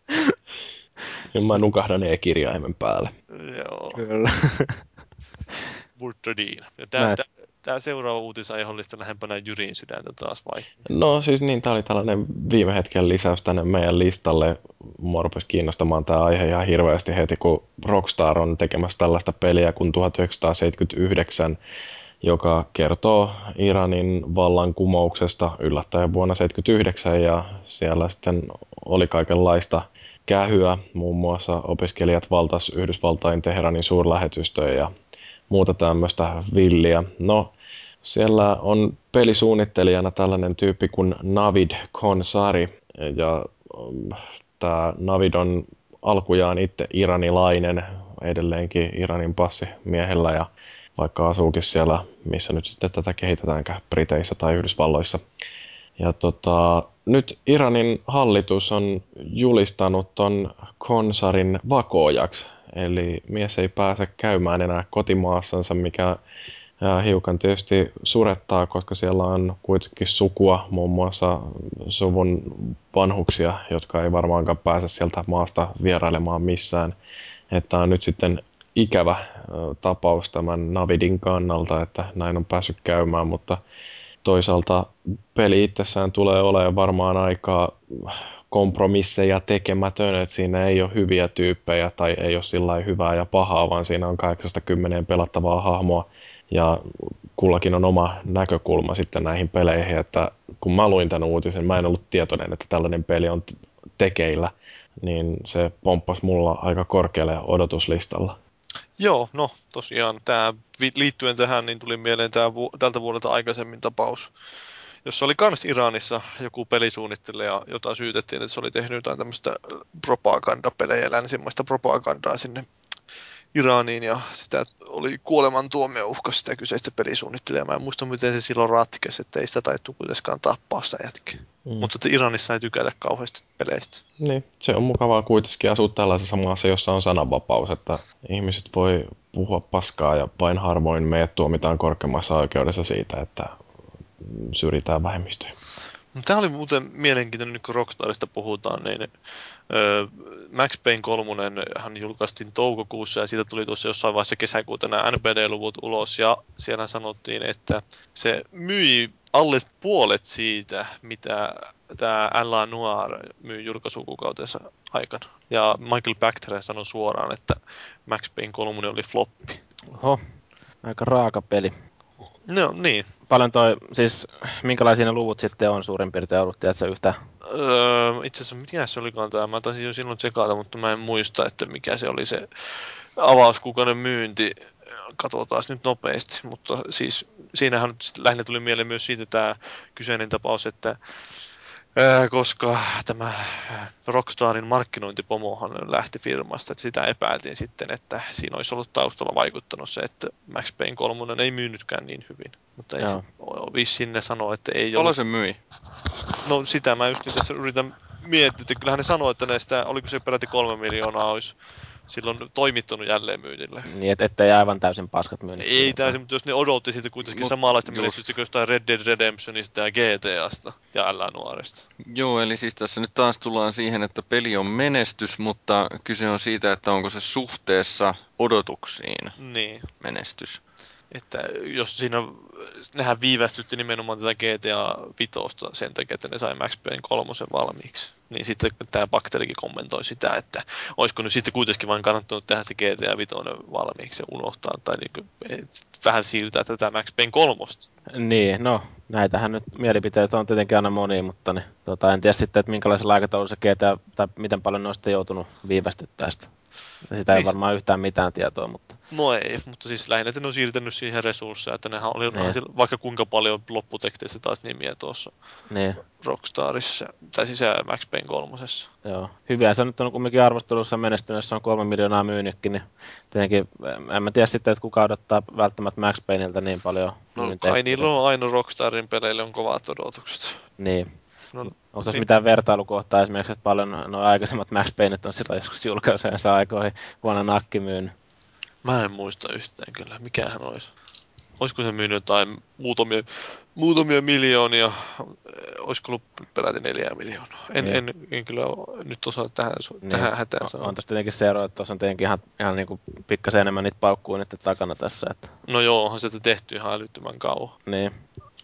Niin mä nukahdan e-kirjaimen päälle. Joo, Kyllä. Burtodin. Ja tää, Näin. tää, tää seuraava uutisaihe on lista lähempänä Jyrin sydäntä taas vai? No siis niin, tää oli tällainen viime hetken lisäys tänne meidän listalle. Mua rupesi kiinnostamaan tää aihe ihan hirveästi heti, kun Rockstar on tekemässä tällaista peliä kuin tuhatyhdeksänsataaseitsemänkymmentäyhdeksän, joka kertoo Iranin vallankumouksesta yllättäen vuonna tuhatyhdeksänsataaseitsemänkymmentäyhdeksän, ja siellä sitten oli kaikenlaista kähyä, muun muassa opiskelijat valtas Yhdysvaltain Teheranin suurlähetystöön ja muuta tämmöistä villiä. No, siellä on pelisuunnittelijana tällainen tyyppi kuin Navid Khonsari, ja um, tämä Navid on alkujaan itse iranilainen, edelleenkin Iranin passimiehellä, ja vaikka asuukin siellä, missä nyt sitten tätä kehitetäänkään, Briteissä tai Yhdysvalloissa. Ja tota, nyt Iranin hallitus on julistanut ton Khonsarin vakoojaksi, eli mies ei pääse käymään enää kotimaassansa, mikä hiukan tietysti surettaa, koska siellä on kuitenkin sukua, muun muassa suvun vanhuksia, jotka ei varmaankaan pääse sieltä maasta vierailemaan missään. Että on nyt sitten ikävä tapaus tämän Navidin kannalta, että näin on päässyt käymään, mutta toisaalta peli itsessään tulee olemaan varmaan aika kompromisseja tekemätön, että siinä ei ole hyviä tyyppejä tai ei ole sillä lailla hyvää ja pahaa, vaan siinä on kahdeksasta kymmeneen pelattavaa hahmoa ja kullakin on oma näkökulma sitten näihin peleihin, että kun mä luin tämän uutisen, mä en ollut tietoinen, että tällainen peli on tekeillä, niin se pomppasi mulla aika korkealle odotuslistalla. Joo, no tosiaan tämä liittyen tähän, niin tuli mieleen tää vu- tältä vuodelta aikaisemmin tapaus, jossa oli kans Iranissa joku pelisuunnittelija, jota syytettiin, että se oli tehnyt jotain tämmöistä propagandapelejä, länsimaista propagandaa sinne Iraniin, ja sitä oli kuolemantuomio uhka sitä kyseistä pelisuunnittelijaa. Mä en muista, miten se silloin ratkesi, että ei sitä taittu kuitenkaan tappaa sitä jätkeä. Mm. Mutta että Iranissa ei tykätä kauheasti peleistä. Niin, se on mukavaa kuitenkin asua tällaisessa maassa, jossa on sananvapaus, että ihmiset voi puhua paskaa ja vain harvoin meidät tuomitaan korkeimmassa oikeudessa siitä, että syrjitään vähemmistöjä. Tämä oli muuten mielenkiintoinen, nyt kun Rockstarista puhutaan, niin öö, Max Payne kolme hän julkaistiin toukokuussa ja siitä tuli tuossa jossain vaiheessa kesäkuuta nämä N P D-luvut ulos ja siellä sanottiin, että se myi alle puolet siitä, mitä tämä L A. Noir myy julkaisukuukautensa aikana. Ja Michael Pachter sanoi suoraan, että Max Payne kolme oli floppi. Oho, aika raaka peli. No niin. Paljon toi, siis minkälaisia ne luvut sitten on suurin piirtein ollut, tiedätkö yhtä? Öö, itse asiassa, mikä se olikaan tämä? Mä taisin jo silloin tsekata, mutta mä en muista, että mikä se oli se avauskuukauden myynti. Katsotaan nyt nopeasti, mutta siis siinähän nyt lähinnä tuli mieleen myös siitä tämä kyseinen tapaus, että ää, koska tämä Rockstarin markkinointipomohan lähti firmasta, että sitä epäiltiin sitten, että siinä olisi ollut taustalla vaikuttanut se, että Max Payne kolme ei myynytkään niin hyvin. Mutta ei se, vissiin ne sanoo, että ei Paljon ollut. se myi? No sitä mä just tässä yritän miettiä, että kyllähän ne sanoo, että näistä, oliko se peräti kolme miljoonaa olisi silloin toimittanut jälleenmyynnille. Niin, et, ettei aivan täysin paskat myynnistä. Ei täysin, mutta jos ne odotti siitä kuitenkin Mut samanlaista just. menestystä kuin jostain Red Dead Redemptionista ja G T Asta ja L A. Noiresta. Joo, eli siis tässä nyt taas tullaan siihen, että peli on menestys, mutta kyse on siitä, että onko se suhteessa odotuksiin Niin. menestys. Että jos siinä, nehän viivästytti nimenomaan tätä G T A viisi sen takia, että ne sai Max Payne kolme valmiiksi. Niin sitten tämä Bakterikin kommentoi sitä, että olisiko nyt sitten kuitenkin vain kannattanut tehdä se G T A viisi valmiiksi ja unohtaa, tai niin kuin, vähän siirtää tätä Max Payne kolme. Niin, no näitähän nyt mielipiteitä on tietenkin aina monia, mutta niin, tota, en tiedä sitten, että minkälaisella aikataululla se G T A, tai miten paljon ne on sitten joutunut viivästyttää sitä. Sitä ei Niin. varmaan yhtään mitään tietoa, mutta... No ei, mutta siis lähinnä, että ne on siirtänyt siihen resursseja, että nehän oli Niin. vaikka kuinka paljon lopputeksteissä taas nimiä tuossa Niin. Rockstarissa, tai siis Max Payne kolmosessa. Joo. Hyviä se nyt on kumminkin arvostelussa menestyneessä, on kolme miljoonaa myynytkin, niin tietenkin en mä tiedä sitten, että kuka odottaa välttämättä Max Payneilta niin paljon No myyntejä. kai niillä on aina Rockstarin peleille on kovat odotukset. Niin. No, Onko tässä niin. mitään vertailukohtaa esimerkiksi, että paljon nuo aikaisemmat Max Paynet on silloin joskus julkaisujensa aikoihin vuonna nakki myynyt? Mä en muista yhtään kyllä, mikähän olisi. Olisiko se myynyt jotain muutamia, muutamia miljoonia, olisiko ollut peräti neljää miljoonaa. En, Niin. en, en kyllä nyt osaa tähän, Niin. tähän hätään on, sanoa. on tossa tietenkin se ero, että tuossa on tietenkin ihan, ihan niin kuin pikkasen enemmän niitä paukkuja nyt takana tässä. Että... No joo, onhan sitä tehty ihan älyttömän kauan. Niin.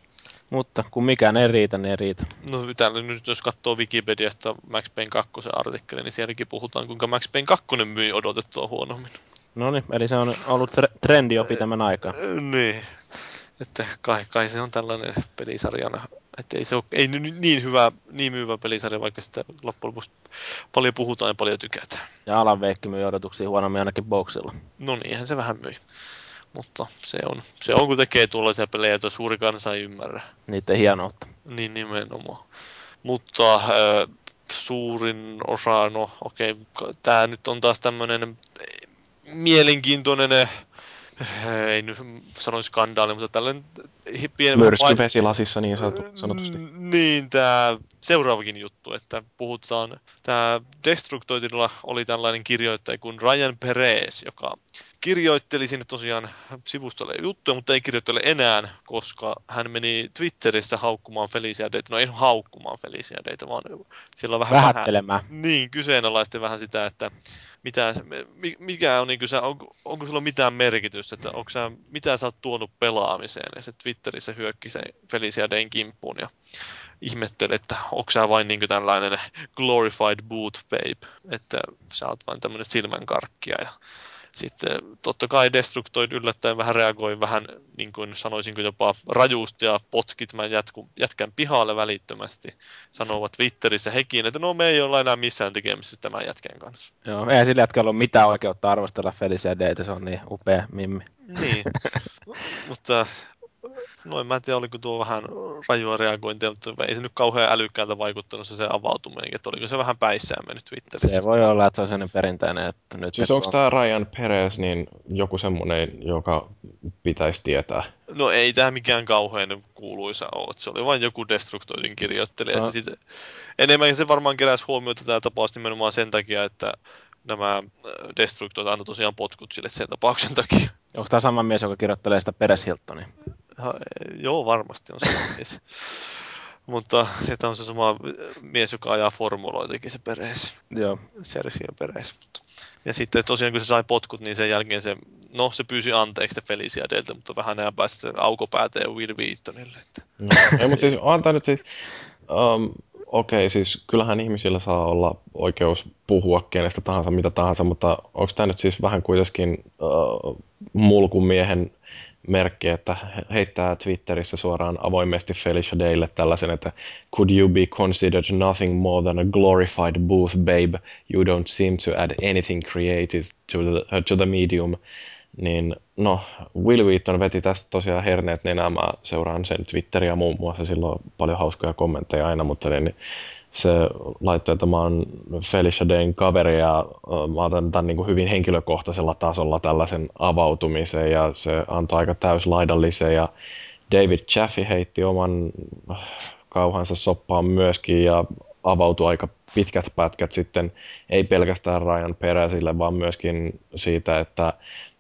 Mutta kun mikään ei riitä, niin ei riitä. No täällä nyt jos katsoo Wikipediasta Max Payne kaksi artikkeli, niin sielläkin puhutaan, kuinka Max Payne kaksi myi odotettua huonommin. No niin, eli se on ollut trendi jo pitemmän aikaa. Niin, että kai, kai se on tällainen pelisarjana, että ei se ole ei niin hyvä, niin myyvä pelisarja, vaikka sitä loppujen lopuksi paljon puhutaan ja paljon tykätään. Ja Alan Wake myi odotuksia huonommin ainakin boxilla. No niinhän se vähän myi. Mutta se on, se on kun tekee tuollaisia pelejä, joita suuri kansa ei ymmärrä. Niiden hienoutta. Niin nimenomaan. Mutta äh, suurin osa, no okei, okay, tämä nyt on taas tämmöinen mielenkiintoinen, äh, ei nyt sanoisi skandaali, mutta tällainen pieni... Myrsky vesilasissa niin sanotusti. Niin, tämä seuraavakin juttu, että puhutaan, tämä Destructoidilla oli tällainen kirjoittaja kuin Ryan Perez, joka kirjoitteli sinne tosiaan sivustolle juttuja, mutta ei kirjoittele enää, koska hän meni Twitterissä haukkumaan Felicia Dayta. No ei haukkumaan Felicia Dayta, vaan siellä on vähän vähättelemään. Vähän, niin, kyseenalaisesti vähän sitä, että mitä, mikä on, niin kuin, onko, onko sulla mitään merkitystä, että onko sä, mitä sä oot tuonut pelaamiseen. Ja se Twitterissä hyökki sen Felicia Dayn kimppuun ja ihmetteli, että onko sä vain niin kuin tällainen glorified boot babe, että sä oot vain tämmöinen silmänkarkkia ja sitten totta kai Destructoid yllättäen vähän reagoi vähän, niin kuin sanoisinko jopa rajuusti ja potkit tämän jätku, jätkän pihalle välittömästi. Sanovat Twitterissä hekin, että no me ei olla enää missään tekemisissä tämän jätkän kanssa. Joo, ei sillä jätkällä ole mitään oikeutta arvostella Felicia Dayta, se on niin upea mimmi. Niin, mutta no en mä tiedä, oliko tuo vähän rajua reagointia, mutta ei se nyt kauhean älykkäältä vaikuttanut se, se avautuminen, että oliko se vähän päissään mennyt Twitterissä. Se voi olla, että se on sellainen perinteinen, että nyt... Siis onko tämä Ryan Perez niin joku semmoinen, joka pitäisi tietää? No ei tämä mikään kauhean kuuluisa ole, se oli vain joku Destructoidin kirjoittelija. On... Sitten enemmän se varmaan keräsi huomiota tämä tapaus nimenomaan sen takia, että nämä Destructoid antoi tosiaan potkut sille sen tapauksen takia. Onko tämä sama mies, joka kirjoittelee sitä Perez Hiltonia? Ha, joo, varmasti on sama mies. Mutta tämä on se sama mies, joka ajaa formuloitakin, se Perez. Joo. Sergio Perez. Mutta Ja sitten tosiaan kun se sai potkut, niin sen jälkeen se, no se pyysi anteeksi Feliciadelta, mutta vähän ajan päästä se aukopääteen Will Wheatonille. Että. No, ei, mutta siis antaa nyt siis, um, okei, okay, siis kyllähän ihmisillä saa olla oikeus puhua kenestä tahansa, mitä tahansa, mutta onko tämä nyt siis vähän kuitenkin uh, mulkumiehen merkki, että heittää Twitterissä suoraan avoimesti Felicia Daylle tällaisen, että could you be considered nothing more than a glorified booth babe? You don't seem to add anything creative to the, uh, to the medium. Niin, no, Will Wheaton veti tästä tosiaan herneet nenään. Mä seuraan sen Twitteriä muun muassa, silloin on paljon hauskoja kommentteja aina, mutta niin, se laittoi, että mä oon Felicia Dayn kaveri ja mä otan tämän niin kuin hyvin henkilökohtaisella tasolla tällaisen avautumisen ja se antoi aika täyslaidallisen ja David Chaffee heitti oman kauhansa soppaan myöskin ja avautui aika pitkät pätkät sitten, ei pelkästään Ryan Peräsille, vaan myöskin siitä, että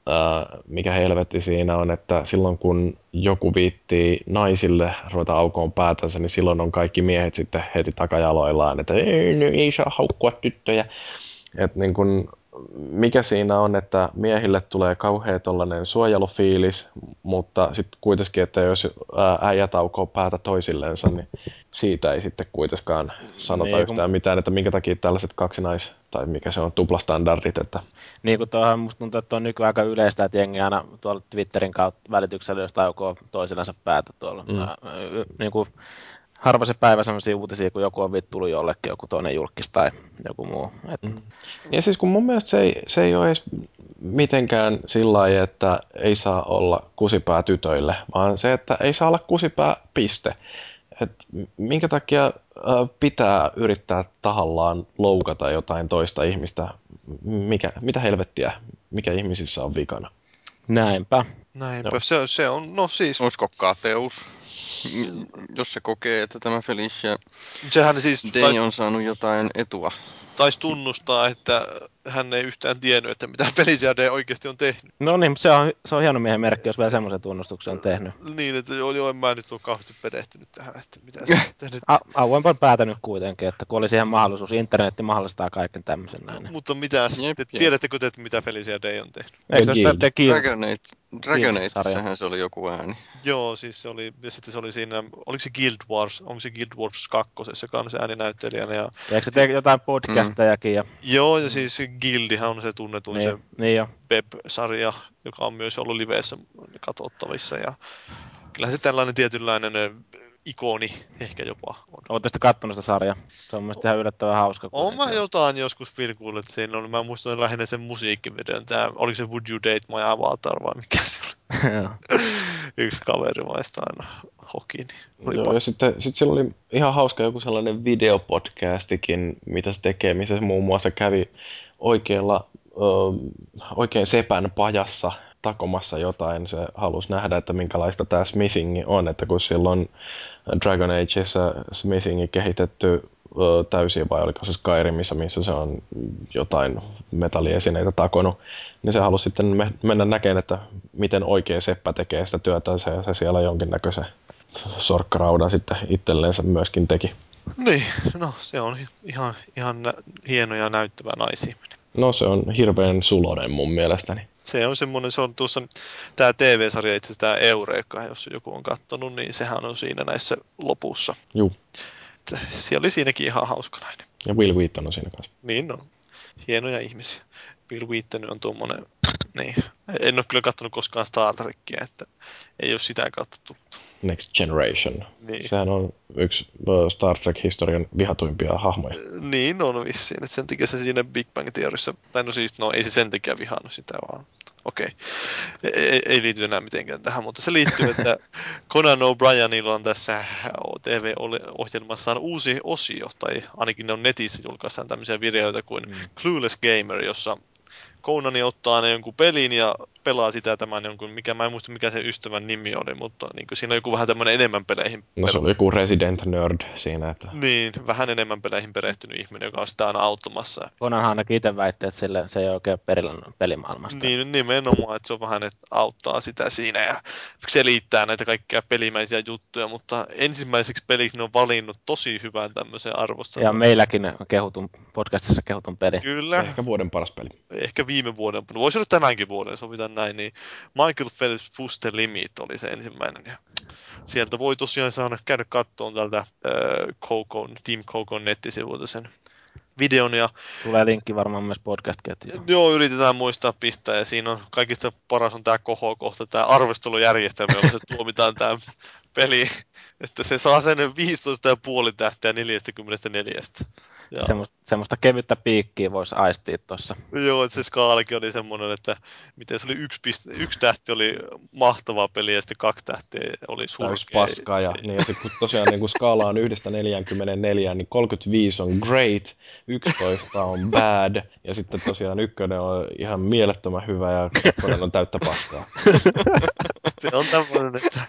Uh, mikä helvetti siinä on, että silloin kun joku viittii naisille ruveta aukoon päätänsä, niin silloin on kaikki miehet sitten heti takajaloillaan, että ei, ei saa haukkua tyttöjä. Et niin kun, mikä siinä on, että miehille tulee kauhea tollainen suojelufiilis, mutta sitten kuitenkin, että jos äijät aukoo päätä toisillensa, niin siitä ei sitten kuitenkaan sanota niin, yhtään kun mitään, että minkä takia tällaiset kaksinais- tai mikä se on, tuplastandardit. Että niin kuin tuohon musta tuntuu, että on nykyään aika yleistä, että jengi aina tuolla Twitterin kautta välityksellä, jos aukoo toisillensa päätä tuolla. Mm. Ää, niin kuin harva se päivä sellaisia uutisia, kun joku on vittuillut jollekin, joku toinen julkis tai joku muu. Että. Mm. Ja siis kun mun mielestä se ei, se ei ole edes mitenkään sillä lailla, että ei saa olla kusipää tytöille, vaan se, että ei saa olla kusipää piste. Et minkä takia äh, pitää yrittää tahallaan loukata jotain toista ihmistä? Mikä, mitä helvettiä? Mikä ihmisissä on vikana? Näinpä. Näinpä. No. Se, se on, no siis. Olisiko kateus? Jos se kokee, että tämä Felicia Sehän siis Day tais, on saanut jotain etua. Taisi tunnustaa, että hän ei yhtään tiennyt, että mitä Felicia Day oikeasti on tehnyt. No niin, se on, se on hieno miehen merkki, jos vielä semmoisen tunnustuksen on tehnyt. Niin, että joo, joo en mä nyt ole kauheasti perehtynyt tähän, että mitä se on tehnyt. Avoinpa päätänyt kuitenkin, että kun oli siihen mahdollisuus, internetti mahdollistaa kaiken tämmöisen näin. No, mutta mitä, te, tiedättekö te, mitä Felicia Day on tehnyt? Eikö se ole sitä Guild? Dragon Ageissähän se oli joku ääni. Joo, siis se oli, ja sitten se oli siinä, oliko se Guild Wars, onko se Guild Wars kakkosessa kanssa ääninäyttelijänä. Ja, ja eikö se tee jotain podcastejakin? Ja joo, ja siis Guildihan on se tunnetuin niin, se niin web-sarja, joka on myös ollut liveissä katsottavissa. Ja kyllähän se tällainen tietynlainen ikoni ehkä jopa on. Oletteko sitten kattonut sitä sarjaa? Se on mielestäni ihan yllättävän hauska. Oon mä jotain joskus vilkuillut, että siinä on. Mä muistan lähinnä sen musiikkivideon. Tää, oliko se Would You Date My Avatar vai mikä se oli? Yksi kaveri maista aina hoki. Niin joo, ja sitten sit sillä oli ihan hauska joku sellainen videopodcastikin, mitä se tekee, missä se muun muassa kävi oikealla, ö, oikein sepän pajassa takomassa jotain. Se halusi nähdä, että minkälaista tämä smithingi on, että kun silloin Dragon Ageissa smithingi kehitetty ö, täysin, vai oliko se Skyrimissa, missä se on jotain metalliesineitä takonut, niin se halusi sitten me- mennä näkemään, että miten oikea seppä tekee sitä työtä, se, se siellä jonkinnäköisen sorkkaraudan sitten itsellensä myöskin teki. Niin, no se on ihan, ihan hieno ja näyttävä naisihminen. No se on hirveän suloinen mun mielestäni. Se on semmoinen, se on tuossa, tämä T V-sarja itse asiassa tämä Eureka, jos joku on katsonut, niin sehän on siinä näissä lopussa. Juu. Se oli siinäkin ihan hauska nainen. Ja Will Wheaton on siinä kanssa. Niin on. Hienoja ihmisiä. Will Wheaton on tuommoinen, niin. En ole kyllä katsonut koskaan Star Trekkiä, että ei ole sitä kautta tuttu. Next Generation. Niin. Sehän on yksi Star Trek-historian vihatuimpia hahmoja. Niin on vissiin, että sen takia se siinä Big Bang Theoryssä, tai no siis, no ei se sen takia vihannut sitä vaan, okei, okay. ei, ei liity enää mitenkään tähän, mutta se liittyy, että Conan O'Brienilla on tässä T V-ohjelmassaan uusi osio, tai ainakin ne on netissä julkaissaan tämmöisiä videoita kuin mm. Clueless Gamer, jossa Conani ottaa ne jonkun pelin ja pelaa sitä tämän jonkun, mikä mä en muista mikä se ystävän nimi oli, mutta niin siinä on joku vähän tämmöinen enemmän peleihin. No se oli joku Resident Nerd siinä. Että... Niin, vähän enemmän peleihin perehtynyt ihminen, joka on sitä aina auttamassa. Konanhan ainakin itse väitti, että sille, se ei oikein ole perillä pelimaailmasta. Niin, nimenomaan, että se on vähän, että auttaa sitä siinä ja selittää näitä kaikkia pelimäisiä juttuja, mutta ensimmäiseksi peliksi ne on valinnut tosi hyvän tämmöisen arvostelun. Ja meilläkin kehutun, podcastissa kehutun peli. Kyllä. Ehkä vuoden paras peli. Ehkä viime vuoden, no voisi olla tämänkin vuoden, sovitaan näin, niin Michael Phelps Push the Limit oli se ensimmäinen. Ja sieltä voi tosiaan saada käydä kattoon tältä äh, Coco, Team Coco nettisivuilta sen videon. Ja tulee linkki varmaan myös podcast-ketjuun. Joo, yritetään muistaa pistää, ja siinä on kaikista paras on tämä kohokohta, tämä arvostelujärjestelmä, jolla se tuomitaan tämä peli, että se saa sen viisitoista pilkku viisi tähteä neljäkymmentäneljä. Ja... Semmosta, semmoista kevyttä piikkiä voisi aistia tuossa. Joo, se skaalikin oli semmoinen, että miten se oli yksi, piste, yksi tähti oli mahtavaa peliä ja sitten kaksi tähteä oli surkea. Täys paskaa. Ja, niin, ja sitten kun tosiaan niin kun skaala on yhdestä neljäänkymmeneenneljään, niin kolmekymmentäviisi on great, yksitoista on bad ja sitten tosiaan ykkönen on ihan mielettömän hyvä ja kakkonen on täyttä paskaa. Se on tämmöinen, että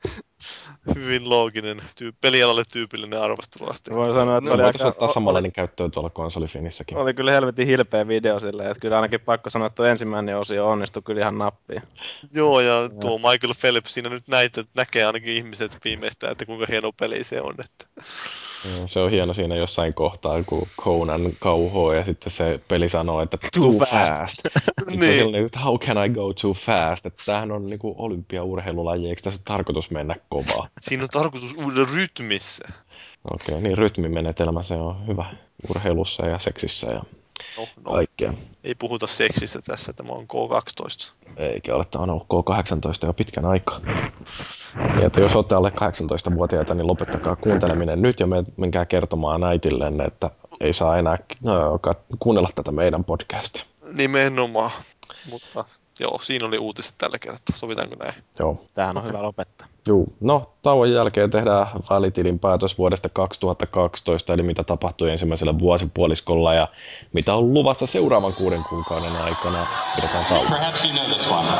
hyvin looginen, tyy- pelialalle tyypillinen arvosteluaste. Voin sanoa, että no, oli voitaisiin aika, ottaa samanlainen käyttöön tuolla konsolifinissäkin. Oli kyllä helvetin hilpeä video silleen, että kyllä ainakin pakko sanoa, että tuo ensimmäinen osio onnistui kyllä ihan nappiin. Joo, ja tuo Michael Phelps siinä nyt näitä, näkee ainakin ihmiset viimeistään, että kuinka hieno peli se on. Että... Joo, se on hieno siinä jossain kohtaa, kun Conan kauhoo ja sitten se peli sanoo, että too, too fast. fast. niin. Se on sellainen, että how can I go too fast? Että tämähän on niin kuin olympiaurheilulaji, eikö tässä ole tarkoitus mennä kovaa? Siinä on tarkoitus uuden rytmissä. Okei, okay, niin rytmimenetelmä se on hyvä urheilussa ja seksissä ja no, no. kaikkea. Ei puhuta seksistä tässä, tämä on K kaksitoista. Eikä ole, tämä on ollut K kahdeksantoista jo pitkän aikaa. Ja että jos olette alle kahdeksantoistavuotiaita, niin lopettakaa kuunteleminen nyt ja menkää kertomaan äitillenne, että ei saa enää no, kuunnella tätä meidän podcastia. Nimenomaan. Mutta joo, siinä oli uutiset tällä kertaa. Sovitaanko näin? Joo. Tämähän on hyvä lopettaa. Joo. No, tauon jälkeen tehdään välitilin päätös vuodesta kaksituhattakaksitoista, eli mitä tapahtui ensimmäisellä vuosipuoliskolla ja mitä on luvassa seuraavan kuuden kuukauden aikana. Pidetään tauon. Perhaps you know this one.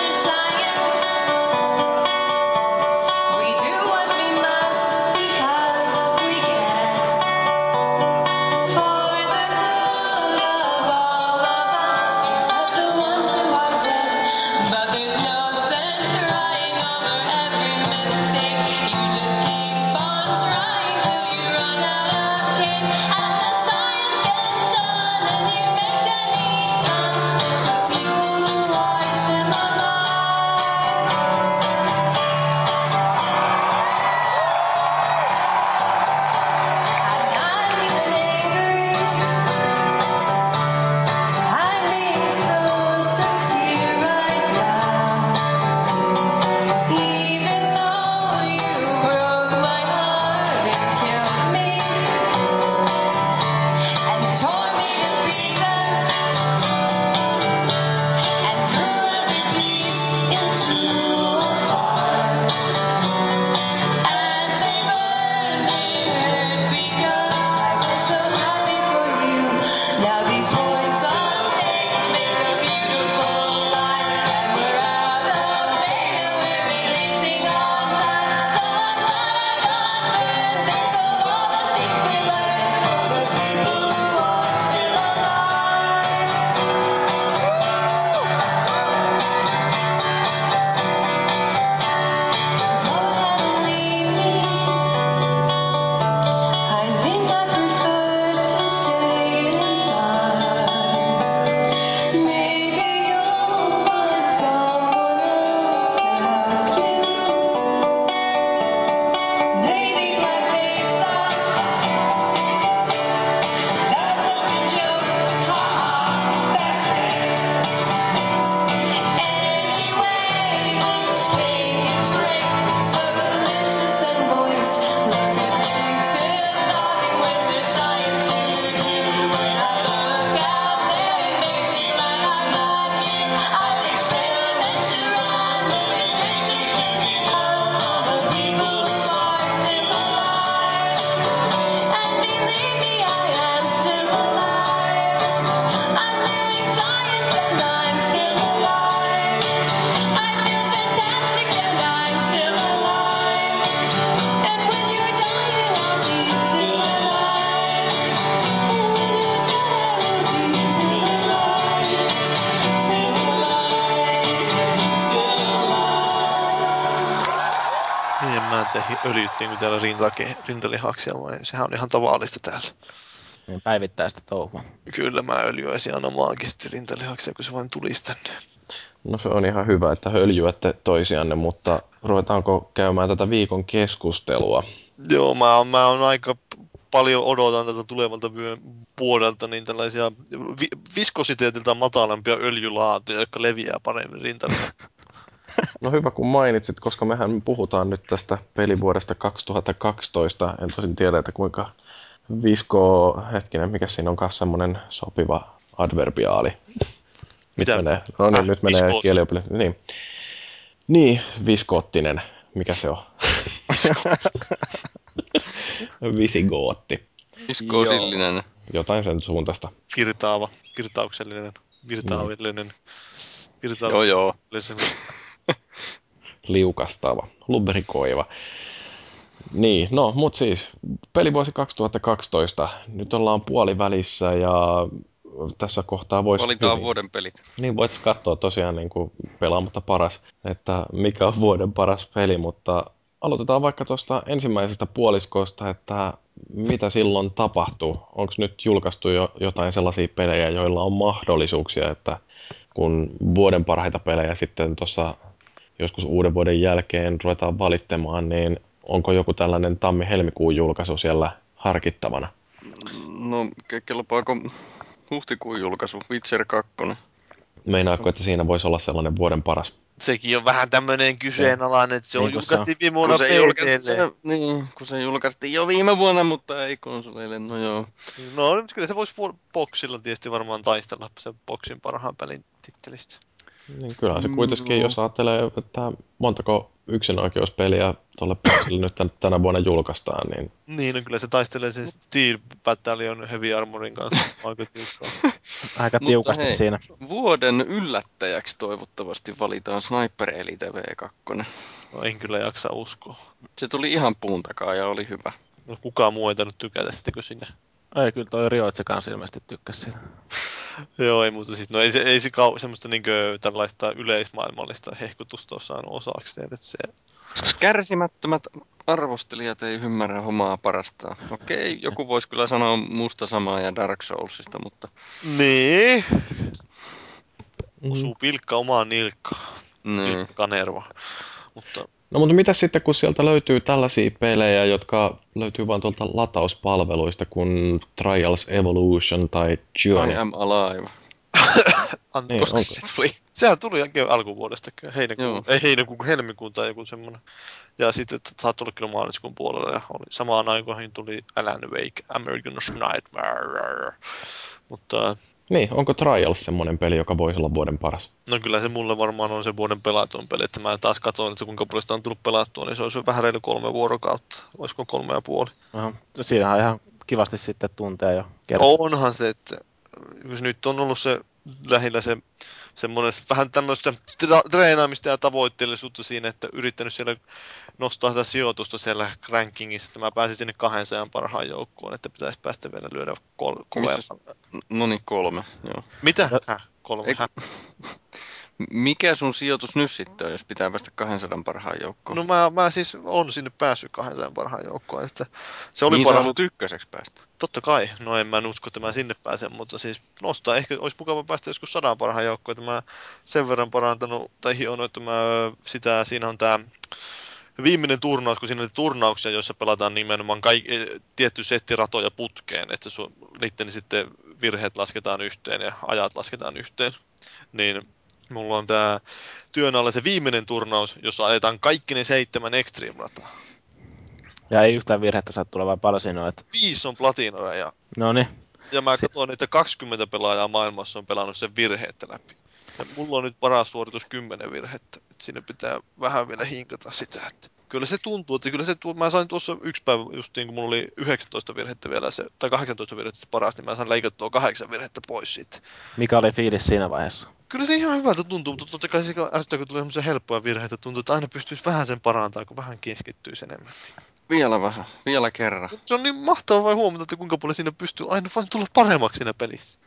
We do what we must because niitä öljyttiin kuin täällä rintake, rintalihaksia, vai sehän on ihan tavallista täällä. Niin päivittäistä touhua. Kyllä mä öljyäisin aina maagisesti rintalihaksia, kun se vain tulisi tänne. No se on ihan hyvä, että höljyätte toisianne, mutta ruvetaanko käymään tätä viikon keskustelua? Joo, mä oon, mä oon aika paljon odotan tätä tulevalta vuodelta niin tällaisia vi- viskositeetiltaan matalampia öljylaatuja, jotka leviää paremmin rintalle. No hyvä kun mainitsit, koska mehän puhutaan nyt tästä pelivuodesta kaksituhattakaksitoista. En tosin tiedä, että kuinka visko, hetkinen, mikä siinä onkaan semmoinen sopiva adverbiaali. Nyt Mitä? menee, no niin, Äh, nyt menee viskoosi. kieliopille. Niin. Niin, viskoottinen. Mikä se on? Visigootti. Viskoosillinen. Jotain sen suuntaista. Virtaava, virtauksellinen, virtaavillinen, Joo, joo. virtaavillinen. Liukastava, lubrikoiva. Niin, no, mut siis pelivuosi kaksituhattakaksitoista. Nyt ollaan puolivälissä ja tässä kohtaa voisi Valitaan hyvin. vuoden pelit. Niin, voit katsoa tosiaan niin kuin pelaamatta paras, että mikä on vuoden paras peli, mutta aloitetaan vaikka tuosta ensimmäisestä puoliskosta, että mitä silloin tapahtuu. Onko nyt julkaistu jo jotain sellaisia pelejä, joilla on mahdollisuuksia, että kun vuoden parhaita pelejä sitten tuossa joskus uuden vuoden jälkeen ruvetaan valittamaan, niin onko joku tällainen tammi-helmikuun julkaisu siellä harkittavana? No, ke- kelpaako huhtikuun julkaisu, Witcher kaksi? Meinaatko, että siinä voisi olla sellainen vuoden paras? Sekin on vähän tämmöinen kyseenalainen, että se on Niin kuin se julkaistiin viime vuonna Kun se, P C:lle. julkaistiin, niin, kun se julkaistiin jo viime vuonna, mutta ei konsoleille, no joo. No, kyllä se voisi boksilla tietysti varmaan taistella sen boksin parhaan pelin tittelistä. Niin kyllähän se Mm, kuitenkin, joo. jos ajattelee, että montako yksinoikeuspeliä tuolle boxille nyt tän- tänä vuonna julkaistaan, niin Niin, no kyllä se taistelee sen Steel Battalion Heavy Armorin kanssa aika tiukkaa. Aika Mutta tiukasti hei, siinä. vuoden yllättäjäksi toivottavasti valitaan Sniper Elite V kaksi. No, en kyllä jaksa uskoa. Se tuli ihan puun takaa ja oli hyvä. No, kukaan muu ei tainnut tykätä sitä kuin sinä. Ei, kyllä toi Rioitse kanssa ilmeisesti tykkäsi siitä. Joo, ei muuta siis. No ei se, ei se kau- semmoista niinkö tällaista yleismaailmallista hehkutusta ole saanut osakseen, että se... Kärsimättömät arvostelijat ei ymmärrä homaa parastaan. Okei, joku voisi kyllä sanoa musta samaa ja Dark Soulsista, mutta... Niin. Mm. Osuu pilkka omaan nilkkaan. Niin. Pilkka Kanerva. Mutta no mutta mitä sitten, kun sieltä löytyy tällaisia pelejä, jotka löytyy vain tuolta latauspalveluista, kuin Trials Evolution tai Journey? I am alive. An- Niin, Koska onko? se tuli. Sehän tuli oikein alkuvuodesta, heinäkuun, Joo. ei heinäkuun, kun helmikuun tai joku semmoinen. Ja sitten että saattoi olla kyllä maaliskuun puolella ja oli, samaan aikaan tuli Alan Wake, American's Nightmare. Mutta Niin, onko Trials semmoinen peli, joka voisi olla vuoden paras? no kyllä se mulle varmaan on se vuoden pelatuun peli, että mä taas katsoin, että kuinka paljon sitä on tullut pelattua, niin se olisi vähän reilu kolme vuorokautta. Olisiko kolme ja puoli? No, siinähän ihan kivasti sitten tuntee jo kertaa. Onhan se, että jos nyt on ollut se lähinnä se semmoinen vähän tämmöistä tra- treenaamista ja tavoitteellisuutta siinä, että yrittänyt siellä nostaa sitä sijoitusta siellä rankingissa, että mä pääsin sinne kaksisataa parhaan joukkoon, että pitäisi päästä vielä lyödä kol- kovempaa. No niin, kolme, joo. Mitä? Häh? Kolme? Ei, Häh? Mikä sun sijoitus nyt sitten on, jos pitää päästä kaksisataa parhaan joukkoon? No mä, mä siis on sinne päässyt kaksisataa parhaan joukkoon, että se oli niin parha... sä haluat ykköseksi päästä. Totta kai, no en mä en usko, että mä sinne pääsen, mutta siis nostaa ehkä olisi mukava päästä joskus sadan parhaan joukkoon, että mä sen verran parantanut tai hionut, että mä sitä, siinä on tää viimeinen turnaus, kun siinä on turnauksia, joissa pelataan nimenomaan kaik- tietty setti ratoja putkeen, että su- niiden sitten virheet lasketaan yhteen ja ajat lasketaan yhteen, niin mulla on tää työn alla se viimeinen turnaus, jossa ajetaan kaikki ne seitsemän Extreme-rataa. Ja ei yhtään virhettä saa tulla, vaan paljon siinä on. Että... Viisi on platinoja ja, No niin. ja mä Si- katson, että kaksikymmentä pelaajaa maailmassa on pelannut sen virheettä läpi. Ja mulla on nyt paras suoritus kymmenen virhettä. Et siinä pitää vähän vielä hinkata sitä, että kyllä se tuntuu, että kyllä se tuo, mä sain tuossa yksi päivä justiin, kun mulla oli yhdeksäntoista virhettä vielä se, tai kahdeksantoista virhettä se paras, niin mä sain leikattua kahdeksan virhettä pois siitä. Mikä oli fiilis siinä vaiheessa? Kyllä se ihan hyvältä tuntuu, mutta totta kai se ärsyttää, kun tulee semmoisia helppoja virheitä, tuntuu, että aina pystyisi vähän sen parantamaan, kun vähän keskittyisi enemmän. Vielä vähän, vielä kerran. Se on niin mahtavaa vai huomata, että kuinka paljon siinä pystyy aina vain tulla paremmaksi siinä pelissä.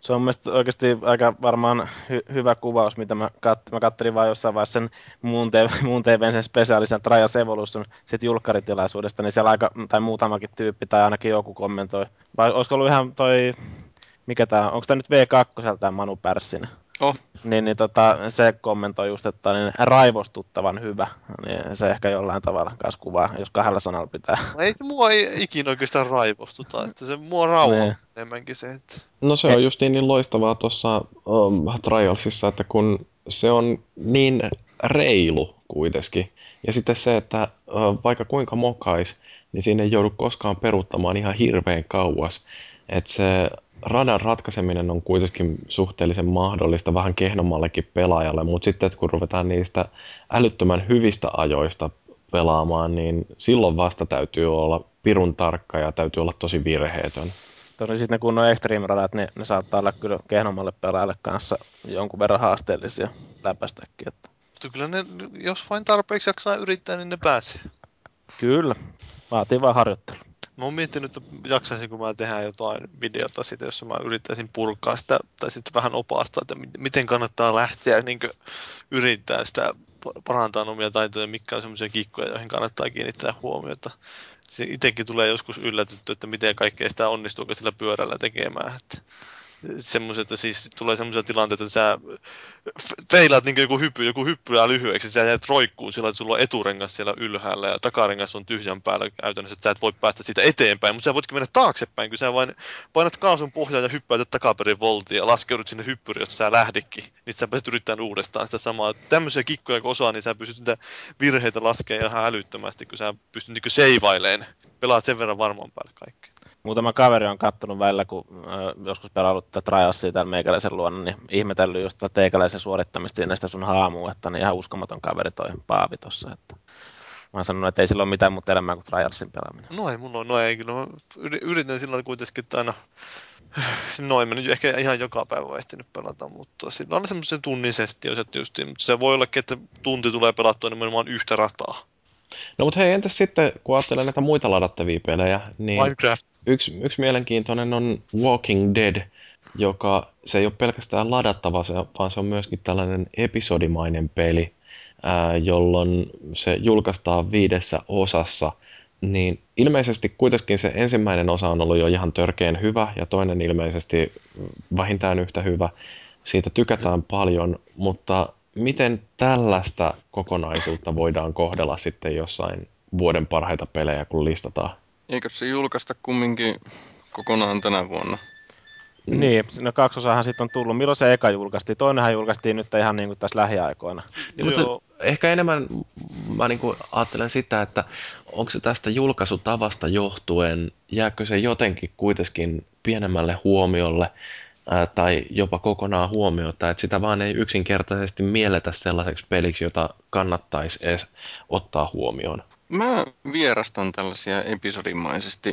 Se on mielestäni oikeasti aika varmaan hy- hyvä kuvaus, mitä mä, kat- mä kattelin vaan jossain vaiheessa sen muun, te- muun T V:n sen spesiaalisen Trials Evolution sit julkkaritilaisuudesta, niin siellä aika, tai muutamakin tyyppi tai ainakin joku kommentoi. Vai olisiko ollut ihan toi, mikä tää on, onko tää nyt V kaksi tää Manu Pärssinen? Oh. Niin, niin tota, se kommentoi just, että niin raivostuttavan hyvä. Niin se ehkä jollain tavalla kanssa kuvaa, jos kahdella sanalla pitää. No ei se mua ei ikinä oikeastaan raivostuta, että se mua rauhoittaa enemmänkin se, että... No se on justiin niin loistavaa tuossa um, Trialsissa, että kun se on niin reilu kuitenkin. Ja sitten se, että uh, vaikka kuinka mokais, niin siinä ei joudu koskaan peruuttamaan ihan hirveän kauas. Että se radan ratkaiseminen on kuitenkin suhteellisen mahdollista vähän kehnommallekin pelaajalle, mutta sitten että kun ruvetaan niistä älyttömän hyvistä ajoista pelaamaan, niin silloin vasta täytyy olla pirun tarkka ja täytyy olla tosi virheetön. Tosin sitten ne kunnon extreme-radat, niin ne saattaa olla kyllä kehnommalle pelaajalle kanssa jonkun verran haasteellisia läpästäkin. Että. Mutta kyllä ne, jos vain tarpeeksi jaksaa yrittää, niin ne pääsee. Kyllä, vaatii vaan harjoittelu. Mä oon miettinyt, että jaksaisin, kun mä tehdään jotain videota siitä, jossa mä yrittäisin purkaa sitä, tai sitten vähän opastaa, että miten kannattaa lähteä niin yrittää sitä parantaa omia taitoja, mitkä on semmoisia kikkoja, joihin kannattaa kiinnittää huomiota. Itsekin tulee joskus yllätytty, että miten kaikkea sitä onnistuuko sillä pyörällä tekemään. Että semmoiset, että siis tulee semmoisia tilanteita, että sä feilaat niin joku hyppy, joku hyppyää lyhyeksi, sä jäät roikkuu sillä, että sulla on eturengas siellä ylhäällä ja takarengas on tyhjän päällä käytännössä, että sä et voi päästä siitä eteenpäin, mutta sä voitkin mennä taaksepäin, kun sä vain painat kaasun pohjaan ja hyppäät takaperin voltiin ja laskeudut sinne hyppyriin, josta sä lähdikin, niin sä pääset yrittämään uudestaan sitä samaa. Tämmöisiä kikkoja kun osaa, niin sä pystyt niitä virheitä laskemaan ihan älyttömästi, kun sä pystyt niin seivaileen, pelaat sen verran varmaan päälle kaikkea. Muutama kaveri on kattonut välillä, kun äh, joskus pelannut tätä Trialsia täällä meikäläisen luona, niin ihmetellyt just tätä teikäläisen suorittamista siinä sitä sun haamua, että niin ihan uskomaton kaveri toi Paavi tossa. Että. Mä oon sanonut, että ei sillä ole mitään muuta elämää kuin Trialsin pelaaminen. No ei mulla ole, no ei kyllä. Mä yritän sillä kuitenkin, että aina, no en mä nyt ehkä ihan joka päivä ehtinyt pelata, mutta sillä on semmoisen tunnin sessioita tietysti, mutta se voi ollakin, että tunti tulee pelattua nimenomaan yhtä rataa. No mutta hei, entäs sitten, kun ajattelee näitä muita ladattavia pelejä, niin Minecraft. Yksi, yksi mielenkiintoinen on Walking Dead, joka se ei ole pelkästään ladattava, vaan se on myöskin tällainen episodimainen peli, ää, jolloin se julkaistaan viidessä osassa. Niin ilmeisesti kuitenkin se ensimmäinen osa on ollut jo ihan törkeän hyvä ja toinen ilmeisesti vähintään yhtä hyvä. Siitä tykätään paljon, mutta miten tällaista kokonaisuutta voidaan kohdella sitten jossain vuoden parhaita pelejä, kun listataan? Eikö se julkaista kumminkin kokonaan tänä vuonna? Mm. Niin, no kaksi osahan sitten on tullut. Milloin se eka julkaistiin? Toinenhan julkaistiin nyt ihan niin kuin tässä lähiaikoina. Ja, mutta se, ehkä enemmän mä niin kuin ajattelen sitä, että onko se tästä julkaisutavasta johtuen, jääkö se jotenkin kuitenkin pienemmälle huomiolle ää, tai jopa kokonaan huomiota, että sitä vaan ei yksinkertaisesti mielletä sellaiseksi peliksi, jota kannattaisi edes ottaa huomioon. Mä vierastan tällaisia episodimaisesti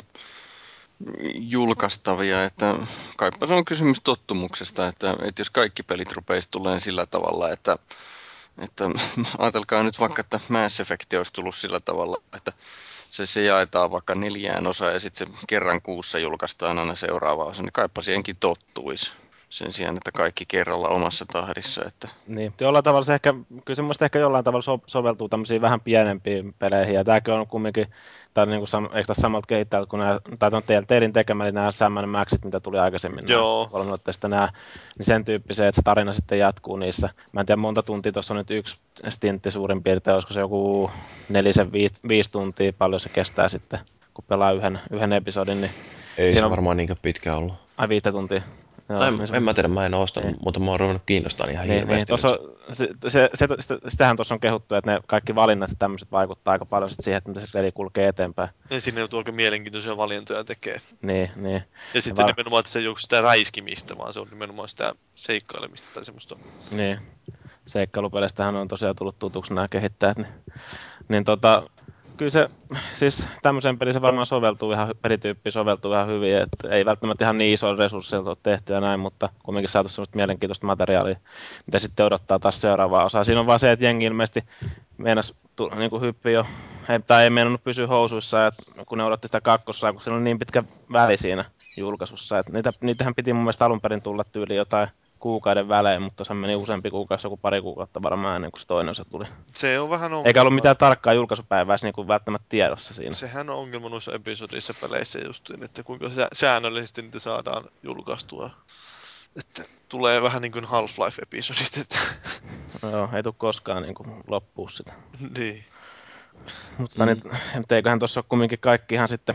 julkaistavia, että kaipa se on kysymys tottumuksesta, että, että jos kaikki pelit rupeisi tulemaan sillä tavalla, että, että ajatelkaa nyt vaikka, että Mass Effect olisi tullut sillä tavalla, että se, se jaetaan vaikka neljään osaan ja sitten se kerran kuussa julkaistaan aina seuraava osa, niin kaipa siihenkin tottuisi. Sen sijaan, että kaikki kerralla omassa tahdissa. Että... Niin, jollain tavalla se ehkä, kyllä semmoista ehkä jollain tavalla so, soveltuu tämmöisiin vähän pienempiin peleihin, ja tämäkin on kumminkin, tai niin kuin, eikö tässä samalta kehittäjältä kuin nämä, tai on Telltalein tekemä, eli nämä Sam and Maxit, mitä tuli aikaisemmin, Joo. nämä, nämä, niin sen tyyppisiä, että se tarina sitten jatkuu niissä. Mä en tiedä, monta tuntia tuossa on nyt yksi stintti suurin piirtein, olisiko se joku nelisen, viisi, viisi tuntia, paljon se kestää sitten, kun pelaa yhden, yhden episodin. Niin ei se on... varmaan niinkö pitkä ollut. Ai viittä tuntia. Joo, tai en, en mä tiedä, mä en ole ostanut, niin. Mutta mä oon ruvennut kiinnostamaan ihan niin, hirveästi. Niin, se, se, se, se, sitähän tuossa on kehuttu, että ne kaikki valinnat ja tämmöiset vaikuttaa aika paljon siihen, että miten se peli kulkee eteenpäin. Ja sinne joutuu oikein mielenkiintoisia valintoja tekee. Niin, niin. Ja sitten var... nimenomaan, että se ei ole sitä räiskimistä, vaan se on nimenomaan sitä seikkailemista tai semmoista. Niin. Seikkailupelistähän on tosiaan tullut tutuksi nämä kehittäjät. Niin, niin tota... Kyllä se, siis tämmöiseen peliin se varmaan soveltuu ihan, pelityyppi soveltuu ihan hyvin, että ei välttämättä ihan niin isoilla resursseilla ole tehty ja näin, mutta kumminkin saatu semmoista mielenkiintoista materiaalia, mitä sitten odottaa taas seuraavaa osaa. Siinä on vaan se, että jengi ilmeisesti meinas tu, niinku hyppi jo, he, tai ei meinannut pysyä housuissa, et, kun ne odotti sitä kakkosaa, kun siinä oli niin pitkä väli siinä julkaisussa. Et niitä, niitähän piti mun mielestä alun perin tulla tyyli jotain kuukauden välein, mutta se meni useampi kuukausi, joku pari kuukautta varmaan ennen kuin se toinen osa tuli. Se on vähän ongelma. Eikä ollut mitään tarkkaa julkaisupäivää niin kuin välttämättä tiedossa siinä. Sehän on ongelma noissa episodissa peleissä justiin, että kuinka säännöllisesti niitä saadaan julkaistua. Että tulee vähän niin kuin Half-Life-episodit. Että... Joo, ei tule koskaan niin kuin loppua sitä. Niin. Mutta mm. nyt, eiköhän tuossa ole kumminkin kaikki ihan sitten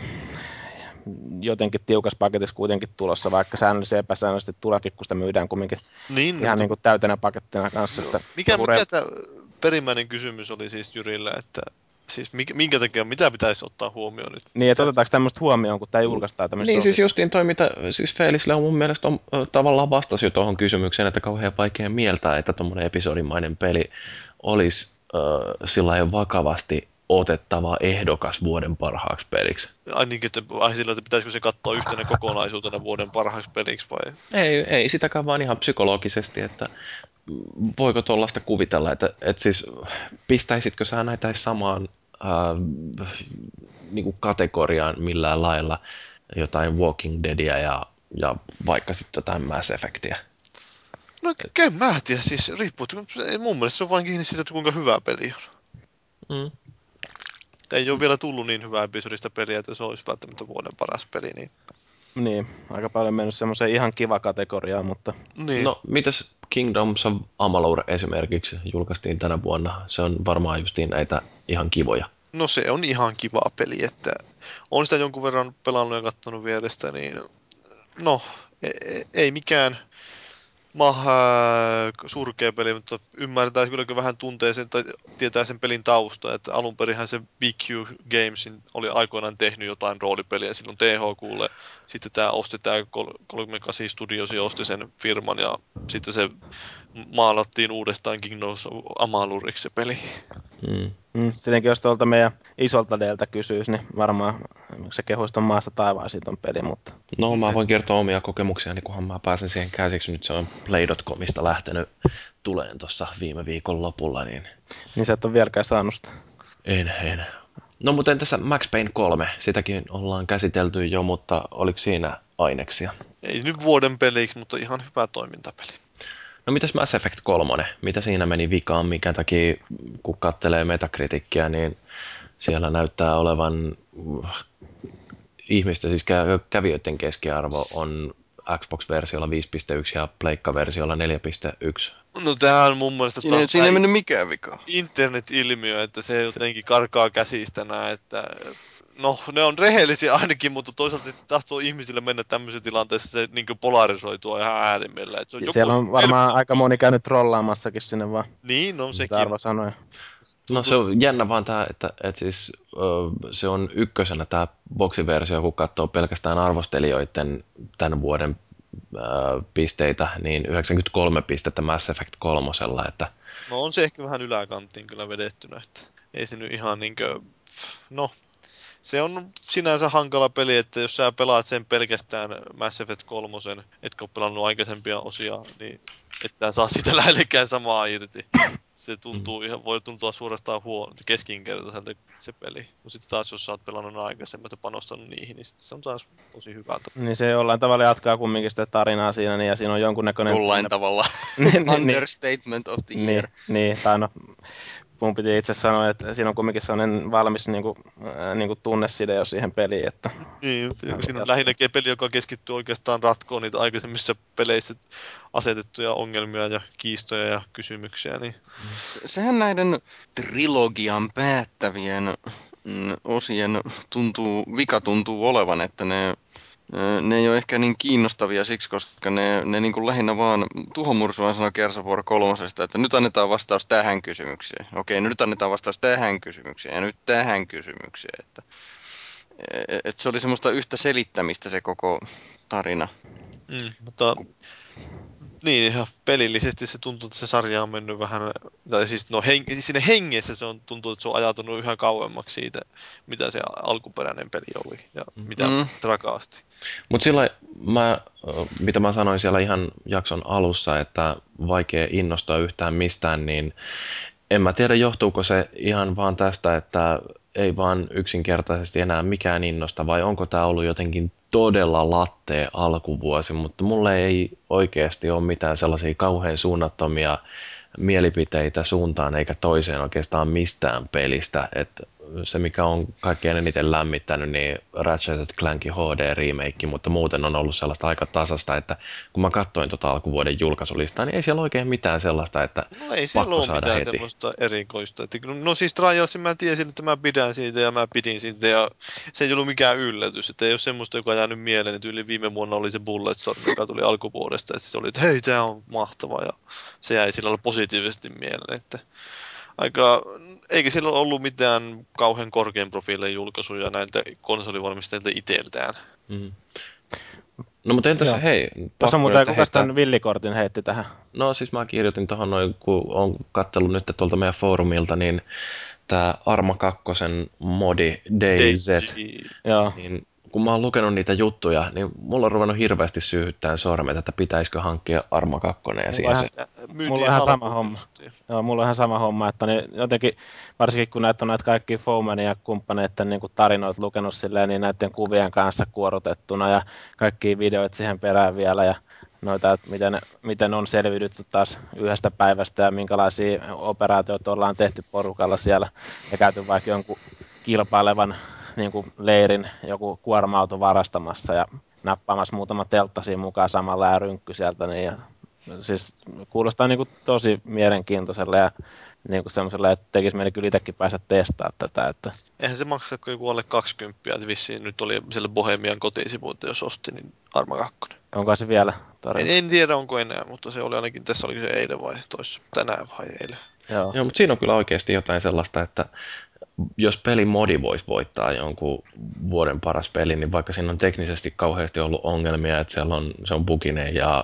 jotenkin tiukas paketissa kuitenkin tulossa, vaikka säännöllisesti epäsäännöllisesti tuleekin, kun sitä myydään kumminkin niin, ihan niin kuin täytenä pakettina kanssa. Että mikä mikä re... tämä perimmäinen kysymys oli siis Jyrillä, että siis minkä takia, mitä pitäisi ottaa huomioon nyt? Niin, että otetaanko tämmöistä huomioon, kun tämä julkaistaan tämmöistä Niin, osissa? siis justiin toi, mitä siis Felisle on mun mielestä on, tavallaan vastasi jo tuohon kysymykseen, että kauhean vaikea mieltää, että tuommoinen episodimainen peli olisi äh, sillä lailla vakavasti otettava ehdokas vuoden parhaaksi peliksi. Ai niin, että, ai sillä, että pitäisikö se katsoa yhtenä kokonaisuutena vuoden parhaaksi peliksi vai? Ei, ei sitäkään vaan ihan psykologisesti, että voiko tuollaista kuvitella, että, että siis pistäisitkö sä näitä samaan äh, niin kuin kategoriaan millään lailla jotain Walking Deadia ja, ja vaikka sitten jotain Mass Effectia? No en mä tiedä, siis riippuu, mun mielestä se on vain kiinni siitä, että kuinka hyvä peli on. Mm. Ei ole vielä tullut niin hyvää episodista peliä, että se olisi välttämättä vuoden paras peli. Niin, niin aika paljon mennyt semmoiseen ihan kiva kategoriaan, mutta... Niin. No, mitäs Kingdoms of Amalur esimerkiksi julkaistiin tänä vuonna? Se on varmaan justiin näitä ihan kivoja. No se on ihan kiva peli, että on sitä jonkun verran pelannut ja katsonut vierestä, niin no, ei, ei mikään maha surkea peli, mutta ymmärretään kylläkö vähän tuntee sen tai tietää sen pelin tausta, että alun perinhän se Big Q Gamesin oli aikoinaan tehnyt jotain roolipeliä silloin T H Q:lle, sitten tämä osti tämä kolmekymmentäkahdeksan Studios ja osti sen firman ja sitten se maalattiin uudestaan Kingdoms of Amaluriksi se peli. Mm. Mm, sittenkin jos tuolta meidän isolta Deltä kysyisi, niin varmaan se kehuista maasta taivaisiin ton peli, mutta... No mä voin kertoa omia kokemuksiani, kunhan mä pääsen siihen käsiksi. Nyt se on play dot comista lähtenyt tuleen tuossa viime viikon lopulla, niin... Niin sä et ole vieläkään saanut sitä? En, en. No mutta entäs Max Payne kolme? Sitäkin ollaan käsitelty jo, mutta oliko siinä aineksia? Ei nyt vuoden peliksi, mutta ihan hyvä toimintapeli. No mitäs Mass Effect kolme? Mitä siinä meni vikaan? Mikä takia, kun katselee Metacriticia, niin siellä näyttää olevan ihmisten, siis kävijöiden keskiarvo on Xbox-versiolla viisi pilkku yksi ja Pleikka-versiolla neljä pilkku yksi. No tämähän on mun mielestä... Siinä, siinä ei mennyt mikään vikaan. Internet-ilmiö, että se jotenkin karkaa käsistä nää, että... No, ne on rehellisiä ainakin, mutta toisaalta tahtoo ihmisille mennä tämmöisessä tilanteessa, se niin polarisoituu ihan äärimmellä. Se on joku... Siellä on varmaan aika moni käynyt trollaamassakin sinne vaan. Niin, on sekin. Arvo sanoi. No se on jännä vaan tämä, että, että siis, se on ykkösenä tämä boksiversio, kun katsoo pelkästään arvostelijoiden tämän vuoden pisteitä, niin yhdeksänkymmentäkolme pistettä Mass Effect kolmosella. Että... No on se ehkä vähän yläkanttiin kyllä vedettynä, että ei se nyt ihan niinkö, no se on sinänsä hankala peli, että jos sä pelaat sen pelkästään Mass Effect kolmosen, etkä ole pelannut aikaisempia osia, niin et saa sitä lähellekään samaa irti. Se tuntuu ihan, voi tuntua suorastaan huono, keskinkertaiselta se peli. Mutta sitten taas, jos sä oot pelannut aikaisemmin ja panostanut niihin, niin se on taas tosi hyvältä. Niin se jollain tavalla jatkaa kumminkin sitä tarinaa siinä, niin ja siinä on jonkunnäköinen... Jollain tunne... tavalla. Understatement of the year. Niin, niin tai no, mun piti itse sanoa, että siinä on kumminkin sellainen valmis niin kuin, äh, niin kuin tunneside jo siihen peliin, että... Niin, siinä on lähinnä peli, joka keskittyy oikeastaan ratkoon niitä aikaisemmissa peleissä asetettuja ongelmia ja kiistoja ja kysymyksiä. Niin. Se, sehän näiden trilogian päättävien mm, osien tuntuu, vika tuntuu olevan, että ne, ne ei ole ehkä niin kiinnostavia siksi, koska ne, ne niin kuin lähinnä vaan, Tuho Mursuan sanoi Gears of War kolmosesta, että nyt annetaan vastaus tähän kysymykseen. Okei, no nyt annetaan vastaus tähän kysymykseen ja nyt tähän kysymykseen. Että, että se oli semmoista yhtä selittämistä se koko tarina. Mm, mutta niin, ihan pelillisesti se tuntuu, että se sarja on mennyt vähän, tai siis no hen, siinä hengessä se on tuntuu, että se on ajatunut yhä kauemmaksi siitä, mitä se alkuperäinen peli oli ja mitä mm. rakaasti. Mutta sillä mä, mitä mä sanoin siellä ihan jakson alussa, että vaikea innostaa yhtään mistään, niin en mä tiedä, johtuuko se ihan vaan tästä, että ei vaan yksinkertaisesti enää mikään innosta, vai onko tämä ollut jotenkin todella lattea alkuvuosi, mutta mulle ei oikeasti ole mitään sellaisia kauhean suunnattomia mielipiteitä suuntaan eikä toiseen oikeastaan mistään pelistä. Että se, mikä on kaikkein eniten lämmittänyt, niin Ratchet Clank H D-remake, mutta muuten on ollut sellaista aika tasasta, että kun mä katsoin tota alkuvuoden julkaisulistaa, niin ei siellä oikein mitään sellaista, että no ei siellä ole mitään heti. semmoista erikoista. Että, no siis Trialsin mä tiesin, että mä pidän siitä ja mä pidin siitä ja se ei ollut mikään yllätys. Että ei ole semmoista, joka on jäänyt mieleen, että yli viime vuonna oli se Bulletstorm, joka tuli alkuvuodesta. Että se oli, että hei, tää on mahtava ja se jäi sillä lailla positiivisesti mieleen. Että aika, eikä siellä ole ollut mitään kauhean korkean profiilin julkaisuja näiltä konsolivalmistajilta itseltään. Mm. No mutta entäs Joo. hei, Tuossa muuten kuka heittää... tämän villikortin heitti tähän? No siis mä kirjoitin tuohon noin, kun on katsellut nyt tuolta meidän foorumilta, niin tämä Arma kaksi modi DayZ, Joo. niin kun mä oon lukenut niitä juttuja, niin mulla on ruvennut hirveästi syyhyttämään sormet, että pitäisikö hankkia Arma kaksi ja Mulla siihen se... Mulla on ihan sama homma. Joo, mulla on ihan sama homma, että niin jotenkin, varsinkin kun näitä on näitä kaikki Foamania ja kumppaneiden niin tarinoita lukenut silleen, niin näiden kuvien kanssa kuorotettuna ja kaikkia videoita siihen perään vielä ja noita, että miten, miten on selviydytty taas yhdestä päivästä ja minkälaisia operaatioita ollaan tehty porukalla siellä ja käyty vaikka jonkun kilpailevan niin kuin leirin joku kuorma-auto varastamassa ja nappaamassa muutama teltta siinä mukaan samalla ja rynkky sieltä. Niin, ja, siis kuulostaa niin kuin tosi mielenkiintoiselle ja niin kuin semmoiselle, että tekisi mieli kyllä itsekin päästä testaamaan tätä. Että... Eihän se maksa kuin joku alle kaksikymmentä, että vissiin nyt oli siellä Bohemian kotisivuilta, jos osti, niin Arma kaksi. Onko se vielä tarina? En, en tiedä, onko enää, mutta se oli ainakin, tässä oli se eilen vai toissa, tänään vai eilen. Joo. Joo, mutta siinä on kyllä oikeasti jotain sellaista, että jos pelimodi voisi voittaa jonkun vuoden paras peli, niin vaikka siinä on teknisesti kauheasti ollut ongelmia, että siellä on, se on buginen ja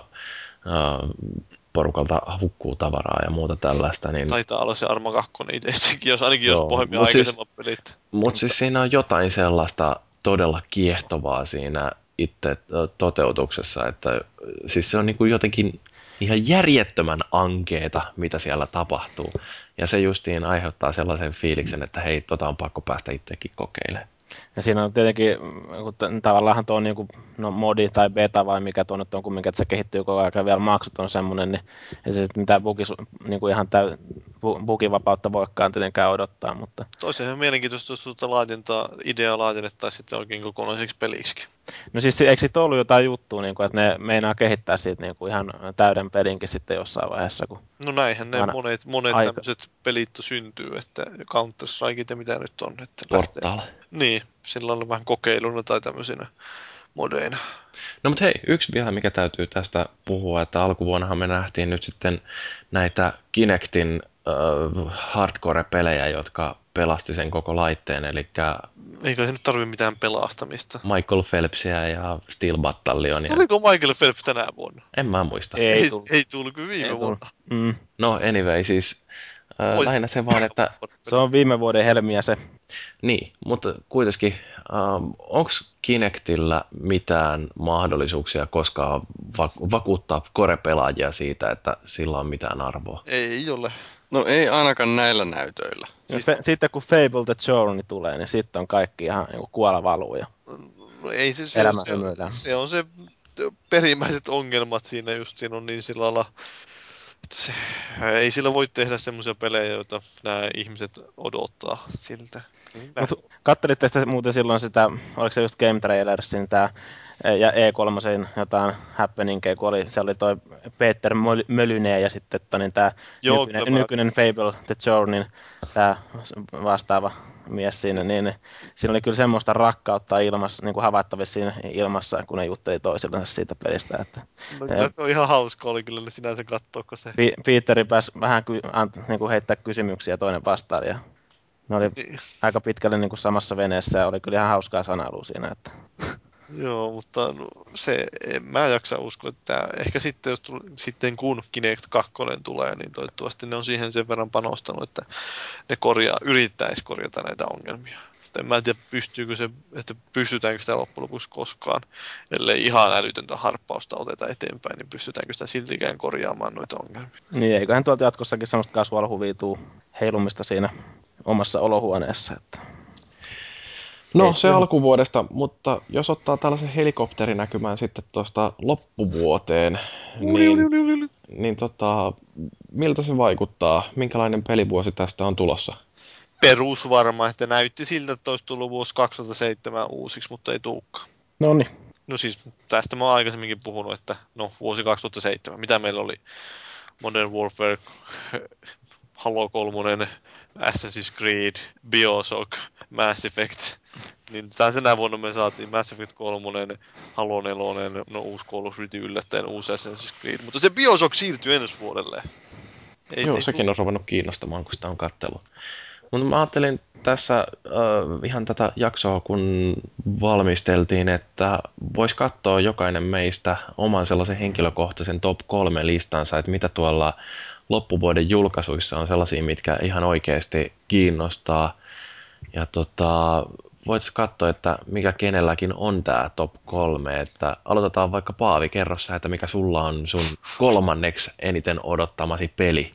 äh, porukalta hukkuu tavaraa ja muuta tällaista. Niin... Taitaa olla se Arma kaksi itsekin, jos ainakin Joo, jos pohjimmin aikaisemmat siis, pelit. Mutta siis siinä on jotain sellaista todella kiehtovaa siinä itse toteutuksessa, että siis se on niin kuin jotenkin ihan järjettömän ankeeta, mitä siellä tapahtuu. Ja se justiin aiheuttaa sellaisen fiiliksen, että hei, tota on pakko päästä itsekin kokeilemaan. Ja siinä on tietenkin, tavallaan tuo niin kuin, no, modi tai beta vai mikä tuo nyt on kumminkin, että se kehittyy koko ajan vielä maksuton semmoinen, niin ei se mitään bugis, niin kuin ihan täy, bugivapautta voikaan tietenkään odottaa. Mutta... Toisaalta on mielenkiintoista, jos tuota laajentaa, ideaa laajennettaisiin sitten oikein kokonaiseksi peliksi. No siis eikö siitä ollut jotain juttua, niin kuin, että ne meinaa kehittää siitä niin kuin ihan täyden pelinkin sitten jossain vaiheessa? Kun no näinhän ne aina... monet, monet aika... tämmöiset pelit syntyy, että Counter-Strike ja mitä nyt on. Että Portal. Niin, sillä on vähän kokeiluna tai tämmöisinä modeina. No mutta hei, yksi vielä mikä täytyy tästä puhua, että alkuvuonnahan me nähtiin nyt sitten näitä Kinectin äh, hardcore-pelejä, jotka pelasti sen koko laitteen, eli eikö se nyt tarvitse mitään pelastamista? Michael Phelpsia ja Steel Battalionia. Oliko Michael Phelps tänä vuonna? En mä muista. Ei, ei, tullut. ei tullut kuin viime ei vuonna. Mm. No anyway, siis äh, lähinnä se vaan, että... se on viime vuoden helmiä se. Niin, mutta kuitenkin, ähm, onko Kinectillä mitään mahdollisuuksia koskaan vaku- vakuuttaa core-pelaajia siitä, että sillä on mitään arvoa? Ei ole. No ei ainakaan näillä näytöillä. Siis... Fe- sitten kun Fable the Journey tulee, niin sitten on kaikki ihan niin kuola valuu. Ja no, ei se, se, se, se on se perimmäiset ongelmat siinä just, siinä on niin sillä lailla, että se, ei sillä voi tehdä semmoisia pelejä, joita nämä ihmiset odottaa siltä. Mut kattelitte sitten muuten silloin sitä, oliko se just Game Trailersin tämä ja E kolme jotain happeningia, kun oli, se oli toi Peter Molyneux ja sitten niin tämä nykyinen, nykyinen Fable the Journey, tämä vastaava mies siinä, niin, niin siinä oli kyllä semmoista rakkautta ilmassa, niin kuin havaittavissa siinä ilmassa, kun ne jutteli toisillensa siitä pelistä. Että, no kyllä se on ihan hauska, oli kyllä sinänsä katsoa, kun se... P- Peteri pääsi vähän ky- ant, niin kuin heittää kysymyksiä toinen vastaan ja ne oli niin. aika pitkälle niin kuin samassa veneessä ja oli kyllä ihan hauskaa sanailua siinä. Että. Joo, mutta no, se, en mä jaksa uskoa, että ehkä sitten, jos tuli, sitten kun Kinect kaksi tulee, niin toivottavasti ne on siihen sen verran panostanut, että ne korjaa, yrittäisi korjata näitä ongelmia. mutta en mä tiedä pystyykö se, että pystytäänkö sitä loppujen lopuksi koskaan, ellei ihan älytöntä harppausta oteta eteenpäin, niin pystytäänkö sitä siltikään korjaamaan noita ongelmia. Niin, eiköhän tuolta jatkossakin semmoista casual-huvia tuu heilumista siinä omassa olohuoneessa, että... No Ei se kyllä. alkuvuodesta, mutta jos ottaa tällaisen helikopterinäkymän sitten tuosta loppuvuoteen, niin, niin tota, miltä se vaikuttaa? Minkälainen pelivuosi tästä on tulossa? Perus varma, että näytti siltä, että olisi tullut vuosi kaksituhattaseitsemän uusiksi, mutta ei tulekaan. Noniin. No siis tästä mä oon aikaisemminkin puhunut, että no vuosi kaksituhattaseitsemän, mitä meillä oli? Modern Warfare, Halo kolme, Assassin's Creed, Bioshock, Mass Effect. Niin tänä vuonna me saatiin Mass Effect kolme, Halo neljä, no uusi Call of Duty yllättäen, uusi Assassin's Creed. Mutta se Bioshock siirtyy ensi vuodelle. Ei, Joo, ei sekin tu- on ruvennut kiinnostamaan, kun sitä on katsellut. Mutta mä ajattelin tässä äh, ihan tätä jaksoa, kun valmisteltiin, että vois katsoa jokainen meistä oman sellaisen henkilökohtaisen top kolme listansa, että mitä tuolla loppuvuoden julkaisuissa on sellaisia, mitkä ihan oikeasti kiinnostaa. Ja tota, voitaisiin katsoa, että mikä kenelläkin on tämä top kolme. Että aloitetaan vaikka Paavi, kerro sä, että mikä sulla on sun kolmanneksi eniten odottamasi peli.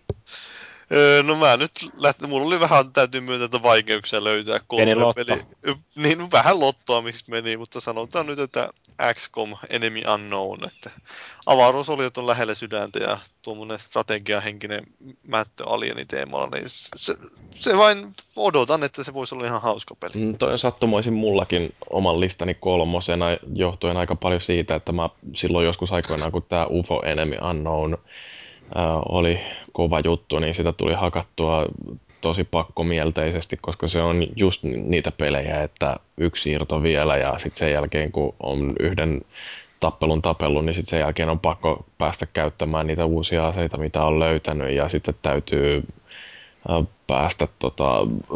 Öö, no mä nyt lähtin, mulla oli vähän, täytyy myöntää, että vaikeuksia löytää Pieni kolme lotto. peliä. Niin vähän lottoamista meni, mutta sanotaan nyt, että X COM Enemy Unknown, että avaruusoliot on lähellä sydäntä ja tuommoinen strategiahenkinen mättö alieni teemalla, niin se, se vain odotan, että se voisi olla ihan hauska peli. Mm, toi on sattumoisin mullakin oman listani kolmosena, johtuen aika paljon siitä, että mä silloin joskus aikoinaan, kun tämä U F O Enemy Unknown ää, oli kova juttu, niin sitä tuli hakattua tosi pakkomielteisesti, koska se on just niitä pelejä, että yksi siirto vielä ja sitten sen jälkeen, kun on yhden tappelun tapellut, niin sitten sen jälkeen on pakko päästä käyttämään niitä uusia aseita, mitä on löytänyt, ja sitten täytyy ää, päästä tota,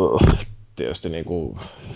tietysti niin kuin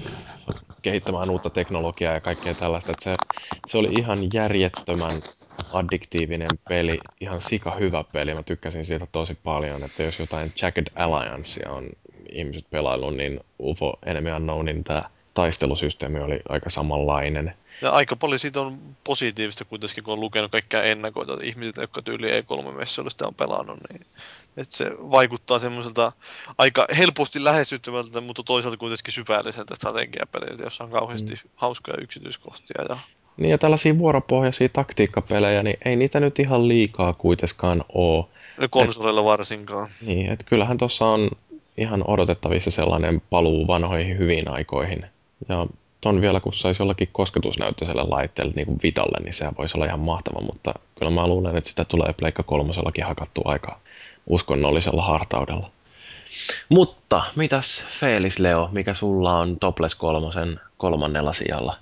kehittämään uutta teknologiaa ja kaikkea tällaista. Että se, se oli ihan järjettömän addiktiivinen peli, ihan sika hyvä peli. Mä tykkäsin siitä tosi paljon, että jos jotain Jagged Alliancea on ihmiset pelaillut, niin U F O Enemy Unknownin tämä taistelusysteemi oli aika samanlainen. Ja aika paljon siitä on positiivista kuitenkin, kun on lukenut kaikkia ennakoita. Ihmiset, jotka tyyli E kolme-messuilla sitä on pelannut, niin että se vaikuttaa semmoiselta aika helposti lähestyttävältä, mutta toisaalta kuitenkin syvälliseltä strategiapeliltä, jossa on kauheasti mm. hauskoja yksityiskohtia. Ja... Niin ja tällaisia vuoropohjaisia taktiikkapelejä, niin ei niitä nyt ihan liikaa kuitenkaan ole. Konsoleilla et, varsinkaan. Niin, että kyllähän tuossa on ihan odotettavissa sellainen paluu vanhoihin hyviin aikoihin. Ja ton vielä, kun saisi jollakin kosketusnäyttöiselle laitteelle, niin kuin Vitalle, niin sehän voisi olla ihan mahtava, mutta kyllä mä luulen, että sitä tulee Pleikka kolmosellakin hakattua aika uskonnollisella hartaudella. Mutta mitäs Felis Leo, mikä sulla on Topless kolmosen kolmannella sijalla?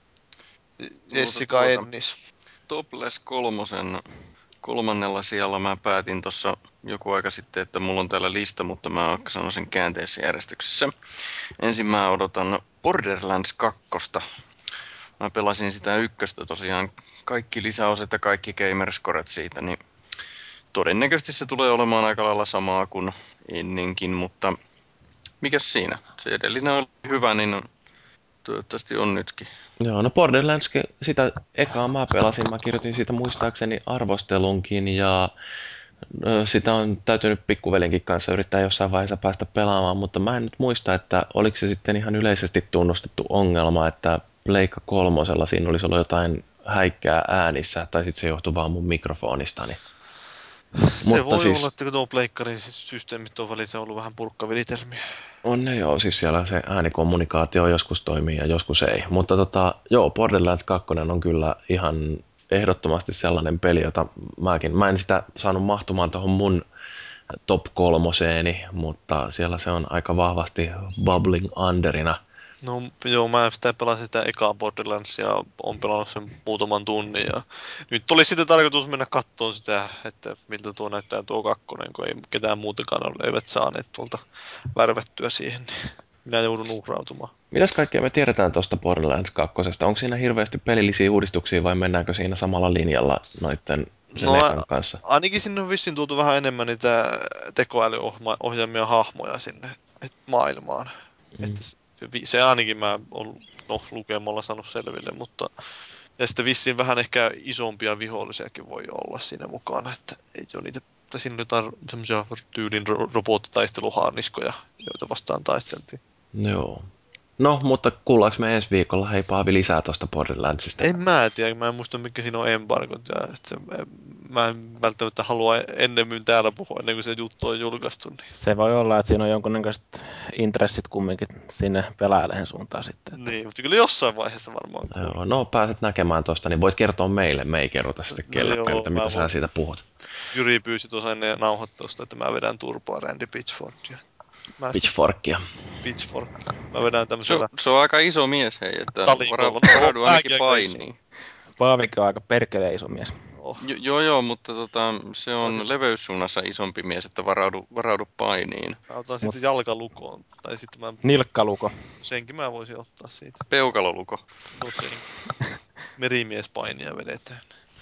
Jessica Ennis. Topless kolmosen kolmannella sijalla mä päätin tuossa joku aika sitten, että mulla on täällä lista, mutta mä sanon sen käänteessä järjestyksessä. Ensin mä odotan Borderlands kaksi. Mä pelasin sitä ykköstä tosiaan, kaikki lisäoset ja kaikki gamerscoret siitä, niin todennäköisesti se tulee olemaan aika lailla samaa kuin ennenkin, mutta mikäs siinä? Se edellinen oli hyvä, niin toivottavasti on nytkin. Joo, no Borderlands, sitä ekaa mä pelasin, mä kirjoitin siitä muistaakseni arvostelunkin ja sitä on täytynyt pikkuvelinkin kanssa yrittää jossain vaiheessa päästä pelaamaan, mutta mä en nyt muista, että oliko se sitten ihan yleisesti tunnustettu ongelma, että Pleikka kolmosella siinä olisi ollut jotain häikkää äänissä, tai sitten se johtuu vaan mun mikrofonistani. Se mutta voi siis, olla, että tuo pleikkarin systeemit on välissä ollut vähän purkkaviritelmiä. On ne joo, siis siellä se äänikommunikaatio joskus toimii ja joskus ei. Mutta tota, joo, Borderlands kaksi on kyllä ihan ehdottomasti sellainen peli, jota mäkin, mä en sitä saanut mahtumaan tuohon mun top kolmoseeni, mutta siellä se on aika vahvasti bubbling underina. No joo, mä sitä pelasin sitä ekaa Borderlands ja on pelannut sen muutaman tunnin ja nyt oli sitten tarkoitus mennä katsomaan sitä, että miltä tuo näyttää tuo kakkonen, kun ei ketään muutakaan ole, eivät saaneet tuolta värvättyä siihen, niin minä joudun uhrautumaan. Mitäs kaikkea me tiedetään tuosta Borderlands kaksi? Onko siinä hirveästi pelillisiä uudistuksia vai mennäänkö siinä samalla linjalla noitten sen no, ekan kanssa? Ainakin sinne on vissiin tultu vähän enemmän niitä tekoälyohjaamia hahmoja sinne maailmaan. Mm. Että Se, se ainakin mä oon no, lukemalla saanut selville, mutta ja sitten vissiin vähän ehkä isompia vihollisiakin voi olla siinä mukana, että ei ole niitä, tai siinä on jotain semmoisia tyylin ro- robottitaisteluhaarniskoja, joita vastaan taisteltiin. Joo. No, mutta kuullaanko me ensi viikolla, hei Paavi, lisää tuosta Borderlandsista? En mä tiedä, mä en muista mikä siinä on embargot, ja sitten mä en välttämättä halua ennemmin täällä puhua ennen kuin se juttu on julkaistu. Niin. Se voi olla, että siinä on jonkunnäköiset intressit kumminkin sinne pelaajalehen suuntaan sitten. Että... Niin, mutta kyllä jossain vaiheessa varmaan. Joo, no pääset näkemään tuosta, niin voit kertoa meille, me ei kerrota sitten No kellekään, joo, että mitä mä sä voin. siitä puhut. Jyri pyysi tuossa ennen nauhoittausta, että mä vedän turpaa Randy Pitchfordia. Mä Pitchforkia. Pitchfork. Mä vedän Se, tämmöisellä... se on aika iso mies, hei, että Talikolla. vara- varaudu No, ainakin mäkin aika iso. painiin. Paavikki on aika perkeleen iso mies. Oh. Jo, joo, joo, mutta tota, se on Taisin- leveyssuunnassa isompi mies, että varaudu, varaudu painiin. Mä otan sitten jalkalukoon. Tai sitten mä... Nilkkaluko. Senkin mä voisin ottaa siitä. Peukaloluko. No sen. Merimiespainia vedetään.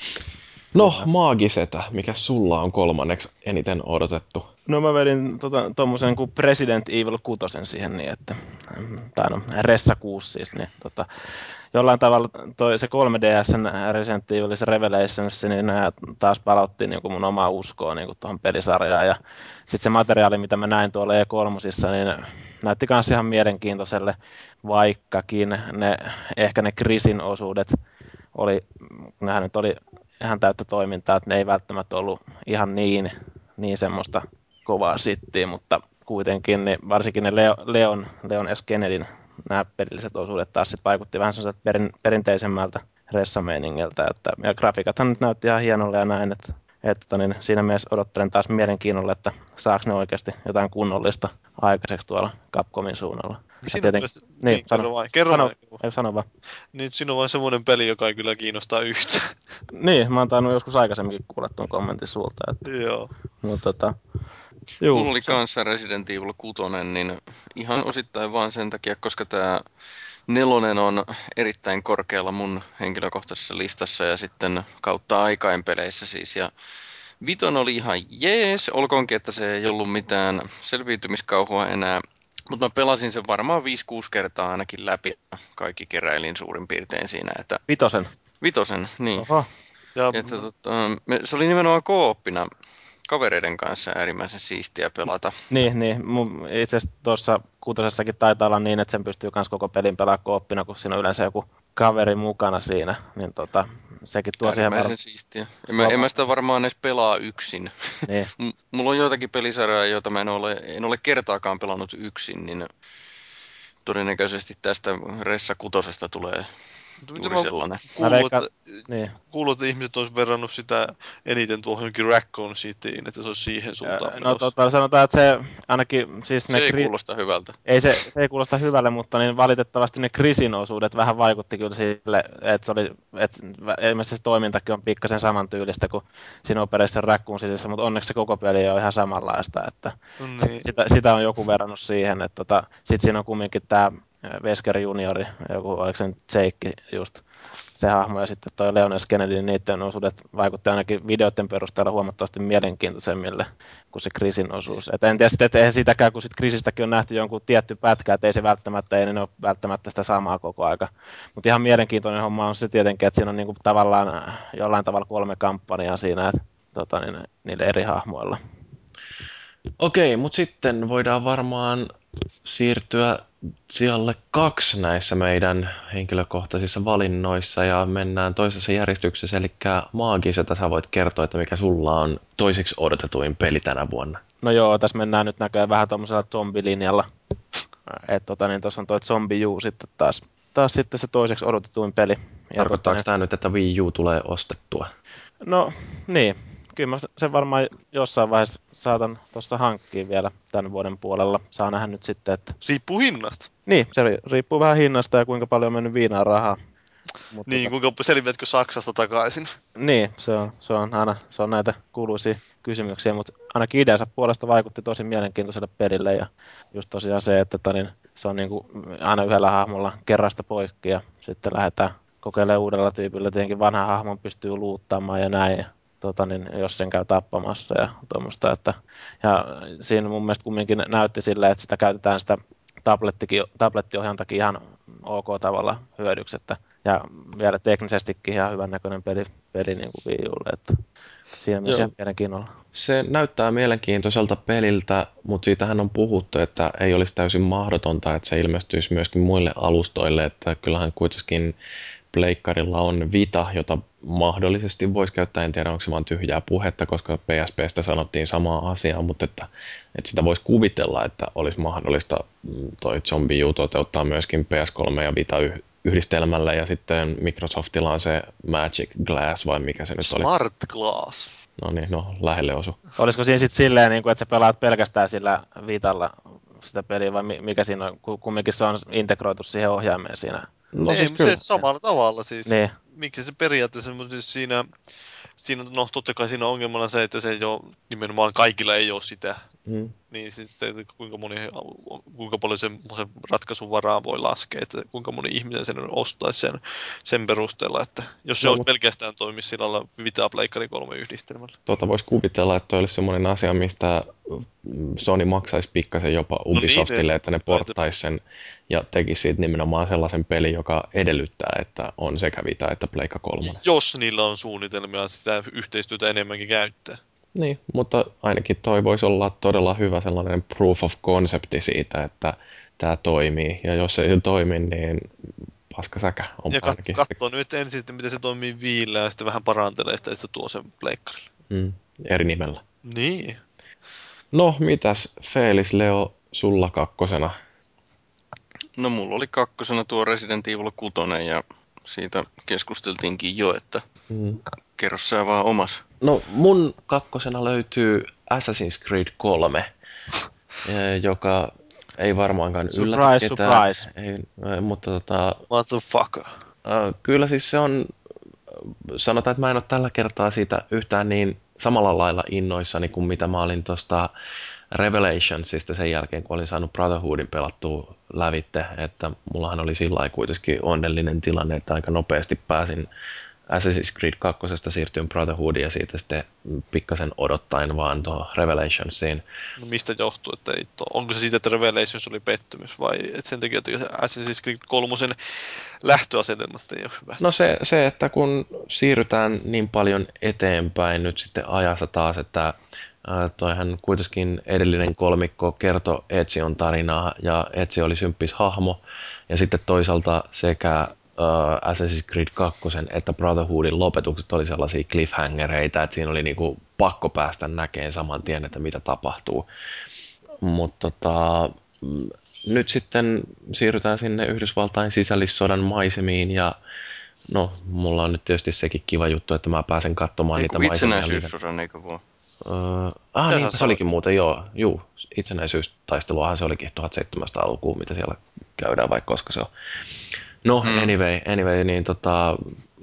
No, maagisetä, mikä sulla on kolmanneksi eniten odotettu? No mä vedin tota, tommosen kuin Resident Evil kuusi siihen niin, että, tai no Ressa kuusi siis, niin tota, jollain tavalla toi, se kolme D S:n Resident Evil Revelations, niin nää taas palautti niin kuin mun omaa uskoa niin kuin tuohon pelisarjaan, ja sitten se materiaali, mitä mä näin tuolla E kolme, niin näytti kans ihan mielenkiintoiselle, vaikkakin ne, ehkä ne Chrisin osuudet oli, nehän nyt oli ihan täyttä toimintaa, että ne ei välttämättä ollut ihan niin, niin semmoista kovaa sittiä, mutta kuitenkin niin varsinkin ne Leo, Leon, Leon S. Kennedyn nämä pelilliset osuudet taas sit vaikutti vähän sellaiselta perin, perinteisemmältä ressameiningiltä, että, ja grafiikathan nyt näytti ihan hienolle ja näin, että, että niin siinä mielessä odottelen taas mielenkiinnolla, että saako ne oikeasti jotain kunnollista aikaiseksi tuolla Capcomin suunnalla. Siinä on myös... Niin, Niin, sano, kerro vain. Kerro sano, vain. ei, sano vaan. Niin, siinä on vain semmoinen peli, joka ei kyllä kiinnostaa yhtään. Niin, mä oon tainnut joskus aikaisemminkin kuulla tuon kommentin sulta, että, Joo. mutta tota, juu, Mulla oli se- kanssa Resident Evil kuusi, niin ihan osittain vaan sen takia, koska tämä nelonen on erittäin korkealla mun henkilökohtaisessa listassa ja sitten kautta aikain peleissä siis. Ja viton oli ihan jees, olkoonkin, että se ei ollut mitään selviytymiskauhua enää. Mutta mä pelasin sen varmaan viisi kuusi kertaa ainakin läpi. Kaikki keräilin suurin piirtein siinä, että vitosen. vitosen, niin. Oho. Ja Että, tota, me, se oli nimenomaan kooppina kavereiden kanssa äärimmäisen siistiä pelata. Niin, niin. Mun, itse asiassa tuossa kuutosessakin taitaa olla niin, että sen pystyy myös koko pelin pelaamaan kooppina, kun siinä on yleensä joku kaveri mukana siinä. Niin tota, sekin tuo siihen Äärimmäisen var... siistiä. En mä, en mä sitä varmaan edes pelaa yksin. Niin. M- Mulla on joitakin pelisarjoja, joita mä en ole, en ole kertaakaan pelannut yksin, niin todennäköisesti tästä Ressa kutosesta tulee mitä juuri mä sellainen. kuullut, veikkaan- että, Niin. kuullut, että ihmiset olisi verrannut sitä eniten tuohon johonkin Raccoon Cityin, että se olisi siihen suuntaan No menossa. tota, sanotaan, että se ainakin siis Se ne... ei kri- kuulosta hyvältä. Ei se, se ei kuulosta hyvälle, mutta niin valitettavasti ne Chrisin osuudet vähän vaikutti kyllä sille, että se oli, että ilmeisesti se toimintakin on pikkasen samantyylistä kuin siinä Operation Raccoon Cityssä, mutta onneksi se koko peli on ihan samanlaista, että Niin. sitä, sitä on joku verrannut siihen, että tota, sitten siinä on kumminkin tämä Wesker juniori, joku, oliko se nyt Jake just, se hahmo, ja sitten toi Leon S. Kennedy, niin niiden osuudet vaikutti ainakin videoiden perusteella huomattavasti mielenkiintoisemmille kuin se Chrisin osuus. Et en tiedä sitten, että eihän sitäkään, kun sit Chrisistäkin on nähty jonkun tietty pätkä, että ei se välttämättä, ei ne ole välttämättä sitä samaa koko aika. Mutta ihan mielenkiintoinen homma on se tietenkin, että siinä on niinku tavallaan jollain tavalla kolme kampanjaa siinä, että tota, niin, niille eri hahmoilla. Okei, mutta sitten voidaan varmaan siirtyä sijalle kaksi näissä meidän henkilökohtaisissa valinnoissa ja mennään toisessa järjestyksessä, eli maagiselta sä voit kertoa, että mikä sulla on toiseksi odotetuin peli tänä vuonna. No joo, tässä mennään nyt näköjään vähän tuommoisella zombilinjalla. Että tota, niin tuossa on toi Zombie U sitten taas, taas sitten se toiseksi odotetuin peli. Ja Tarkoittaako tota, tämä nyt, että Wii U tulee ostettua? no niin, kyllä mä sen varmaan jossain vaiheessa saatan tuossa hankkia vielä tämän vuoden puolella. Saa nähdä nyt sitten, että... Riippuu hinnasta. Niin, se ri- riippuu vähän hinnasta ja kuinka paljon on mennyt viinaan rahaa. Mut Niin, tota, kuinka selviätkö Saksasta takaisin? niin, se on, se on aina se on näitä kuuluisia kysymyksiä, mutta ainakin ideansa puolesta vaikutti tosi mielenkiintoiselle pelille ja just tosiaan se, että tanin, se on niinku aina yhdellä hahmolla kerrasta poikki ja sitten lähdetään kokeilemaan uudella tyypillä. Tietenkin vanha hahmon pystyy luuttaamaan ja näin, ja, tota, niin, jos sen käy tappamassa ja tuommoista. Että, ja siinä mun mielestä kumminkin näytti sillä, että sitä käytetään sitä tablettikin, tablettiohjantakin ihan ok tavalla hyödyksi, että, ja vielä teknisestikin ihan hyvän näköinen peli, peli niin kuin Wii Ulle, että siinä mielessä ihan mielenkiinnolla. Se näyttää mielenkiintoiselta peliltä, mutta siitähän on puhuttu, että ei olisi täysin mahdotonta, että se ilmestyisi myöskin muille alustoille, että kyllähän kuitenkin Pleikkarilla on Vita, jota mahdollisesti voisi käyttää, en tiedä onko se vaan tyhjää puhetta, koska P S P:stä sanottiin samaa asiaa, mutta että, että sitä voisi kuvitella, että olisi mahdollista toi Zombie U toteuttaa myöskin P S kolme ja Vita yhdistelmällä, ja sitten Microsoftilla on se Magic Glass, vai mikä se nyt oli? Smart Glass. No niin, no lähelle osu. Olisiko siinä sitten silleen, niin kuin, että sä pelaat pelkästään sillä Vitalla sitä peliä, vai mikä siinä on, kumminkin se on integroitu siihen ohjaimeen siinä? No ei, siis kyllä. Se samalla tavalla siis. Niin. Miksi se periaatteessa, mutta siis siinä, siinä, no totta kai siinä on ongelmana se, että se ei ole, nimenomaan kaikilla ei ole sitä. Mm. Niin sitten kuinka, moni, kuinka paljon se, se ratkaisun varaa voi laskea, että kuinka moni ihminen sen ostaisi sen, sen perusteella, että jos se no, olisi mutta... pelkästään toimisi sillä lailla Vita Pleikkari kolme yhdistelmällä. Tuota voisi kuvitella, että toi olisi semmoinen asia, mistä Sony maksaisi pikkasen jopa Ubisoftille, no niin, että ne porttaisi sen ja tekisi siitä nimenomaan sellaisen pelin, joka edellyttää, että on sekä Vita että Pleikka kolme. Jos niillä on suunnitelmia sitä yhteistyötä enemmänkin käyttää. Niin, mutta ainakin toi voisi olla todella hyvä sellainen proof of concepti siitä, että tämä toimii. Ja jos ei se toimi, niin paska säkä on ja ainakin. Ja katso nyt ensin, että miten se toimii viillä ja sitten vähän parantelee sitä ja sitten tuo sen pleikkarille. Mm, eri nimellä. Niin. No, mitäs Felis Leo sulla kakkosena? No mulla oli kakkosena tuo Resident Evil kuusi ja siitä keskusteltiinkin jo, että mm. kerro sä vaan omas. No mun kakkosena löytyy Assassin's Creed kolme, joka ei varmaankaan yllätä surprise, ketään. Surprise, surprise. Mutta tota... Motherfucker. Äh, kyllä siis se on, sanotaan, että mä en ole tällä kertaa siitä yhtään niin samalla lailla innoissani kuin mitä mä olin tuosta Revelationsista sen jälkeen, kun olin saanut Brotherhoodin pelattua lävitte, että mullahan oli sillä lailla kuitenkin onnellinen tilanne, että aika nopeasti pääsin Assassin's Creed kaksi siirtyin Brotherhoodiin ja siitä sitten pikkasen odottaen vaan tuohon Revelationsiin. No mistä johtuu, että ei to... onko se siitä, että Revelations oli pettymys vai että sen takia, että Assassin's Creed kolme lähtöasetelmat ei ole hyvät? No se, se, että kun siirrytään niin paljon eteenpäin nyt sitten ajassa taas, että äh, toihan kuitenkin edellinen kolmikko kertoi Ezion tarinaa ja Ezio oli symppis hahmo ja sitten toisaalta sekä Uh, Assassin's Creed kaksi että Brotherhoodin lopetukset oli sellaisia cliffhangereita, että siinä oli niinku pakko päästä näkemään saman tien, että mitä tapahtuu. Mutta tota, nyt sitten siirrytään sinne Yhdysvaltain sisällissodan maisemiin ja no, mulla on nyt tietysti sekin kiva juttu, että mä pääsen katsomaan ei, niitä maisemia. Itsenäisyyssodan, eikö vaan? Uh, ah, niin, se olikin muuten, joo. Juu, itsenäisyystaisteluahan se olikin tuhatseitsemänsataalukua, mitä siellä käydään, vaikka koska se on. No, hmm. anyway, anyway, niin tota,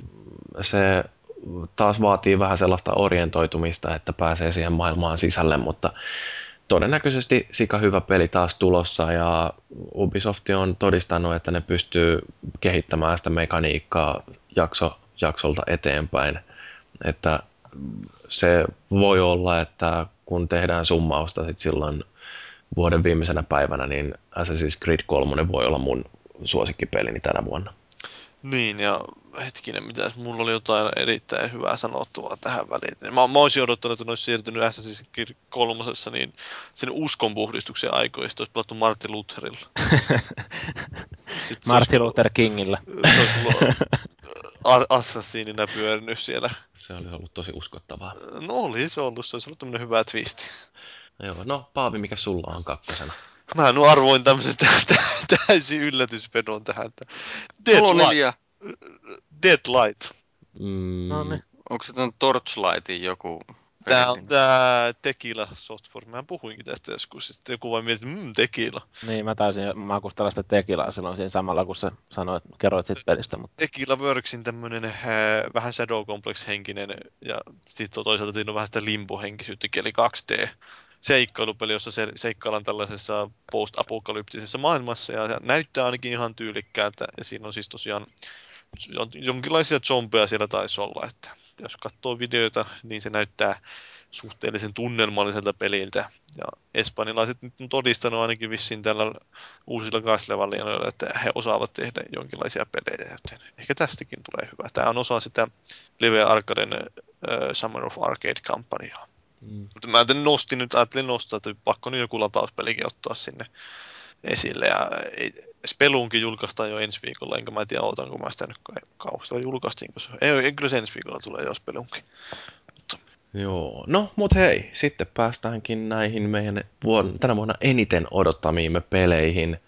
se taas vaatii vähän sellaista orientoitumista, että pääsee siihen maailmaan sisälle, mutta todennäköisesti sika hyvä peli taas tulossa ja Ubisoft on todistanut, että ne pystyy kehittämään sitä mekaniikkaa jakso, jaksolta eteenpäin, että se voi olla, että kun tehdään summausta sit silloin vuoden viimeisenä päivänä, niin Assassin's Creed kolme voi olla mun suosikkipelini tänä vuonna. Niin, ja hetkinen, mitäs, mulla oli jotain erittäin hyvää sanottavaa tähän väliin. Mä, mä olisin odottanut, että ne olisi siirtynyt Assassin's Creed kolmosessa, niin sen uskonpuhdistuksen aikoista olisi pelattu Martin Lutherilla. Martin Luther Kingillä. Se olisi ollut assassiinina pyörinyt siellä. Se oli ollut tosi uskottavaa. No oli se ollut, se olisi ollut tämmöinen hyvä twisti. Joo, no Paavi, mikä sulla on kakkosena? Mä nu arvoin tämmöisen täysin yllätysvedon tähän. Deadlight. Deadlight. Mm. No niin. Onko se tämän Torchlightin joku? Tää on tää Tequila Software. Mä puhuinkin tästä joskus. Sitten joku vaan mietti, että mmm, Tequila. Niin, mä taisin makustella sitä Tequilaa silloin siinä samalla, kun sä sanoit, kerroit siitä pelistä. Mutta... Tequila Worksin tämmönen äh, vähän Shadow Complex-henkinen ja sitten toisaalta siinä on vähän sitä limbo-henkisyyttäkin, eli kaksi D. Seikkailupeli, jossa se, seikkaillaan tällaisessa post-apokalyptisessa maailmassa ja se näyttää ainakin ihan tyylikkäältä ja siinä on siis tosiaan jonkinlaisia zombeja siellä taisi olla, että että jos katsoo videoita, niin se näyttää suhteellisen tunnelmalliselta peliltä. Ja espanjalaiset nyt on todistanut ainakin vissiin tällä uusilla Castlevaniailla, että he osaavat tehdä jonkinlaisia pelejä, joten ehkä tästäkin tulee hyvä. Tämä on osa sitä Live Arcaden uh, Summer of Arcade-kampanjaa. Mm. Mutta mä nostin nyt, ajattelin nostaa, että pakko nyt joku latauspelikin ottaa sinne esille. Ja Spelunkin julkaistaan jo ensi viikolla, enkä mä tiedä, otanko mä sitä nyt kauheasti. Vai julkaistiinko se? Ei, ei kyllä se ensi viikolla tulee jo Spelunkin. Mutta... Joo, no mut hei, sitten päästäänkin näihin meidän vuonna, tänä vuonna eniten odottamiimme peleihin.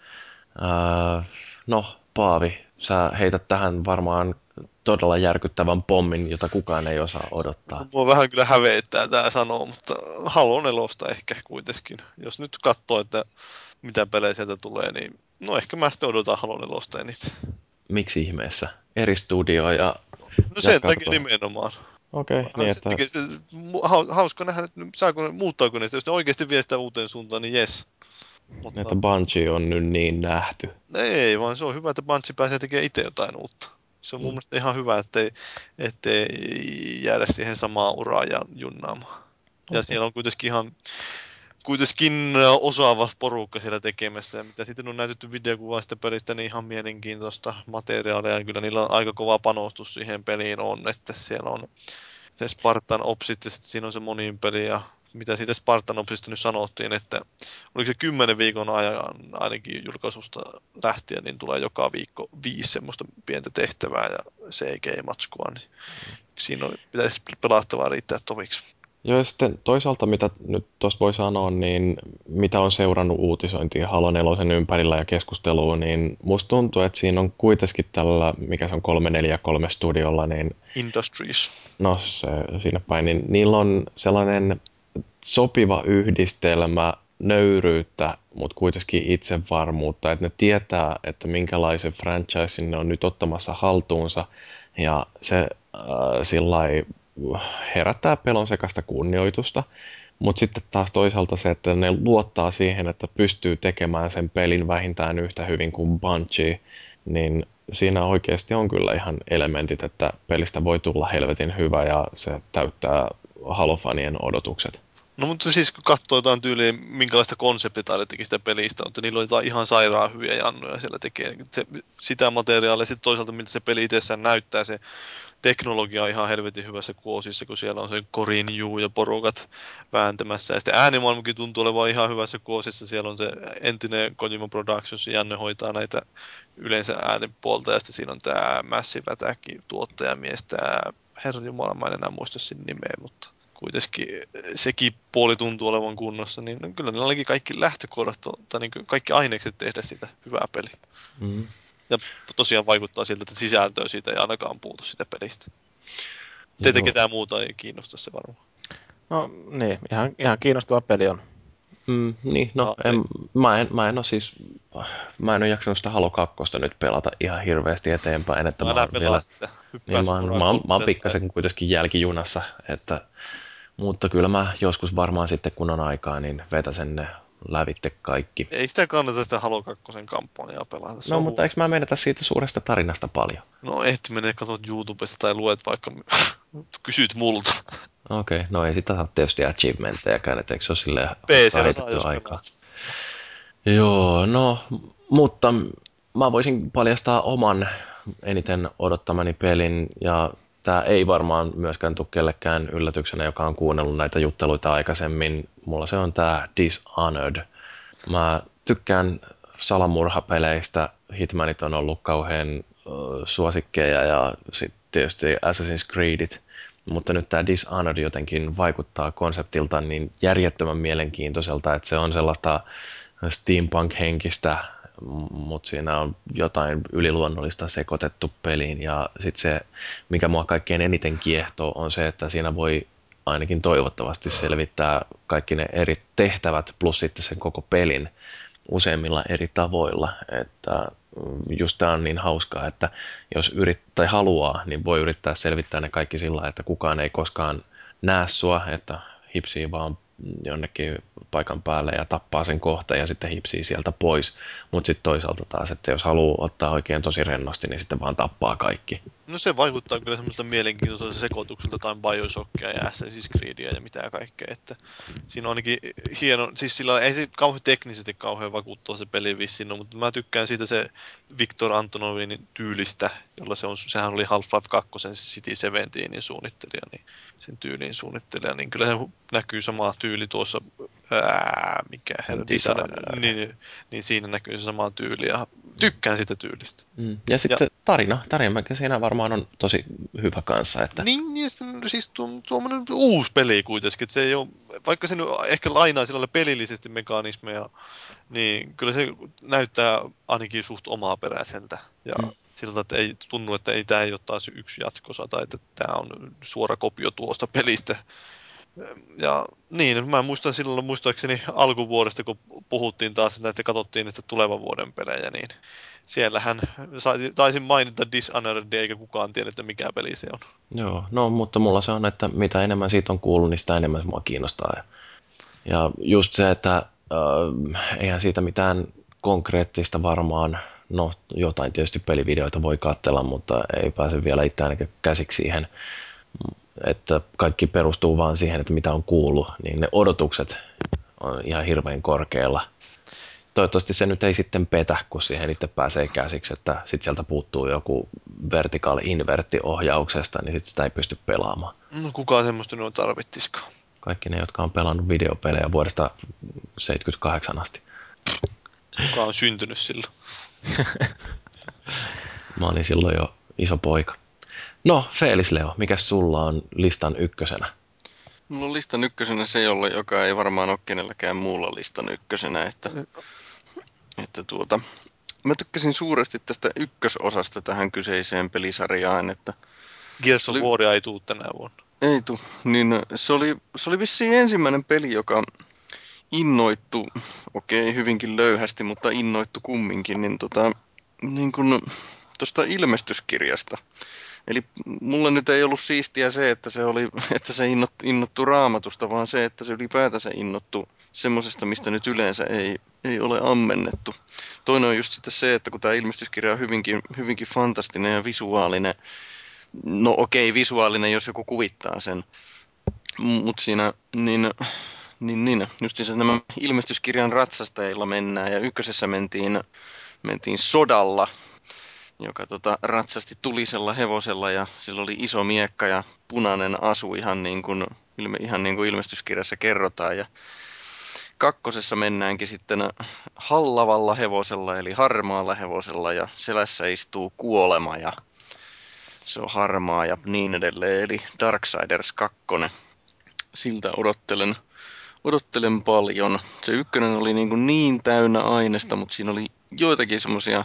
Uh, no, Paavi, sä heität tähän varmaan todella järkyttävän pommin, jota kukaan ei osaa odottaa. Mua vähän kyllä hävettää tää sanoa, mutta Halo nelosta ehkä kuitenkin. Jos nyt katsoo, että mitä pelejä sieltä tulee, niin no ehkä mä sitten odotan Halo nelosta eniten. Miksi ihmeessä? Eri studio ja... No sen takia tuo... nimenomaan. Okei, okay, niin että... Se, hauska nähdä, että saako ne, muuttaako ne sitä, jos ne oikeasti vie sitä uuteen suuntaan, niin jes. Mutta... Että Bungie on nyt niin nähty. Ei, vaan se on hyvä, että Bungie pääsee tekemään itse jotain uutta. Se on mm. mun mielestä ihan hyvä, ettei, ettei jäädä siihen samaan uraan ja junnaamaan. Okay. Ja siellä on kuitenkin ihan kuitenkin osaava porukka siellä tekemässä. Ja mitä sitten on näytetty videokuvaa sitä pelistä, niin ihan mielenkiintoista materiaalia. Ja kyllä niillä on aika kova panostus siihen peliin on, että siellä on se Spartan Opsit ja sitten siinä on se monin peli. Ja mitä siitä Spartan Opsista nyt sanottiin, että oliko se kymmenen viikon ajan ainakin julkaisusta lähtien, niin tulee joka viikko viisi semmoista pientä tehtävää ja C G-matskua. Niin siinä on, pitäisi pelattavaa riittää toviksi. Joo, ja sitten toisaalta, mitä nyt tuosta voi sanoa, niin mitä on seurannut uutisointia Halo nelosen ympärillä ja keskustelua, niin musta tuntuu, että siinä on kuitenkin tällä, mikä se on kolme neljä kolme studiolla, niin... Industries. No, se siinä päin, niin niillä on sellainen sopiva yhdistelmä nöyryyttä, mutta kuitenkin itsevarmuutta, että ne tietää, että minkälaisen franchisein ne on nyt ottamassa haltuunsa, ja se äh, sillai herättää pelon sekaista kunnioitusta, mutta sitten taas toisaalta se, että ne luottaa siihen, että pystyy tekemään sen pelin vähintään yhtä hyvin kuin Bungie, niin siinä oikeasti on kyllä ihan elementit, että pelistä voi tulla helvetin hyvä ja se täyttää Halo-fanien odotukset. No mutta siis kun katsoo jotain tyyliä, minkälaista konseptitaide teki sitä pelistä, mutta niillä on jotain ihan sairaan hyviä jannoja siellä tekee se, sitä materiaalia, sitten toisaalta miltä se peli itsessään näyttää, se teknologia on ihan helvetin hyvässä kuosissa, kun siellä on se Corin Yu ja porukat vääntämässä. Ja sitten äänimaailmakin tuntuu olevan ihan hyvässä kuosissa. Siellä on se entinen Kojima Productions, Janne hoitaa näitä yleensä äänipuolta. Ja sitten siinä on tämä Massive Attack tuottajamies, tämä herranjumala, mä en enää muista sen nimeä, mutta kuitenkin sekin puoli tuntuu olevan kunnossa. Niin kyllä niillä olikin kaikki lähtökohdat, tai niin kaikki ainekset tehdä sitä hyvää peliä. Mm. Ja tosiaan vaikuttaa siltä, että sisältöä siitä ei ainakaan puutu sitä pelistä. Teitä no. Ketään muuta ei kiinnosta se varmaan. No niin, ihan, ihan kiinnostava peli on. Mm, niin, no, no en, mä, en, mä en ole siis, mä en ole jaksanut sitä Halo kaksi nyt pelata ihan hirveästi eteenpäin. Että mä, mä, vielä, sitä. Niin, mä, mä, mä, mä oon pikkasen kuitenkin jälkijunassa, että, mutta kyllä mä joskus varmaan sitten kun on aikaa, niin vetäsen ne lävitte kaikki. Ei sitä kannata sitä Halo kaksi kampanjaa pelata. Se no, mutta eikö mä menetä siitä suuresta tarinasta paljon? No ehti menee katsot YouTubesta tai luet vaikka kysyt multa. Okei, okay, no ei sitä saa tietysti achievementtejakaan, että eikö se ole silleen raitettu aikaa. Joo, no, mutta mä voisin paljastaa oman eniten odottamani pelin, ja tää ei varmaan myöskään tule kellekään yllätyksenä, joka on kuunnellut näitä jutteluita aikaisemmin. Mulla se on tää Dishonored. Mä tykkään salamurhapeleistä. Hitmanit on ollut kauhean uh, suosikkeja ja sitten tietysti Assassin's Creedit. Mutta nyt tämä Dishonored jotenkin vaikuttaa konseptilta niin järjettömän mielenkiintoiselta, että se on sellaista steampunk-henkistä, mutta siinä on jotain yliluonnollista sekoitettu peliin. Ja sitten se, mikä mua kaikkein eniten kiehtoo, on se, että siinä voi ainakin toivottavasti selvittää kaikki ne eri tehtävät plus sitten sen koko pelin useimmilla eri tavoilla. Että just tämä on niin hauskaa, että jos yrittää tai haluaa, niin voi yrittää selvittää ne kaikki sillä, että kukaan ei koskaan näe sua, että hipsii vaan jonnekin paikan päälle ja tappaa sen kohta ja sitten hipsii sieltä pois. Mutta sitten toisaalta taas, että jos haluaa ottaa oikein tosi rennosti, niin sitten vaan tappaa kaikki. No se vaikuttaa kyllä semmoiselta mielenkiintoiselta sekoitukselta tai Bioshockia ja Assassin's Creedia ja mitä kaikkea, että siinä on ainakin hieno, siis sillä ei se kauhean teknisesti kauhean vakuuttaa se peli vissiin, no, mutta mä tykkään siitä se Viktor Antonovin tyylistä, jolla se on, sehän oli Half-Life kaksi se City seitsemäntoista suunnittelija, niin sen tyylin suunnittelija, niin kyllä se näkyy sama tyyli tuossa, ää, mikä herra designer, niin, niin siinä näkyy se sama tyyli ja tykkään sitä tyylistä. Mm. Ja sitten ja, tarina, tarina siinä varmaan on tosi hyvä kanssa. Että... Niin, ja sitten, siis tuo, tuommoinen uusi peli kuitenkin, että se ei ole, vaikka se nyt ehkä lainaa sillä pelillisesti mekanismeja, niin kyllä se näyttää ainakin suht omaperäiseltä. Ja mm. siltä, että ei tunnu, että ei, tämä ei ole taas yksi jatkosa, tai että tämä on suora kopio tuosta pelistä. Ja niin, mä muistan silloin muistaakseni alkuvuodesta, kun puhuttiin taas, että katsottiin että tulevan vuoden pelejä, niin siellähän taisin mainita Dishonored, eikä kukaan tiedä, että mikä peli se on. Joo, no mutta mulla se on, että mitä enemmän siitä on kuullut, niin sitä enemmän mua kiinnostaa. Ja, ja just se, että äh, eihän siitä mitään konkreettista varmaan, no jotain tietysti pelivideoita voi katsella, mutta ei pääse vielä itse ainakin käsiksi siihen, että kaikki perustuu vaan siihen, että mitä on kuullut, niin ne odotukset on ihan hirveän korkealla. Toivottavasti se nyt ei sitten petä, kun siihen itse pääsee käsiksi, että sitten sieltä puuttuu joku vertical invertti ohjauksesta, niin sitten sitä ei pysty pelaamaan. No kukaan semmoista nyt tarvittiskaan. Kaikki ne, jotka on pelannut videopelejä vuodesta seitsemänkymmentäkahdeksan asti. Kuka on syntynyt silloin? Mä olin silloin jo iso poika. No, Felis Leo, mikä sulla on listan ykkösenä? Mulla on listan ykkösenä se, jolla, joka ei varmaan ole kenelläkään muulla listan ykkösenä, että, että tuota, mä tykkäsin suuresti tästä ykkösosasta tähän kyseiseen pelisarjaan, että Gears of War ei tule tänä vuonna. Ei tule, niin se oli, se oli vissiin ensimmäinen peli, joka innoittu, okei hyvinkin löyhästi, mutta innoittu kumminkin, niin tota, niin kun tuosta ilmestyskirjasta. Eli mulle nyt ei ollut siistiä se, että se, oli, että se innot, innottu raamatusta, vaan se, että se ylipäätänsä innottu semmoisesta, mistä nyt yleensä ei, ei ole ammennettu. Toinen on just sitten se, että kun tämä ilmestyskirja on hyvinkin, hyvinkin fantastinen ja visuaalinen, no okei, visuaalinen, jos joku kuvittaa sen, mutta siinä, niin, niin, niin justiinsa nämä ilmestyskirjan ratsastajilla mennään, ja ykkösessä mentiin, mentiin sodalla, joka tota, ratsasti tulisella hevosella ja sillä oli iso miekka ja punainen asu ihan niin kuin, ihan niin kuin ilmestyskirjassa kerrotaan. Ja kakkosessa mennäänkin sitten hallavalla hevosella eli harmaalla hevosella ja selässä istuu kuolema ja se on harmaa ja niin edelleen. Eli Darksiders kaksi. Siltä odottelen, odottelen paljon. Se ykkönen oli niin, kuin niin täynnä aineesta, mutta siinä oli joitakin semmoisia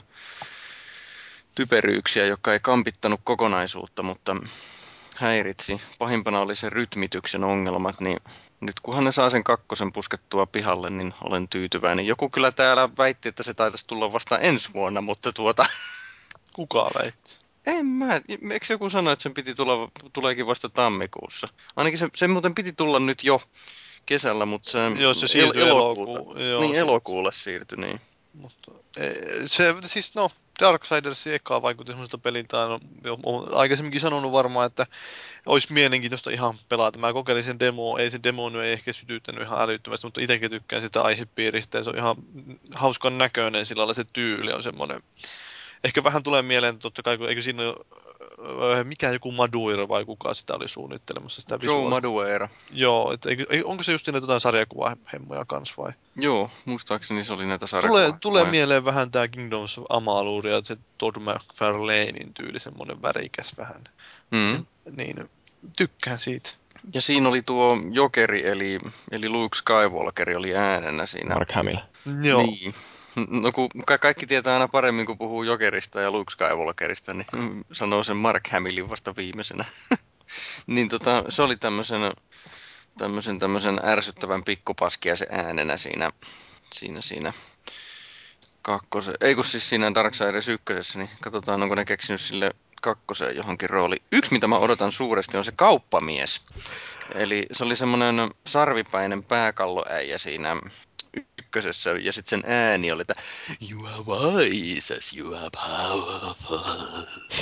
typeryyksiä, jotka ei kampittanut kokonaisuutta, mutta häiritsi. Pahimpana oli se rytmityksen ongelmat, niin nyt kunhan ne saa sen kakkosen puskettua pihalle, niin olen tyytyväinen. Joku kyllä täällä väitti, että se taitaisi tulla vasta ensi vuonna, mutta tuota... Kuka väitti? En mä, eikö joku sano, että sen piti tulla, tuleekin vasta tammikuussa? Ainakin se, se muuten piti tulla nyt jo kesällä, mutta se, Joo, se siirtyi el- elokuulle. Joo, niin, se... elokuulle siirtyi, niin. Mutta, se, siis no, Darksidersin eka vaikutti semmoiselta peliltä, no, olen aikaisemminkin sanonut varmaan, että olisi mielenkiintoista ihan pelata. Mä kokeilin sen demo, ei se demo nyt ei ehkä sytyttänyt ihan älyttömästi, mutta itsekin tykkään sitä aihepiiristä ja se on ihan hauskan näköinen, sillä lailla se tyyli on semmoinen. Ehkä vähän tulee mieleen, totta kai, eikö siinä ole, mikä joku Maduira vai kuka sitä oli suunnittelemassa sitä visuaalista. Joe Madureira. Joo, et, onko se just jotain sarjakuvahemmoja kanssa vai? Joo, muistaakseni se oli näitä sarjakuvaa. Tulee, tulee mieleen vähän tää Kingdoms of Amalur ja se Todd McFarlanein tyyli, semmoinen värikäs vähän. Mm. Niin, tykkään siitä. Ja siinä oli tuo Jokeri, eli, eli Luke Skywalker oli äänenä siinä. Mark Hamill. Joo. Niin. No kun kaikki tietää aina paremmin, kun puhuu Jokerista ja Luke Skywalkerista, niin sanoo sen Mark Hamillin vasta viimeisenä. Niin tota, se oli tämmöisen, tämmöisen, tämmöisen ärsyttävän pikkupaskia se äänenä siinä, siinä, siinä kakkosen. Ei kun siis siinä Darksiders ykkösessä, niin katsotaan, onko ne keksinyt sille kakkoseen johonkin rooli. Yksi, mitä mä odotan suuresti, on se kauppamies. Eli se oli semmoinen sarvipäinen pääkalloäijä siinä ykkösessä, ja sitten sen ääni oli, että you are wise as you are powerful.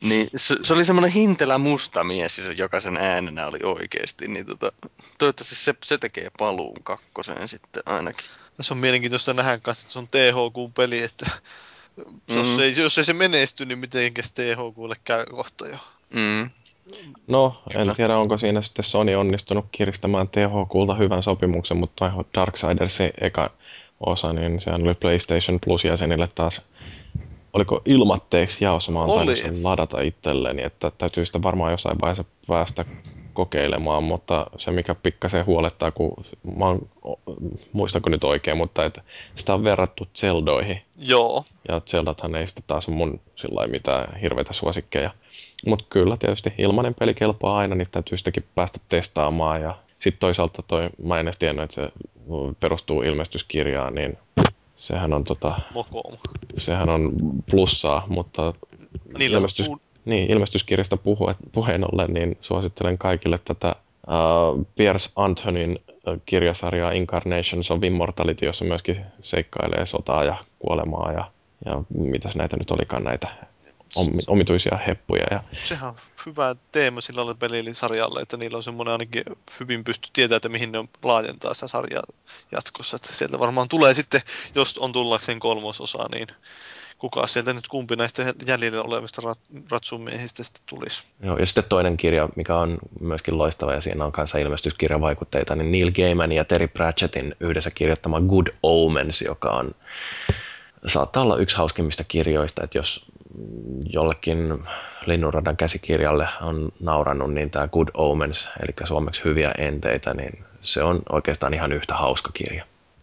Niin se, se oli semmoinen hintelä musta mies, joka sen äänenä oli oikeesti. Niin tota, toivottavasti se, se tekee paluun kakkoseen sitten ainakin. Se on mielenkiintoista nähdä kanssa, että se on T H Q-peli, että Mm. jos, ei, jos ei se menesty, niin mitenkäs T H Q:lle käy kohta jo. Mm. No, en Kyllä. tiedä, onko siinä sitten Sony onnistunut kiristämään T H Q:lta hyvän sopimuksen, mutta Darksidersin eka osa, niin sehän oli PlayStation Plus-jäsenille taas, oliko ilmatteeksi jaossa, mä oon Oli. tainnut sen ladata itselleni, että täytyy sitä varmaan jossain vaiheessa päästä kokeilemaan, mutta se mikä pikkasen huolettaa, kun mä oon, muistanko nyt oikein, mutta että sitä on verrattu Zeldoihin. Joo. Ja Zeldathan ei sitten taas ole mun sillä mitään hirveitä suosikkeja. Mutta kyllä tietysti ilmainen peli kelpaa aina, niin täytyy sitäkin päästä testaamaan. Ja sitten toisaalta toi, mä en edes tiennyt, että se perustuu ilmestyskirjaan, niin sehän on, tota, Mokooma. sehän on plussaa, mutta Niillä ilmestys, on... niin, ilmestyskirjasta puhu, puheen ollen, niin suosittelen kaikille tätä uh, Piers Antonin kirjasarjaa Incarnations of Immortality, jossa myöskin seikkailee sotaa ja kuolemaa ja, ja mitäs näitä nyt olikaan näitä omituisia heppuja. Ja... Sehän on hyvä teema sillä pelisarjalle, että niillä on semmoinen ainakin hyvin pysty tietää, että mihin ne laajentaa sitä sarjaa jatkossa. Että sieltä varmaan tulee sitten, jos on tullakseen kolmososa, niin kuka sieltä nyt kumpi näistä jäljellä olevista rat- ratsumiehistä sitten tulisi. Joo, ja sitten toinen kirja, mikä on myöskin loistava, ja siinä on kanssa ilmestyskirjavaikutteita, niin Neil Gaiman ja Terry Pratchettin yhdessä kirjoittama Good Omens, joka on, saattaa olla yksi hauskimmista kirjoista, että jos jollekin Linnunradan käsikirjalle on naurannut, niin tämä Good Omens, eli suomeksi hyviä enteitä, niin se on oikeastaan ihan yhtä hauska kirja.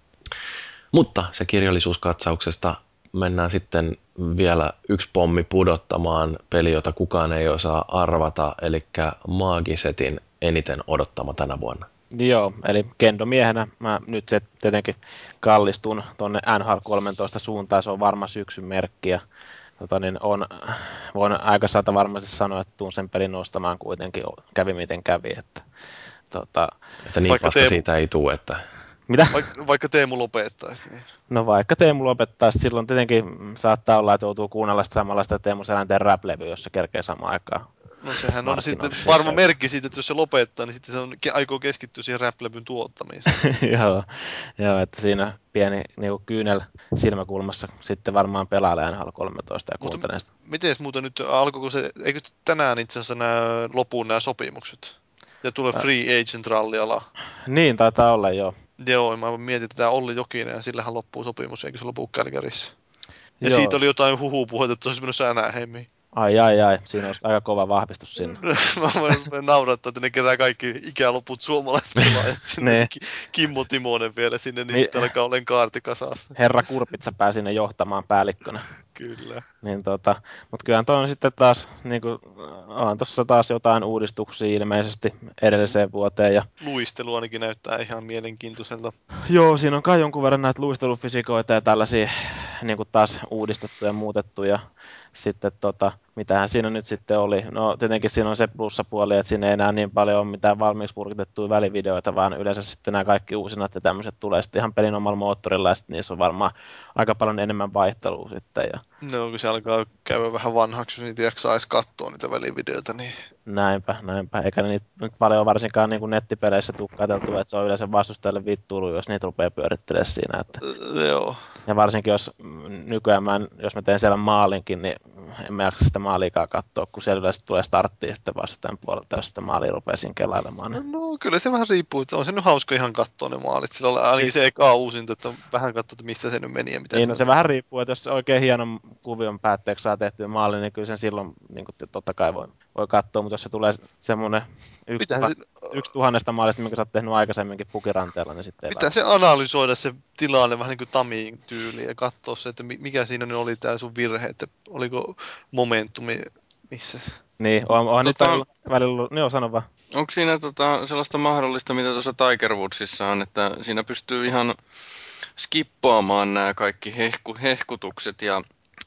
Mutta se kirjallisuuskatsauksesta mennään sitten vielä yksi pommi pudottamaan peli, jota kukaan ei osaa arvata, eli Maagisetin eniten odottama tänä vuonna. Joo, eli kendomiehenä mä nyt se tietenkin kallistun tuonne N H L kolmetoista suuntaan, se on varma syksyn merkki ja tota, niin on, voin aika saata varmasti sanoa, että tuun sen pelin nostamaan kuitenkin, kävi miten kävi. Että, tota, että niin Vaikka vasta Teemu... siitä ei tule, että... Mitä? Vaikka, vaikka Teemu lopettaisi, niin... No vaikka Teemu lopettaisi, silloin tietenkin saattaa olla, että joutuu kuunnella sitä samanlaista Teemu Selänteen rap-levyä, jos se kerkee samaan aikaan. No sehän on sitten varma merkki siitä, että jos se lopettaa, niin sitten se on, aikoo keskittyä siihen rap-levyn tuottamiseen. joo, joo, että siinä pieni niin kyynel silmäkulmassa sitten varmaan pelailee N H L kolmetoista ja kuuntelee sitä. Miten muuten nyt, alkoiko se, eikö tänään itse asiassa nämä lopuun nämä sopimukset? Ja tulee free agent ralliala. Niin, taitaa olla, joo. Joo, mä mietin, että tämä Olli Jokinen ja sillähän loppuu sopimus, eikö se lopu Kälkärissä? Ja joo. siitä oli jotain huhupuhetta, että se olisi menossa Anaheimiin. Ai ai ai, siinä olisi aika kova vahvistus sinne. Mä voin naurattaa, että ne kerää kaikki ikäloput suomalaiset pelaajat sinne. Kimmo Timonen vielä sinne, niin, niin sitten alkaa olen kaarti kasassa. Herra Kurpitsa pääsi sinne johtamaan päällikkönä. Kyllä. Niin tota, mutta kyllähän toi on sitten taas, niin kuin, on tuossa taas jotain uudistuksia ilmeisesti edelliseen vuoteen. Ja... Luistelu ainakin näyttää ihan mielenkiintoiselta. Joo, siinä on kai jonkun verran näitä luistelufisikoita ja tällaisia niin kuin taas uudistettu ja muutettu. Ja sitten tota, mitähän siinä nyt sitten oli. No tietenkin siinä on se plussapuoli, että siinä ei enää niin paljon ole mitään valmiiksi purkitettuja välivideoita, vaan yleensä sitten nämä kaikki uusinat ja tämmöiset tulee sitten ihan pelin omalla moottorilla ja sitten niissä on varmaan aika paljon enemmän vaihtelua sitten. Ja... No kun se alkaa käydä vähän vanhaksi, jos niitä jaksaa edes katsoa niitä välivideoita, niin... Näinpä, näinpä. Eikä niitä nyt paljon varsinkaan niin kuin nettipeleissä tule katseltua, että se on yleensä vastustajalle vittuilu, jos niitä rupeaa pyörittelemään siinä. Että... Joo. Ja varsinkin jos nykyään, mä, jos mä teen siellä maalinkin, niin en mä jaksa sitä maaliikaa katsoa, kun siellä yleensä tulee starttiin sitten vastustajan puolelta, jos sitä maalia rupeaa siinä kelailemaan. Niin... No kyllä se vähän riippuu, että on se nyt hauska ihan katsoa ne maalit. Sillä ainakin siis... se eka uusinta, että vähän katsoa, että missä se nyt meni ja mitä niin, se... No se vähän riippuu, että jos oikein hienon kuvion päätteeksi saa tehtyä maali, niin kyllä sen silloin niin kuin, totta kai voi, voi katsoa, mutta jos se tulee semmoinen yksi, tuha, se... yksi tuhannesta maalista, minkä sä oot tehnyt aikaisemminkin pukiranteella, niin sitten ei pitää se analysoida se tilanne vähän niin kuin Tamin tyyliin ja katsoa se, että mikä siinä nyt oli tämä sun virhe, että oliko momentumi missä. Niin, on, on tota, nyt välillä, niin joo, sano vaan. Onko siinä tota, sellaista mahdollista, mitä tuossa Tiger Woodsissa on, että siinä pystyy ihan skippaamaan nämä kaikki hehku, hehkutukset ja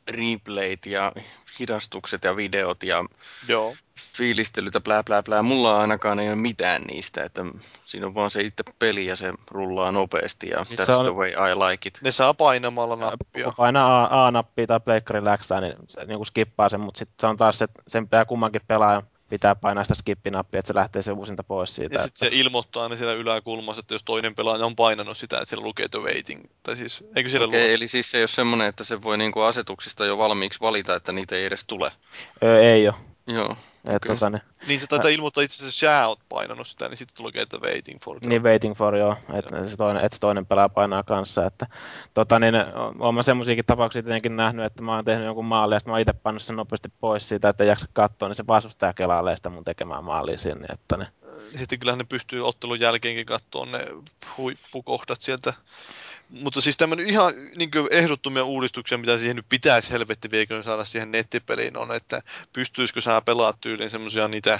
replayt ja hidastukset ja videot ja Joo. fiilistelyt ja blää blää blää. Mulla ainakaan ei ole mitään niistä, että siinä on vaan se itse peli ja se rullaa nopeasti ja Siis se that's on- the way I like it. Ne saa painamalla nappia. Kun painaa A- A-nappia tai pleikkarin läksää, niin se niin kuin skippaa sen, mutta sitten se on taas, että sen pitää kummankin pelaajan pitää painaa sitä skip-nappia, että se lähtee se uusinta pois siitä. Ja sitten että... se ilmoittaa aina siellä yläkulmassa, että jos toinen pelaaja on painanut sitä, että siellä lukee the waiting. Tai siis, eikö siellä Okei, lue? eli siis se ei ole semmoinen, että se voi niinku asetuksista jo valmiiksi valita, että niitä ei edes tule. Öö, ei ole. Joo, Et, okei. tota, ne, Niin se taitaa ilmoittaa itse asiassa, sä oot painanut sitä, niin sitten lukee the waiting for. niin waiting for, joo, että se toinen, et se toinen pelaa painaa kanssa. Että, tota, niin, olen mä semmoisiakin tapauksia tietenkin nähnyt, että mä oon tehnyt jonkun maalin ja sitten mä oon itse pannut sen nopeasti pois siitä, että ei jaksa katsoa, niin se vastustaja kelailee sitä mun tekemään maalia sinne. Että ne, Sitten kyllähän ne pystyy ottelun jälkeenkin katsoa ne huippukohdat sieltä. Mutta siis tämmöinen ihan niin ehdottomia uudistuksia, mitä siihen nyt pitäisi helvetti vieköön saada siihen nettipeliin on, että pystyisikö sä pelaa tyyliin semmoisia niitä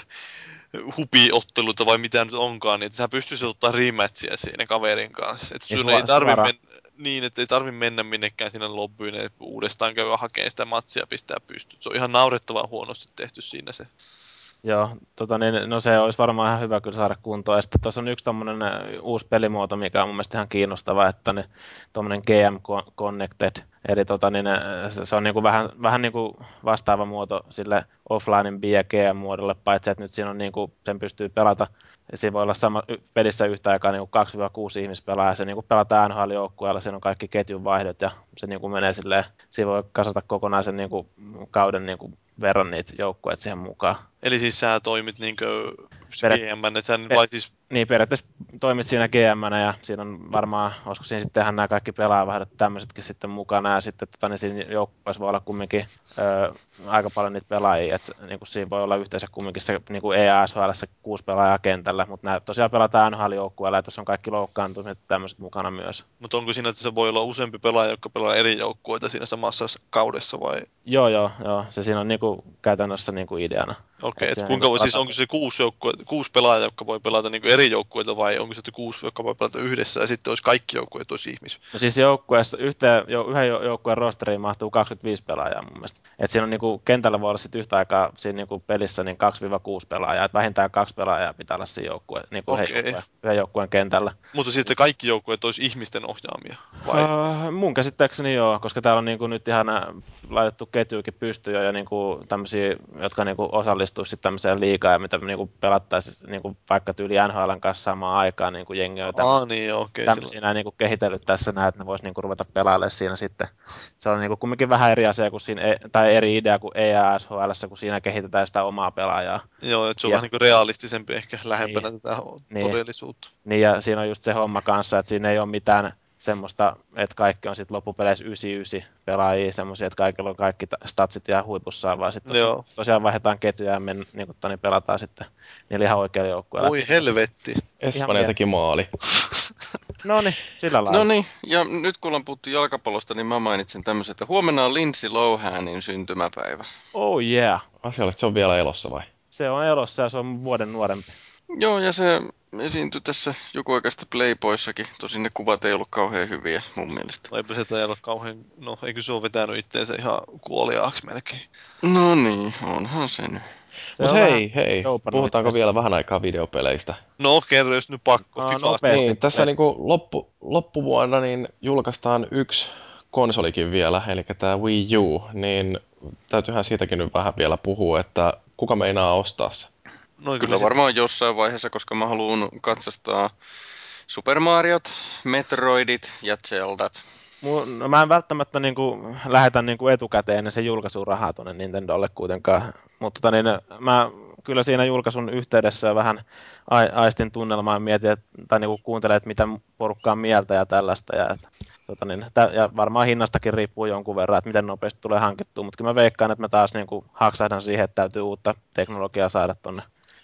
hupiotteluita vai mitä nyt onkaan, niin että sä pystyisit ottaa rematchia siinä kaverin kanssa. Että Niin sun suora- ei tarvi suoraan. mennä niin, että ei tarvi mennä minnekään sinne lobbyyn ja uudestaan käydä hakemaan sitä matsia ja pistää pystyt. Se on ihan naurettavan huonosti tehty siinä se. joo, tota, niin, no se olisi varmaan ihan hyvä kyllä saada kuntoon. Ja sitten tuossa on yksi tommonen äh, uusi pelimuoto, mikä on mun mielestä ihan kiinnostava, että niin, tommonen G M Co- Connected. Eli tota, niin, äh, se, se on niinku vähän, vähän niinku vastaava muoto sille offlinein B ja G M-muodolle, paitsi että nyt siinä on niinku, sen pystyy pelata. Ja siinä voi olla sama, y- pelissä yhtä aikaa niinku kaksi kuusi ihmispelaajaa. Se niinku pelataan N H L-joukkueella, siinä on kaikki ketjun vaihdot ja se niinku menee silleen, siinä voi kasata kokonaisen niinku, kauden niinku, verran niitä joukkueita siihen mukaan. Eli siis sä toimit niinkö Perä- G M, että sä, pe- vai siis Niin, periaatteessa toimit siinä G M:nä ja siinä on varmaan, olisiko siinä sitten tehdä nämä kaikki pelaajavaihdot tämmöisetkin sitten mukana ja sitten tota, niin siinä joukkueessa voi olla kumminkin ö, aika paljon niitä pelaajia, että niin kuin siinä voi olla yhteensä kumminkin se niin kuin E A S H L:ssä kuusi pelaajaa kentällä, mutta nämä tosiaan pelataan N H L-joukkueella ja tässä on kaikki loukkaantumiset tämmöiset mukana myös. mutta onko siinä, että se voi olla useampi pelaaja, jotka pelaa eri joukkueita siinä samassa kaudessa vai? Joo, joo, joo, se siinä on niin kuin, käytännössä niin kuin ideana. Okei, Et että siinä kuinka, niinku siis pelataan- onko se kuusi, joukkue, kuusi pelaajaa, jotka voi pelata niin eri joukkueita vai onko se että kuusi, jotka voi pelata yhdessä ja sitten olisi kaikki joukkueet olisi ihmis? No siis joukkueessa, yhteen, jo, yhden jo- joukkueen rosteriin mahtuu kaksikymmentäviisi pelaajaa mun mielestä. Et siinä on niinku, kentällä voi olla sit yhtä aikaa siinä niinku pelissä niin kaksi kuusi pelaajaa. Et vähintään kaksi pelaajaa pitää olla siinä joukkue, niinku yhden, Okei. joukkueen, yhden joukkueen kentällä. Mutta sitten kaikki joukkueet olisi ihmisten ohjaamia vai? Uh, mun käsittääkseni joo, koska täällä on niinku nyt ihan äh, laitettu ketjuikin pystyyn ja niinku tämmöisiä, jotka niinku osallistuisi tämmöiseen liigaan ja mitä niinku pelattaisiin niinku vaikka tyyli N H L:n kanssa samaan aikaan niinku jengi on Aa niin, joo, okei. tämmöisiä näin niinku kehitellyt tässä näin, että ne vois niinku ruveta pelailemaan siinä sitten. Se on niinku kumminkin vähän eri asia kuin siinä, e- tai eri idea kuin E A S H L:ssä, kun siinä kehitetään sitä omaa pelaajaa. Joo, että se on Ja- vähän niin kuin realistisempi ehkä lähempänä Niin. tätä Niin. todellisuutta. Niin ja siinä on just se homma kanssa, että siinä ei ole mitään semmoista, että kaikki on sitten loppupeleissä yhdeksänkymmentäyhdeksän pelaajia, semmoisia, että kaikilla on kaikki ta- statsit ihan huipussaan, vaan sitten Joo. tosiaan vaihdetaan ketjuja ja men, niin kuin Toni pelataan sitten niillä ihan oikeilla joukkueilla. Voi Et siinä- helvetti. Espanja Ihan teki maali. No niin, sillä lailla. No niin, ja nyt kun ollaan puhuttu jalkapallosta, niin mä mainitsen tämmöisen, että huomenna on Lindsay Lohanin syntymäpäivä. Oh yeah, Asiallisesti se on vielä elossa vai? se on elossa ja se on vuoden nuorempi. Joo, ja se esiintyi tässä joku aikaista Playboyssakin. Tosin ne kuvat ei ollut kauhean hyviä mun mielestä. No eipä se ei ole kauhean, no eikö se ole vetänyt itteensä ihan kuoliaaksi melkein. No niin, onhan se nyt. Se Mutta on hei, vähän hei, doupannut puhutaanko itseensä. vielä vähän aikaa videopeleistä? No kerro, jos nyt pakko. No, Fifasta. nopeasti. Niin, tässä nopeasti. niinku loppu, loppuvuonna niin julkaistaan yksi konsolikin vielä, eli tämä Wii U, niin täytyyhän siitäkin nyt vähän vielä puhua, että kuka meinaa ostaa se? No, Kyllä varmaan jossain vaiheessa, koska mä haluan katsastaa Super Mariot, Metroidit ja Zeldat. Mun, no mä en välttämättä niinku lähetä niinku etukäteen ennen sen julkaisuun rahaa tuonne Nintendolle kuitenkaan, mutta tota niin, mä kyllä siinä julkaisun yhteydessä vähän ai- aistin tunnelmaa ja mietin, et, tai niinku kuuntelin, että mitä porukkaa on mieltä ja tällaista. Ja, et, tota niin, tä, ja varmaan hinnastakin riippuu jonkun verran, että miten nopeasti tulee hankittua, mutta kyllä mä veikkaan, että mä taas niinku haksahdan siihen, että täytyy uutta teknologiaa saada tuonne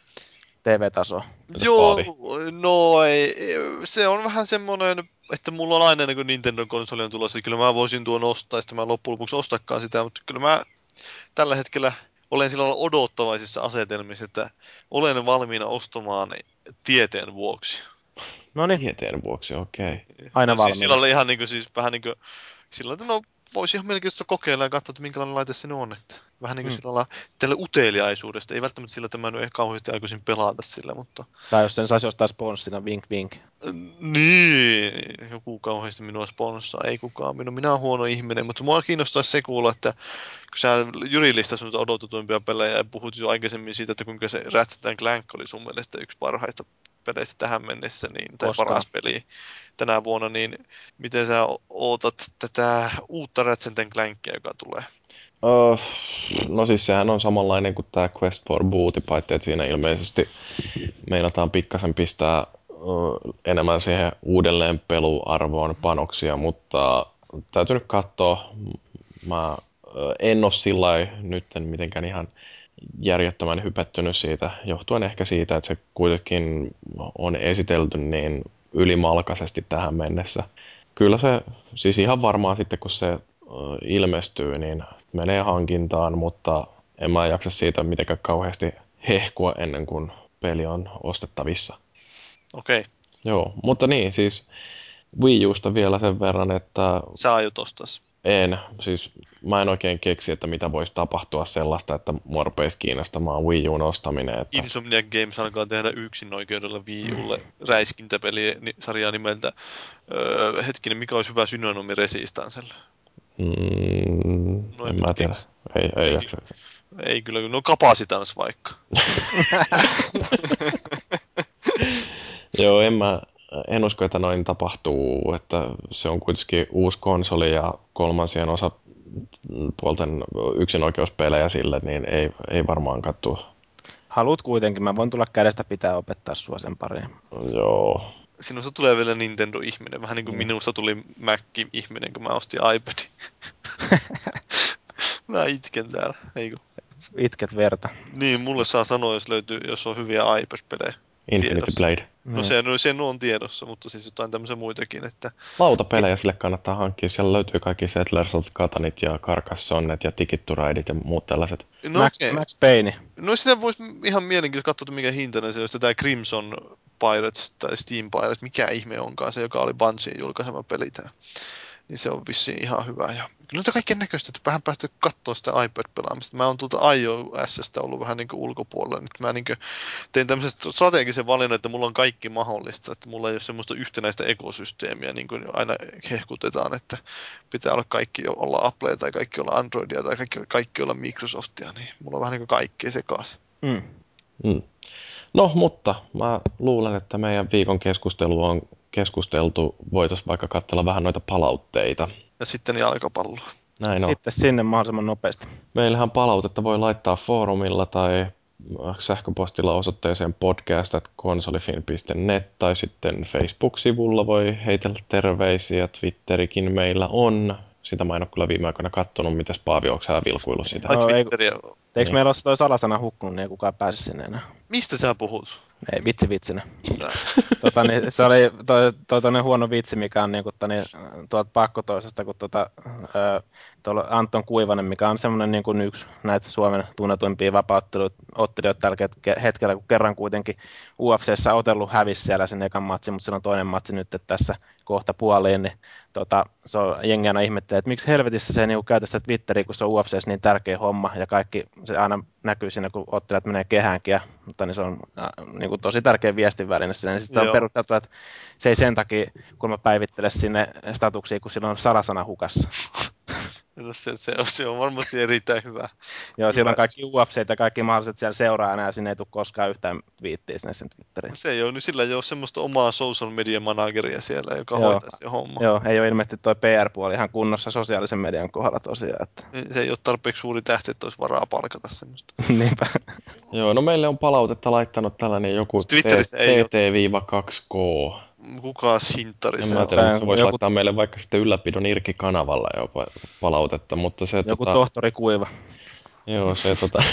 T V-tasoon. Joo, Paavi? no ei, se on vähän semmoinen, että mulla on aina niin Nintendo-konsoli on tulossa, kyllä mä voisin tuon ostaa, ja sitten mä loppujen lopuksi ostakaan sitä, mutta kyllä mä tällä hetkellä olen sillä lailla odottavaisissa asetelmissa, että olen valmiina ostamaan tieteen vuoksi. No niin, Tieteen vuoksi, okei. Okay. aina no, siis valmiina. sillä lailla ihan niin kuin, siis vähän niin kuin, sillä lailla, että no voisi ihan mielenkiintoista kokeilla ja katsoa, että minkälainen laite se on. Että vähän niin kuin Mm. sillä lailla tälle uteliaisuudesta. Ei välttämättä sillä, että mä en ole ehkä kauheasti aikuisin pelata sillä, mutta... Tai jos sen saisi jostain sponssina, vink vink. Niin, joku kauheasti minua sponssaa, ei kukaan minua. Minä olen huono ihminen, mutta mua kiinnostaisi se kuulla, että kun sä Jyri listasi nyt odotetuimpia pelejä ja puhut jo aikaisemmin siitä, että kuinka se Ratchet and Clank oli sun mielestä yksi parhaista peleistä tähän mennessä, niin, tai Koskaan. paras peli tänä vuonna, niin miten sä ootat tätä uutta Ratchet and Clankia, joka tulee? Uh, no siis sehän on samanlainen kuin tämä Quest for Booty, paitsi että siinä ilmeisesti meinataan pikkasen pistää uh, enemmän siihen uudelleen peluarvoon panoksia, mutta täytyy nyt katsoa. Mä uh, en ole sillä nyt mitenkään ihan järjettömän hypättynyt siitä, johtuen ehkä siitä, että se kuitenkin on esitelty niin ylimalkaisesti tähän mennessä. Kyllä se, siis ihan varmaan sitten kun se ilmestyy, niin menee hankintaan, mutta en mä jaksa siitä mitenkään kauheasti hehkua ennen kuin peli on ostettavissa. Okei. Okay. Joo, mutta niin, siis Wii Usta vielä sen verran, että... Sä aiot ostas. En, siis mä en oikein keksi, että mitä voisi tapahtua sellaista, että mua rupeisi kiinnostamaan Wii U:n ostaminen. Että... Insomniac Games alkaa tehdä yksin oikeudella Wii Ulle räiskintäpelisarjaa nimeltä. Öö, hetkinen, mikä olisi hyvä synonyymi Resistancelle? Mm, No en mä tiedä. Ei, ei, ei, jaksa. Ei kyllä, no Capacitance vaikka. Joo, en mä, en usko, että noin tapahtuu, että se on kuitenkin uusi konsoli ja kolmansien osapuolten yksinoikeuspelejä sille, niin ei, ei varmaan kattu. Haluat kuitenkin, mä voin tulla kädestä pitää opettaa sua sen pariin. Joo. Sinusta tulee vielä Nintendo-ihminen, vähän niin kuin mm. minusta tuli Mac-ihminen, kun mä ostin iPadin. Mä itken täällä, eikö? Itket verta. Niin, mulle saa sanoa, jos löytyy, jos on hyviä iPad-pelejä. Infinity tiedossa. Blade. No se, no, se on tiedossa, mutta siis jotain tämmöisiä muitakin, että... Lautapelejä sille kannattaa hankkia. Siellä löytyy kaikki Settlers of Catanit ja Carcassonnet ja Ticket to Rideit ja muut tällaiset. No, Max, okay. Max Payne. No sitä voisi ihan mielenkiintoista katsoa, mikä hintainen se on. Tämä Crimson Pirates tai Steam Pirates, mikä ihme onkaan se, joka oli Bungien julkaisema peli tämä. Niin se on vissiin ihan hyvä. Ja kyllä on kaiken näköistä, että vähän päästä katsoa sitä iPad-pelaamista. Mä oon tuolta iOS:stä ollut vähän niin kuin ulkopuolella. Nyt mä niin kuin tein tämmöisen strategisen valinnan, että mulla on kaikki mahdollista. Että mulla ei ole semmoista yhtenäistä ekosysteemiä, niin kuin aina hehkutetaan, että pitää olla kaikki olla Applea tai kaikki olla Androidia tai kaikki, kaikki olla Microsoftia. Niin mulla on vähän niin kuin kaikkea sekaisin. Mm. Mm. No, mutta mä luulen, että meidän viikon keskustelu on keskusteltu. Voitaisiin vaikka katsella vähän noita palautteita. Ja sitten jalkapalloa. Näin on. Sitten sinne mahdollisimman nopeasti. Meillähän palautetta voi laittaa foorumilla tai sähköpostilla osoitteeseen podcast at konsolifin piste net tai sitten Facebook-sivulla voi heitellä terveisiä. Twitterikin meillä on. Sitä mä en ole kyllä viime aikoina katsonut. Mitäs Paavi, onko sä vilkuillut sitä? No, Twitteriä. Eikö niin. Meillä ole toi salasana hukkunut, niin ei kukaan pääse sinne enää? Mistä sä puhut? Ei, vitsi vitsinä. tota, niin, se oli toi, toi, toi huono vitsi, mikä on niin, niin, tuolta pakkotoisesta, kun tuota, tuolla Anton Kuivanen, mikä on semmoinen niin kuin yksi näitä Suomen tunnetuimpia vapauttelijoita tällä hetkellä, kun kerran kuitenkin U F C:ssä otellut hävisi siellä sen ekan matsi, mutta siellä on toinen matsi nyt tässä kohta puoliin, niin tota, se on jengi aina ihmettelee, että miksi helvetissä se ei niinku käytä sitä Twitteriä, kun se on U F C:ssä niin tärkeä homma, ja kaikki se aina näkyy siinä, kun ottelijat menee kehäänkin, ja, mutta niin se on äh, niinku tosi tärkeä viestinväline siinä, niin sitten on perusteltu, että se ei sen takia, kun mä päivittelen sinne statuksia, kun sillä on salasana hukassa. No se, se, on, se on varmasti erittäin hyvä. Joo, siellä on kaikki U F C ja kaikki mahdolliset siellä seuraajana, ja sinne ei tule koskaan yhtään viittiä sinne sen Twitteriin. Se ei ole, niin sillä ei ole semmoista omaa social media manageria siellä, joka Joo. hoitaa se homma. Joo, ei ole ilmeisesti toi P R-puoli ihan kunnossa sosiaalisen median kohdalla tosiaan. Että... Se ei ole tarpeeksi suuri tähti, että olisi varaa palkata semmoista. Niinpä. Joo, no meille on palautetta laittanut tällainen joku T T kaksi K. Kukas hinttari se on? En mä tiedä, että se voisi joku... laittaa meille vaikka sitten ylläpidon Irkki-kanavalla jopa palautetta, mutta se... Joku tota... tohtori Kuiva. Joo, se tota...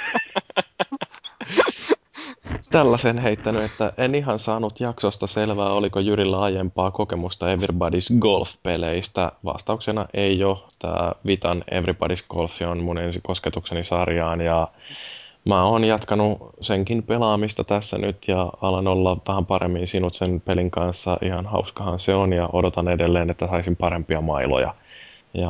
Tällaisen heittänyt, että en ihan saanut jaksosta selvää, oliko Jyrillä aiempaa kokemusta Everybody's Golf-peleistä. Vastauksena ei ole. Tämä Vitan Everybody's Golf on mun ensikosketukseni sarjaan ja mä oon jatkanut senkin pelaamista tässä nyt ja alan olla vähän paremmin sinut sen pelin kanssa. Ihan hauskahan se on ja odotan edelleen, että saisin parempia mailoja. Ja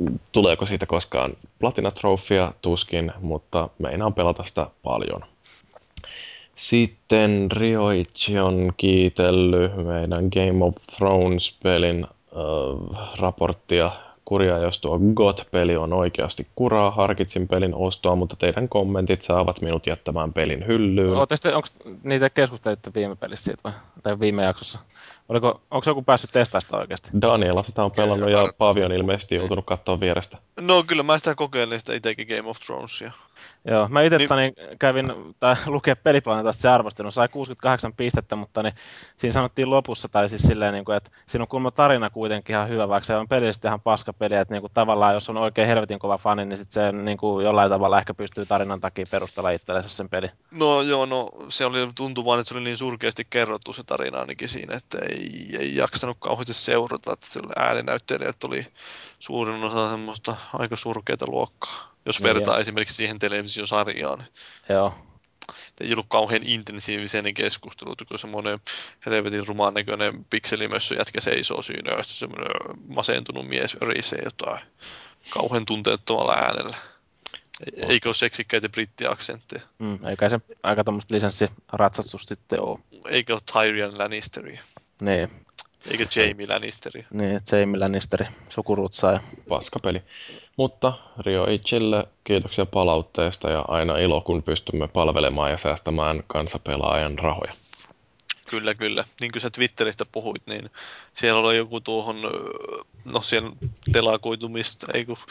tuleeko siitä koskaan Platina-trofia? Tuskin, mutta meinaan pelata sitä paljon. Sitten Ryoichi on kiitellyt meidän Game of Thrones-pelin äh, raporttia. Kuria, jos tuo G O T-peli on oikeasti kuraa, harkitsin pelin ostoa, mutta teidän kommentit saavat minut jättämään pelin hyllyyn. Onko niitä keskustelitte viime pelissä siitä vai? Tai viime jaksossa? Oliko, onko joku päässyt testaamaan sitä oikeasti? Daniela sitä on pelannut ja Paavi on ilmeisesti joutunut katsoa vierestä. No kyllä mä sitä kokeilin sitä itsekin Game of Thronesia. Joo, mä itse Niin- niin... kävin tai lukea Peliplaneetasta se arvostelu, sai kuusikymmentäkahdeksan pistettä, mutta niin, siinä sanottiin lopussa, tai siis silleen, niin kuin, että siinä on kuulemma tarina kuitenkin ihan hyvä, vaikka se on pelillisesti ihan paska peli, että niin kuin, tavallaan jos on oikein helvetin kova fani, niin sit se niin kuin, jollain tavalla ehkä pystyy tarinan takia perustella itsellensä sen peli. No joo, no se oli tuntuu vaan, että se oli niin surkeasti kerrottu se tarina ainakin siinä, että ei, ei jaksanut kauheasti seurata, että sillä ääninäyttelijät oli suurin osa semmoista aika surkeita luokkaa. Jos Niin, vertaa joo. esimerkiksi siihen televisiosarjaan, niin Joo. ei ollut kauhean intensiivisen keskustelu, kun semmoinen helvetin rumaan näköinen pikselimössö jätkä seisoo siinä, ja sitten semmoinen masentunut mies örisee jotain kauhean tunteettomalla äänellä. E- Eikö ole seksikkäitä brittiaksentteja? Mm, eikä se aika tommoista lisenssiratsastus sitten ole. Eikö ole Tyrion Lannisteri? Niin, Eikä Jamie Lannisteri? niin Jamie Lannisteri, sukurutsaaja. Paskapeli. Mutta Ryoichille kiitoksia palautteesta ja aina ilo, kun pystymme palvelemaan ja säästämään kansapelaajan rahoja. Kyllä, kyllä. Niin kuin sä Twitteristä puhuit, niin siellä oli joku tuohon, no siellä telakoitumista, ei kun,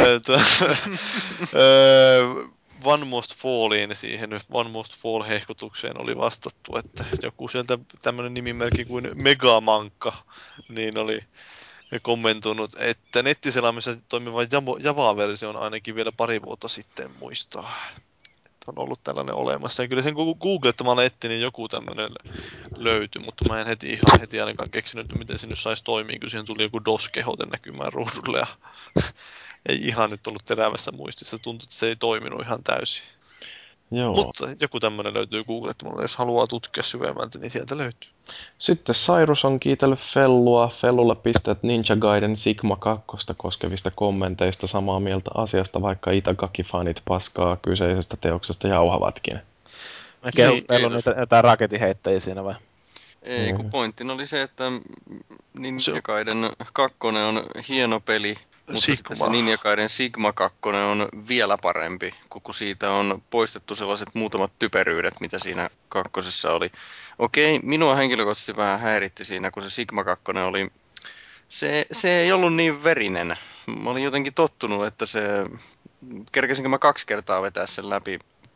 One Most Falliin siihen, One Most Fall-hehkutukseen oli vastattu, että joku sieltä tämmöinen nimimerkki kuin Megamankka, niin oli kommentoinut, että nettiselaimissa toimiva Java-versio on ainakin vielä pari vuotta sitten muistaa. On ollut tällainen olemassa. Ja kyllä sen googlettamalla etti, niin joku tämmöinen löytyi, mutta mä en heti ihan heti ainakaan keksinyt, että miten se nyt saisi toimia, kun siihen tuli joku DOS-kehote näkymään ruudulle ja ei ihan nyt ollut terävässä muistissa. Tuntui, että se ei toiminut ihan täysin. Joo. Mutta joku tämmöinen löytyy googlettamalla, jos haluaa tutkia syvemmältä, niin sieltä löytyy. Sitten Cyrus on kiitellyt Fellua. Fellulle pisteet Ninja Gaiden Sigma kaksi koskevista kommenteista, samaa mieltä asiasta, vaikka Itagaki-fanit paskaa kyseisestä teoksesta jauhavatkin. Mä kehun Niin, Fellun kiitos. niitä jotain raketinheittäjiä siinä vai? Ei, kun Mm. pointtina oli se, että Ninja Se on- Gaiden kakkonen on hieno peli, mutta Sigma. sitten se Ninja Gaiden Sigma kakkonen on vielä parempi, kun siitä on poistettu sellaiset muutamat typeryydet, mitä siinä kakkosessa oli. Okei, minua henkilökohtaisesti vähän häiritti siinä, kun se Sigma kakkonen oli, se, se ei ollut niin verinen. Mä olin jotenkin tottunut, että se, kerkesinkö mä kaksi kertaa vetää sen läpi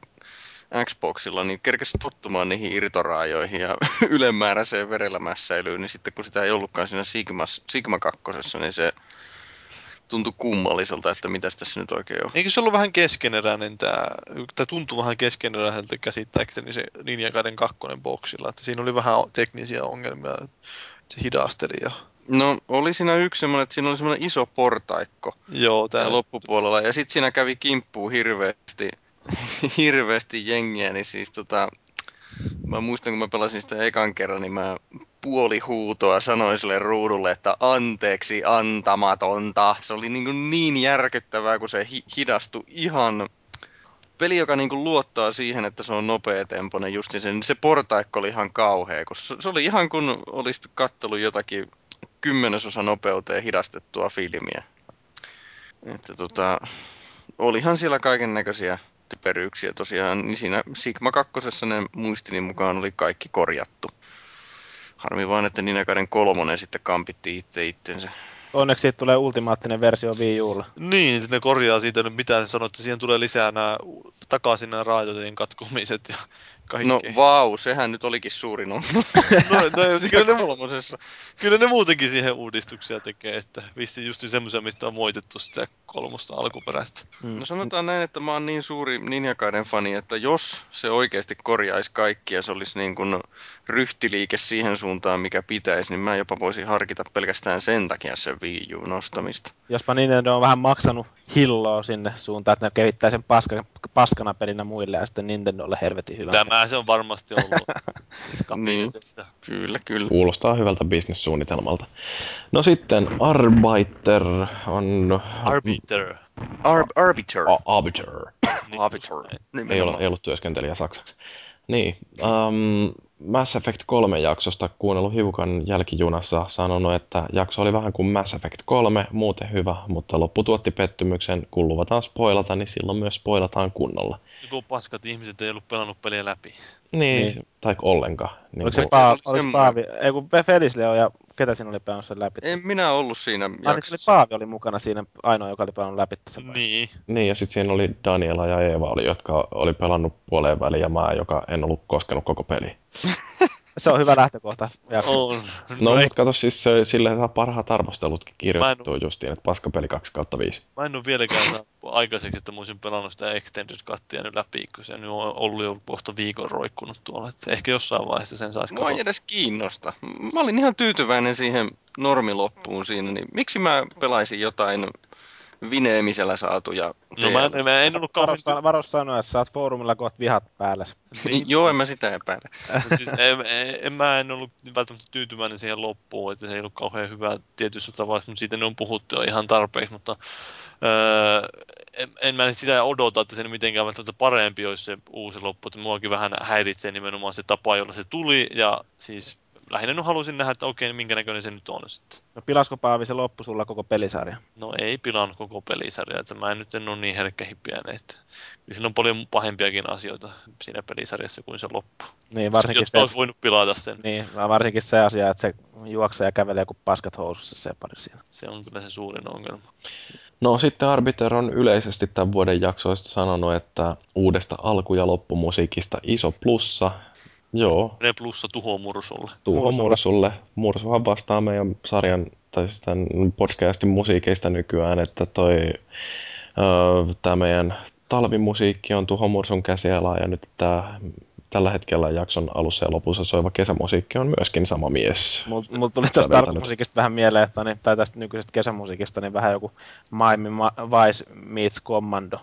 Xboxilla, niin kerkesi tottumaan niihin irtoraajoihin ja ylimääräiseen verelämässäilyyn, niin sitten kun sitä ei ollutkaan siinä Sigma, Sigma kakkosessa, niin se tuntui kummalliselta, että mitäs tässä nyt oikein on. Eikö se ollut vähän keskeneräinen tämä, tai tuntui vähän keskeneräiseltä käsittääkseni se Ninja Gaiden kakkonen boksilla, että siinä oli vähän teknisiä ongelmia, se hidasteli ja... No oli siinä yksi semmoinen, että siinä oli semmoinen iso portaikko Joo, tää tää... loppupuolella, ja sitten siinä kävi kimppuun hirveästi, hirveästi jengiä, niin siis tota, mä muistan, kun mä pelasin sitä ekan kerran, niin mä puoli huutoa sanoin sille ruudulle, että anteeksi antamatonta. Se oli niin, kuin niin järkyttävää, kun se hi- hidastui ihan... Peli, joka niin kuin luottaa siihen, että se on nopeatempoinen justin sen, niin se portaikko oli ihan kauhea, kun se, se oli ihan kun olisit kattellut jotakin kymmenesosa nopeuteen hidastettua filmiä. Että tota, olihan siellä kaiken näköisiä typeryyksiä tosiaan, niin siinä Sigma kakkosessa ne muistini mukaan oli kaikki korjattu. Harmi vaan, että Ninja Gaiden kolmonen sitten kampitti itse itsensä. Onneksi siitä tulee ultimaattinen versio Wii U:lle. Niin, ne korjaa siitä nyt mitään, ne sanoo, että siihen tulee lisää nämä takaisin nämä raitojen katkomiset ja kaikkea. No vau, sehän nyt olikin suurin ongelma. no, no Siinä kyllä, ne, kolmosessa. kyllä ne muutenkin siihen uudistuksia tekee, että vissi just semmoisia, mistä on moitettu sitä kolmosta alkuperäistä. Mm. No sanotaan näin, että mä oon niin suuri Ninja Gaiden fani, että jos se oikeasti korjaisi kaikki ja se olisi niin kuin ryhtiliike siihen suuntaan, mikä pitäisi, niin mä jopa voisin harkita pelkästään sen takia sen Wii U nostamista. Jospa Nintendo on vähän maksanut hilloa sinne suuntaan, että ne kehittää sen paska, paskana pelinä muille ja sitten Nintendolle helvetin hyvä. Tämä Tämä se on varmasti ollut. Niin, kyllä, kyllä. Kuulostaa hyvältä bisnessuunnitelmalta. No sitten Arbiter on... Arbiter. Ar- arbiter. A- Arbiter. Arbiter. Ei ole, ei ollut työskentelijä saksaksi. Niin, um, Mass Effect kolme jaksosta kuunnellut hiukan jälkijunassa, sanonut, että jakso oli vähän kuin Mass Effect kolme, muuten hyvä, mutta loppu tuotti pettymyksen, kun luvataan spoilata, niin silloin myös spoilataan kunnolla. Joku paskat ihmiset ei ollut pelannut peliä läpi. Niin, niin. Tai ollenkaan. Niin oliko se, kuin... paa, oliko Paavi, ei kun Felisleo ja ketä siinä oli pelannut sen läpi? En minä ollut siinä jaksossa. Ah, niin se oli Paavi oli mukana siinä ainoa, joka oli pelannut läpi sen. Niin. Niin, ja sitten siinä oli Daniela ja Eeva, oli, jotka oli pelannut puoleen väliin, ja mä, joka en ollut koskenut koko peliä. Se on hyvä lähtökohta. On. No, No mutta kato, siis se, sille saa parhaat arvostelutkin kirjoitettua en... justiin, että paskapeli kaksi kautta viisi. Mä en ole vieläkään saanut aikaiseksi, että mä olisin pelannut sitä Extended Cuttia nyt läpi, kun se nyt on ollut jo kohta viikon roikkunut tuolla. Että ehkä jossain vaiheessa sen saisi katsoa. Mua ei edes kiinnosta. Mä olin ihan tyytyväinen siihen normiloppuun siinä, niin miksi mä pelaisin jotain vineemisellä saatuja No mä en, mä en ollut kauhean... Varo, varo sanoa, että sä oot foorumilla kohta vihat päällä. Niin, joo, en mä sitä epäile. No siis, en, en, en, mä en ollut välttämättä tyytyväinen siihen loppuun, että se ei ollut kauhean hyvä tietyssä tavalla, mutta siitä ne on puhuttu jo ihan tarpeeksi, mutta öö, en, en mä sitä odota, että se mitenkään välttämättä parempi olisi se uusi loppu, että muakin vähän häiritsee nimenomaan se tapa, jolla se tuli, ja siis lähinnä nyt halusin nähdä, että okei, minkä näköinen se nyt on sitten. No pilasko Paavi se loppu sulla koko pelisarja? No ei pilannut koko pelisarjaa, että mä en nyt en ole niin herkkähippiäinen, että kyllä siinä on paljon pahempiakin asioita siinä pelisarjassa kuin se loppu. Niin, varsinkin se, olisi voinut pilata sen. Niin, varsinkin se asia, että se juoksee ja kävelee kuin paskat housussa se pari siinä. Se on kyllä se suurin ongelma. No sitten Arbiter on yleisesti tämän vuoden jaksoista sanonut, että uudesta alku- ja loppumusiikista iso plussa. Joo. Ne plussa Tuho Mursulle. Tuho Mursulle. Mursuhan vastaa meidän sarjan tai tämän podcastin musiikeista nykyään, että toi öö, tämä meidän talvimusiikki on Tuho Mursun käsialaa ja nyt tämä tällä hetkellä jakson alussa ja lopussa soiva kesämusiikki on myöskin sama mies. Mulla mul tuli tästä talvimusiikista vähän mieleen, että niin, tai tästä nykyisestä kesämusiikista, niin vähän joku Miami Vice meets Commando.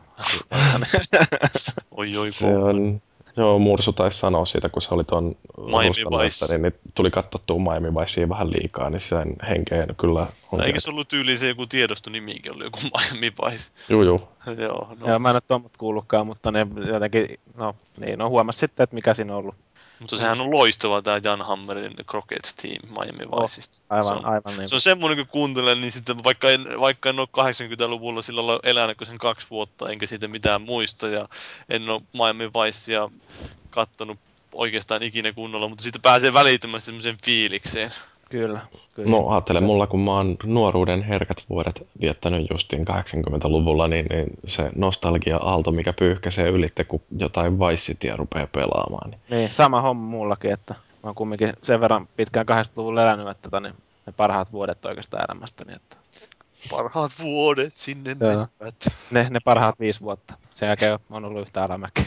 oi oi se on, joo, Mursu taisi sanoa siitä, kun se oli tuon Rustalaittari, niin tuli katsottua Miami Vicea vähän liikaa, niin sen henkeen kyllä on. Eikö se ollut tyyliin se joku tiedostonimikin, oli joku Miami Vice? Juu, juu. Joo, no. Joo, mä en ole tuommoista kuullutkaan, mutta ne jotenkin, no niin, no huomasi sitten, että mikä siinä on ollut. Mutta sehän on loistava tämä Jan Hammerin Crockett Team Miami Viceista. Oh, aivan, se on, aivan niin. Se on semmoinen, kun kuuntelen, niin sitten vaikka en, vaikka en ole kahdeksankymmentäluvulla sillä lailla elänyt kuin sen kaksi vuotta, enkä siitä mitään muista, ja en ole Miami Vicea kattonut oikeastaan ikinä kunnolla, mutta siitä pääsee välittömästi semmoiseen fiilikseen. Kyllä, kyllä. No ajattele mulla, kun mä oon nuoruuden herkät vuodet viettänyt justiin kahdeksankymmentäluvulla, niin, niin se nostalgia-aalto, mikä pyyhkäisee ylitte, kun jotain Vice Cityä rupeaa pelaamaan. Niin. niin, sama homma mullakin, että mä oon kumminkin sen verran pitkään kahdeksankymmentäluvulla elänyt, että tota, niin, ne parhaat vuodet oikeastaan elämästäni. Että... Parhaat vuodet sinne menevät. Ne, ne parhaat viisi vuotta. Sen jälkeen on ollut yhtä alamäkeä.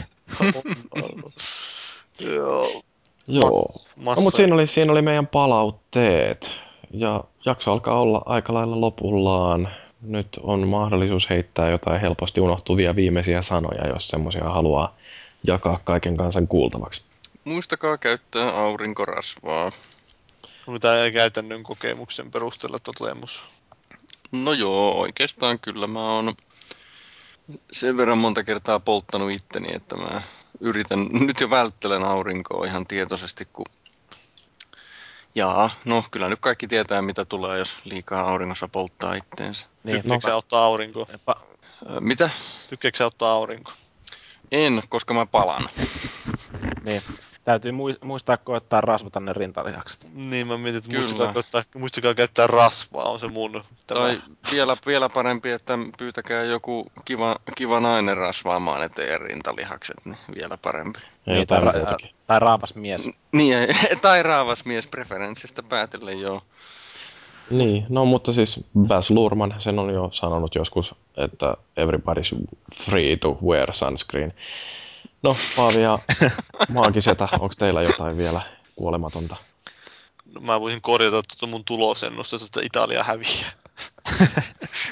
Joo. Joo, no, mutta siinä oli, siinä oli meidän palautteet. Ja jakso alkaa olla aika lailla lopullaan. Nyt on mahdollisuus heittää jotain helposti unohtuvia viimeisiä sanoja, jos semmoisia haluaa jakaa kaiken kansan kuultavaksi. Muistakaa käyttää aurinkorasvaa. Onko tämä käytännön kokemuksen perusteella toteamus? No joo, oikeastaan kyllä mä oon sen verran monta kertaa polttanut itteni, että mä yritän, nyt jo välttelen aurinkoa ihan tietoisesti, kun jaa, no kyllä nyt kaikki tietää, mitä tulee, jos liikaa auringossa polttaa itteensä. Niin, tykkääkö no, ottaa aurinkoa? Pa- mitä? Tykkääkö ottaa aurinkoa? En, koska mä palan. Niin. Täytyy muistaa koettaa rasvata ne rintalihakset. Niin, mä mietin, että muistakaa käyttää, muistakaa käyttää rasvaa, on se mun. Tämä. Tai vielä, vielä parempi, että pyytäkää joku kiva, kiva nainen rasvaamaan ne teidän rintalihakset, niin vielä parempi. Niin, tai, ra- tai raavas mies. Niin, tai raavas mies preferenssistä päätellen, joo. Niin, no mutta siis Baz Luhrmann sen on jo sanonut joskus, että everybody's free to wear sunscreen. No, Paavi ja Maagisetä, onko teillä jotain vielä kuolematonta? No, mä voisin korjata tuota mun tulosennusta, että Italia häviää.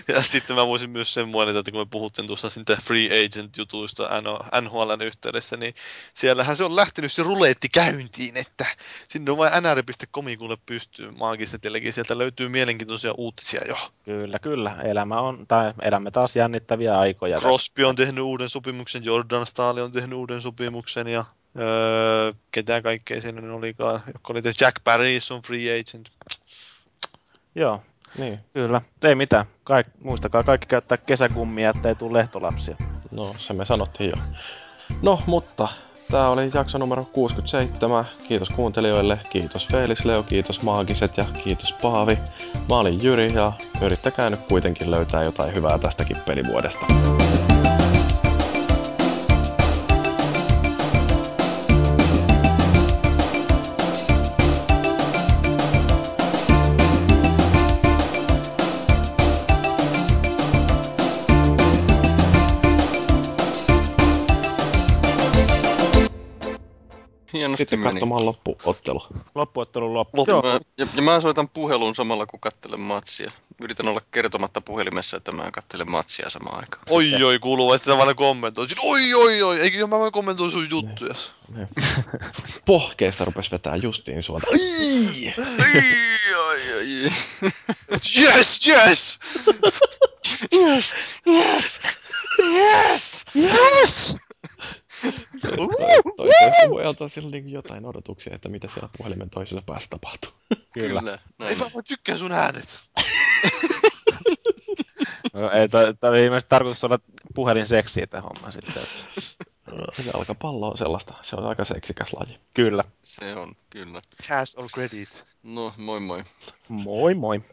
Ja sitten mä voisin myös sen mainita, että kun me puhuttiin tuossa niitä free agent-jutuista N H L:n yhteydessä, niin siellähän se on lähtenyt se ruleetti käyntiin, että sinne on vain N R piste comiin kuule pystyy Maagisnetilläkin, sieltä löytyy mielenkiintoisia uutisia jo. Kyllä, kyllä. Elämä on, tai elämme taas jännittäviä aikoja. Crosby on tehnyt uuden sopimuksen, Jordan Stahl on tehnyt uuden sopimuksen ja öö, ketään kaikkea siinä nyt olikaan, jotka oli tehnyt. Jack Paris on free agent. Joo, Niin. kyllä. Ei mitään. Kaik, muistakaa kaikki käyttää kesäkummia, ettei tule lehtolapsia. No, se me sanottiin jo. No, mutta tää oli jakso numero kuusikymmentäseitsemän. Kiitos kuuntelijoille, kiitos Felix, Leo, kiitos Maagiset ja kiitos Paavi. Mä olin Jyri ja yrittäkää nyt kuitenkin löytää jotain hyvää tästäkin pelivuodesta. Hienosti Sitten meni. katsomaan loppuottelu. Loppuottelun loppu. Loppu. Joo. Mä, ja, ja mä soitan puhelun samalla kun kattelen matsia. Yritän olla kertomatta puhelimessa, että mä kattelen matsia samaan aikaan. Oi oi, kuuluu vai sitten sä vaan kommentoisit. Oi oi oi, eikö mä vaan kommentoin sun juttuja. Ne. Pohkeesta rupes vetää justiin suolta. Ai! Ai, ai, ai. Yes, yes! Yes, yes, yes! Yes! Toivottavasti voi antaa sille niin jotain odotuksia, että mitä siellä puhelimen toisessa päässä tapahtuu. Kyllä. Kyllä. Ei Näin. mä, mä tykkään sun äänet. No, ei, tämä oli ilmeisesti tarkoitus olla puhelinseksiä tämä homma sitten. Jalkapallo on sellaista, se on aika seksikäs laji. Kyllä. Se on, kyllä. Cash or credit. No, moi moi. Moi moi.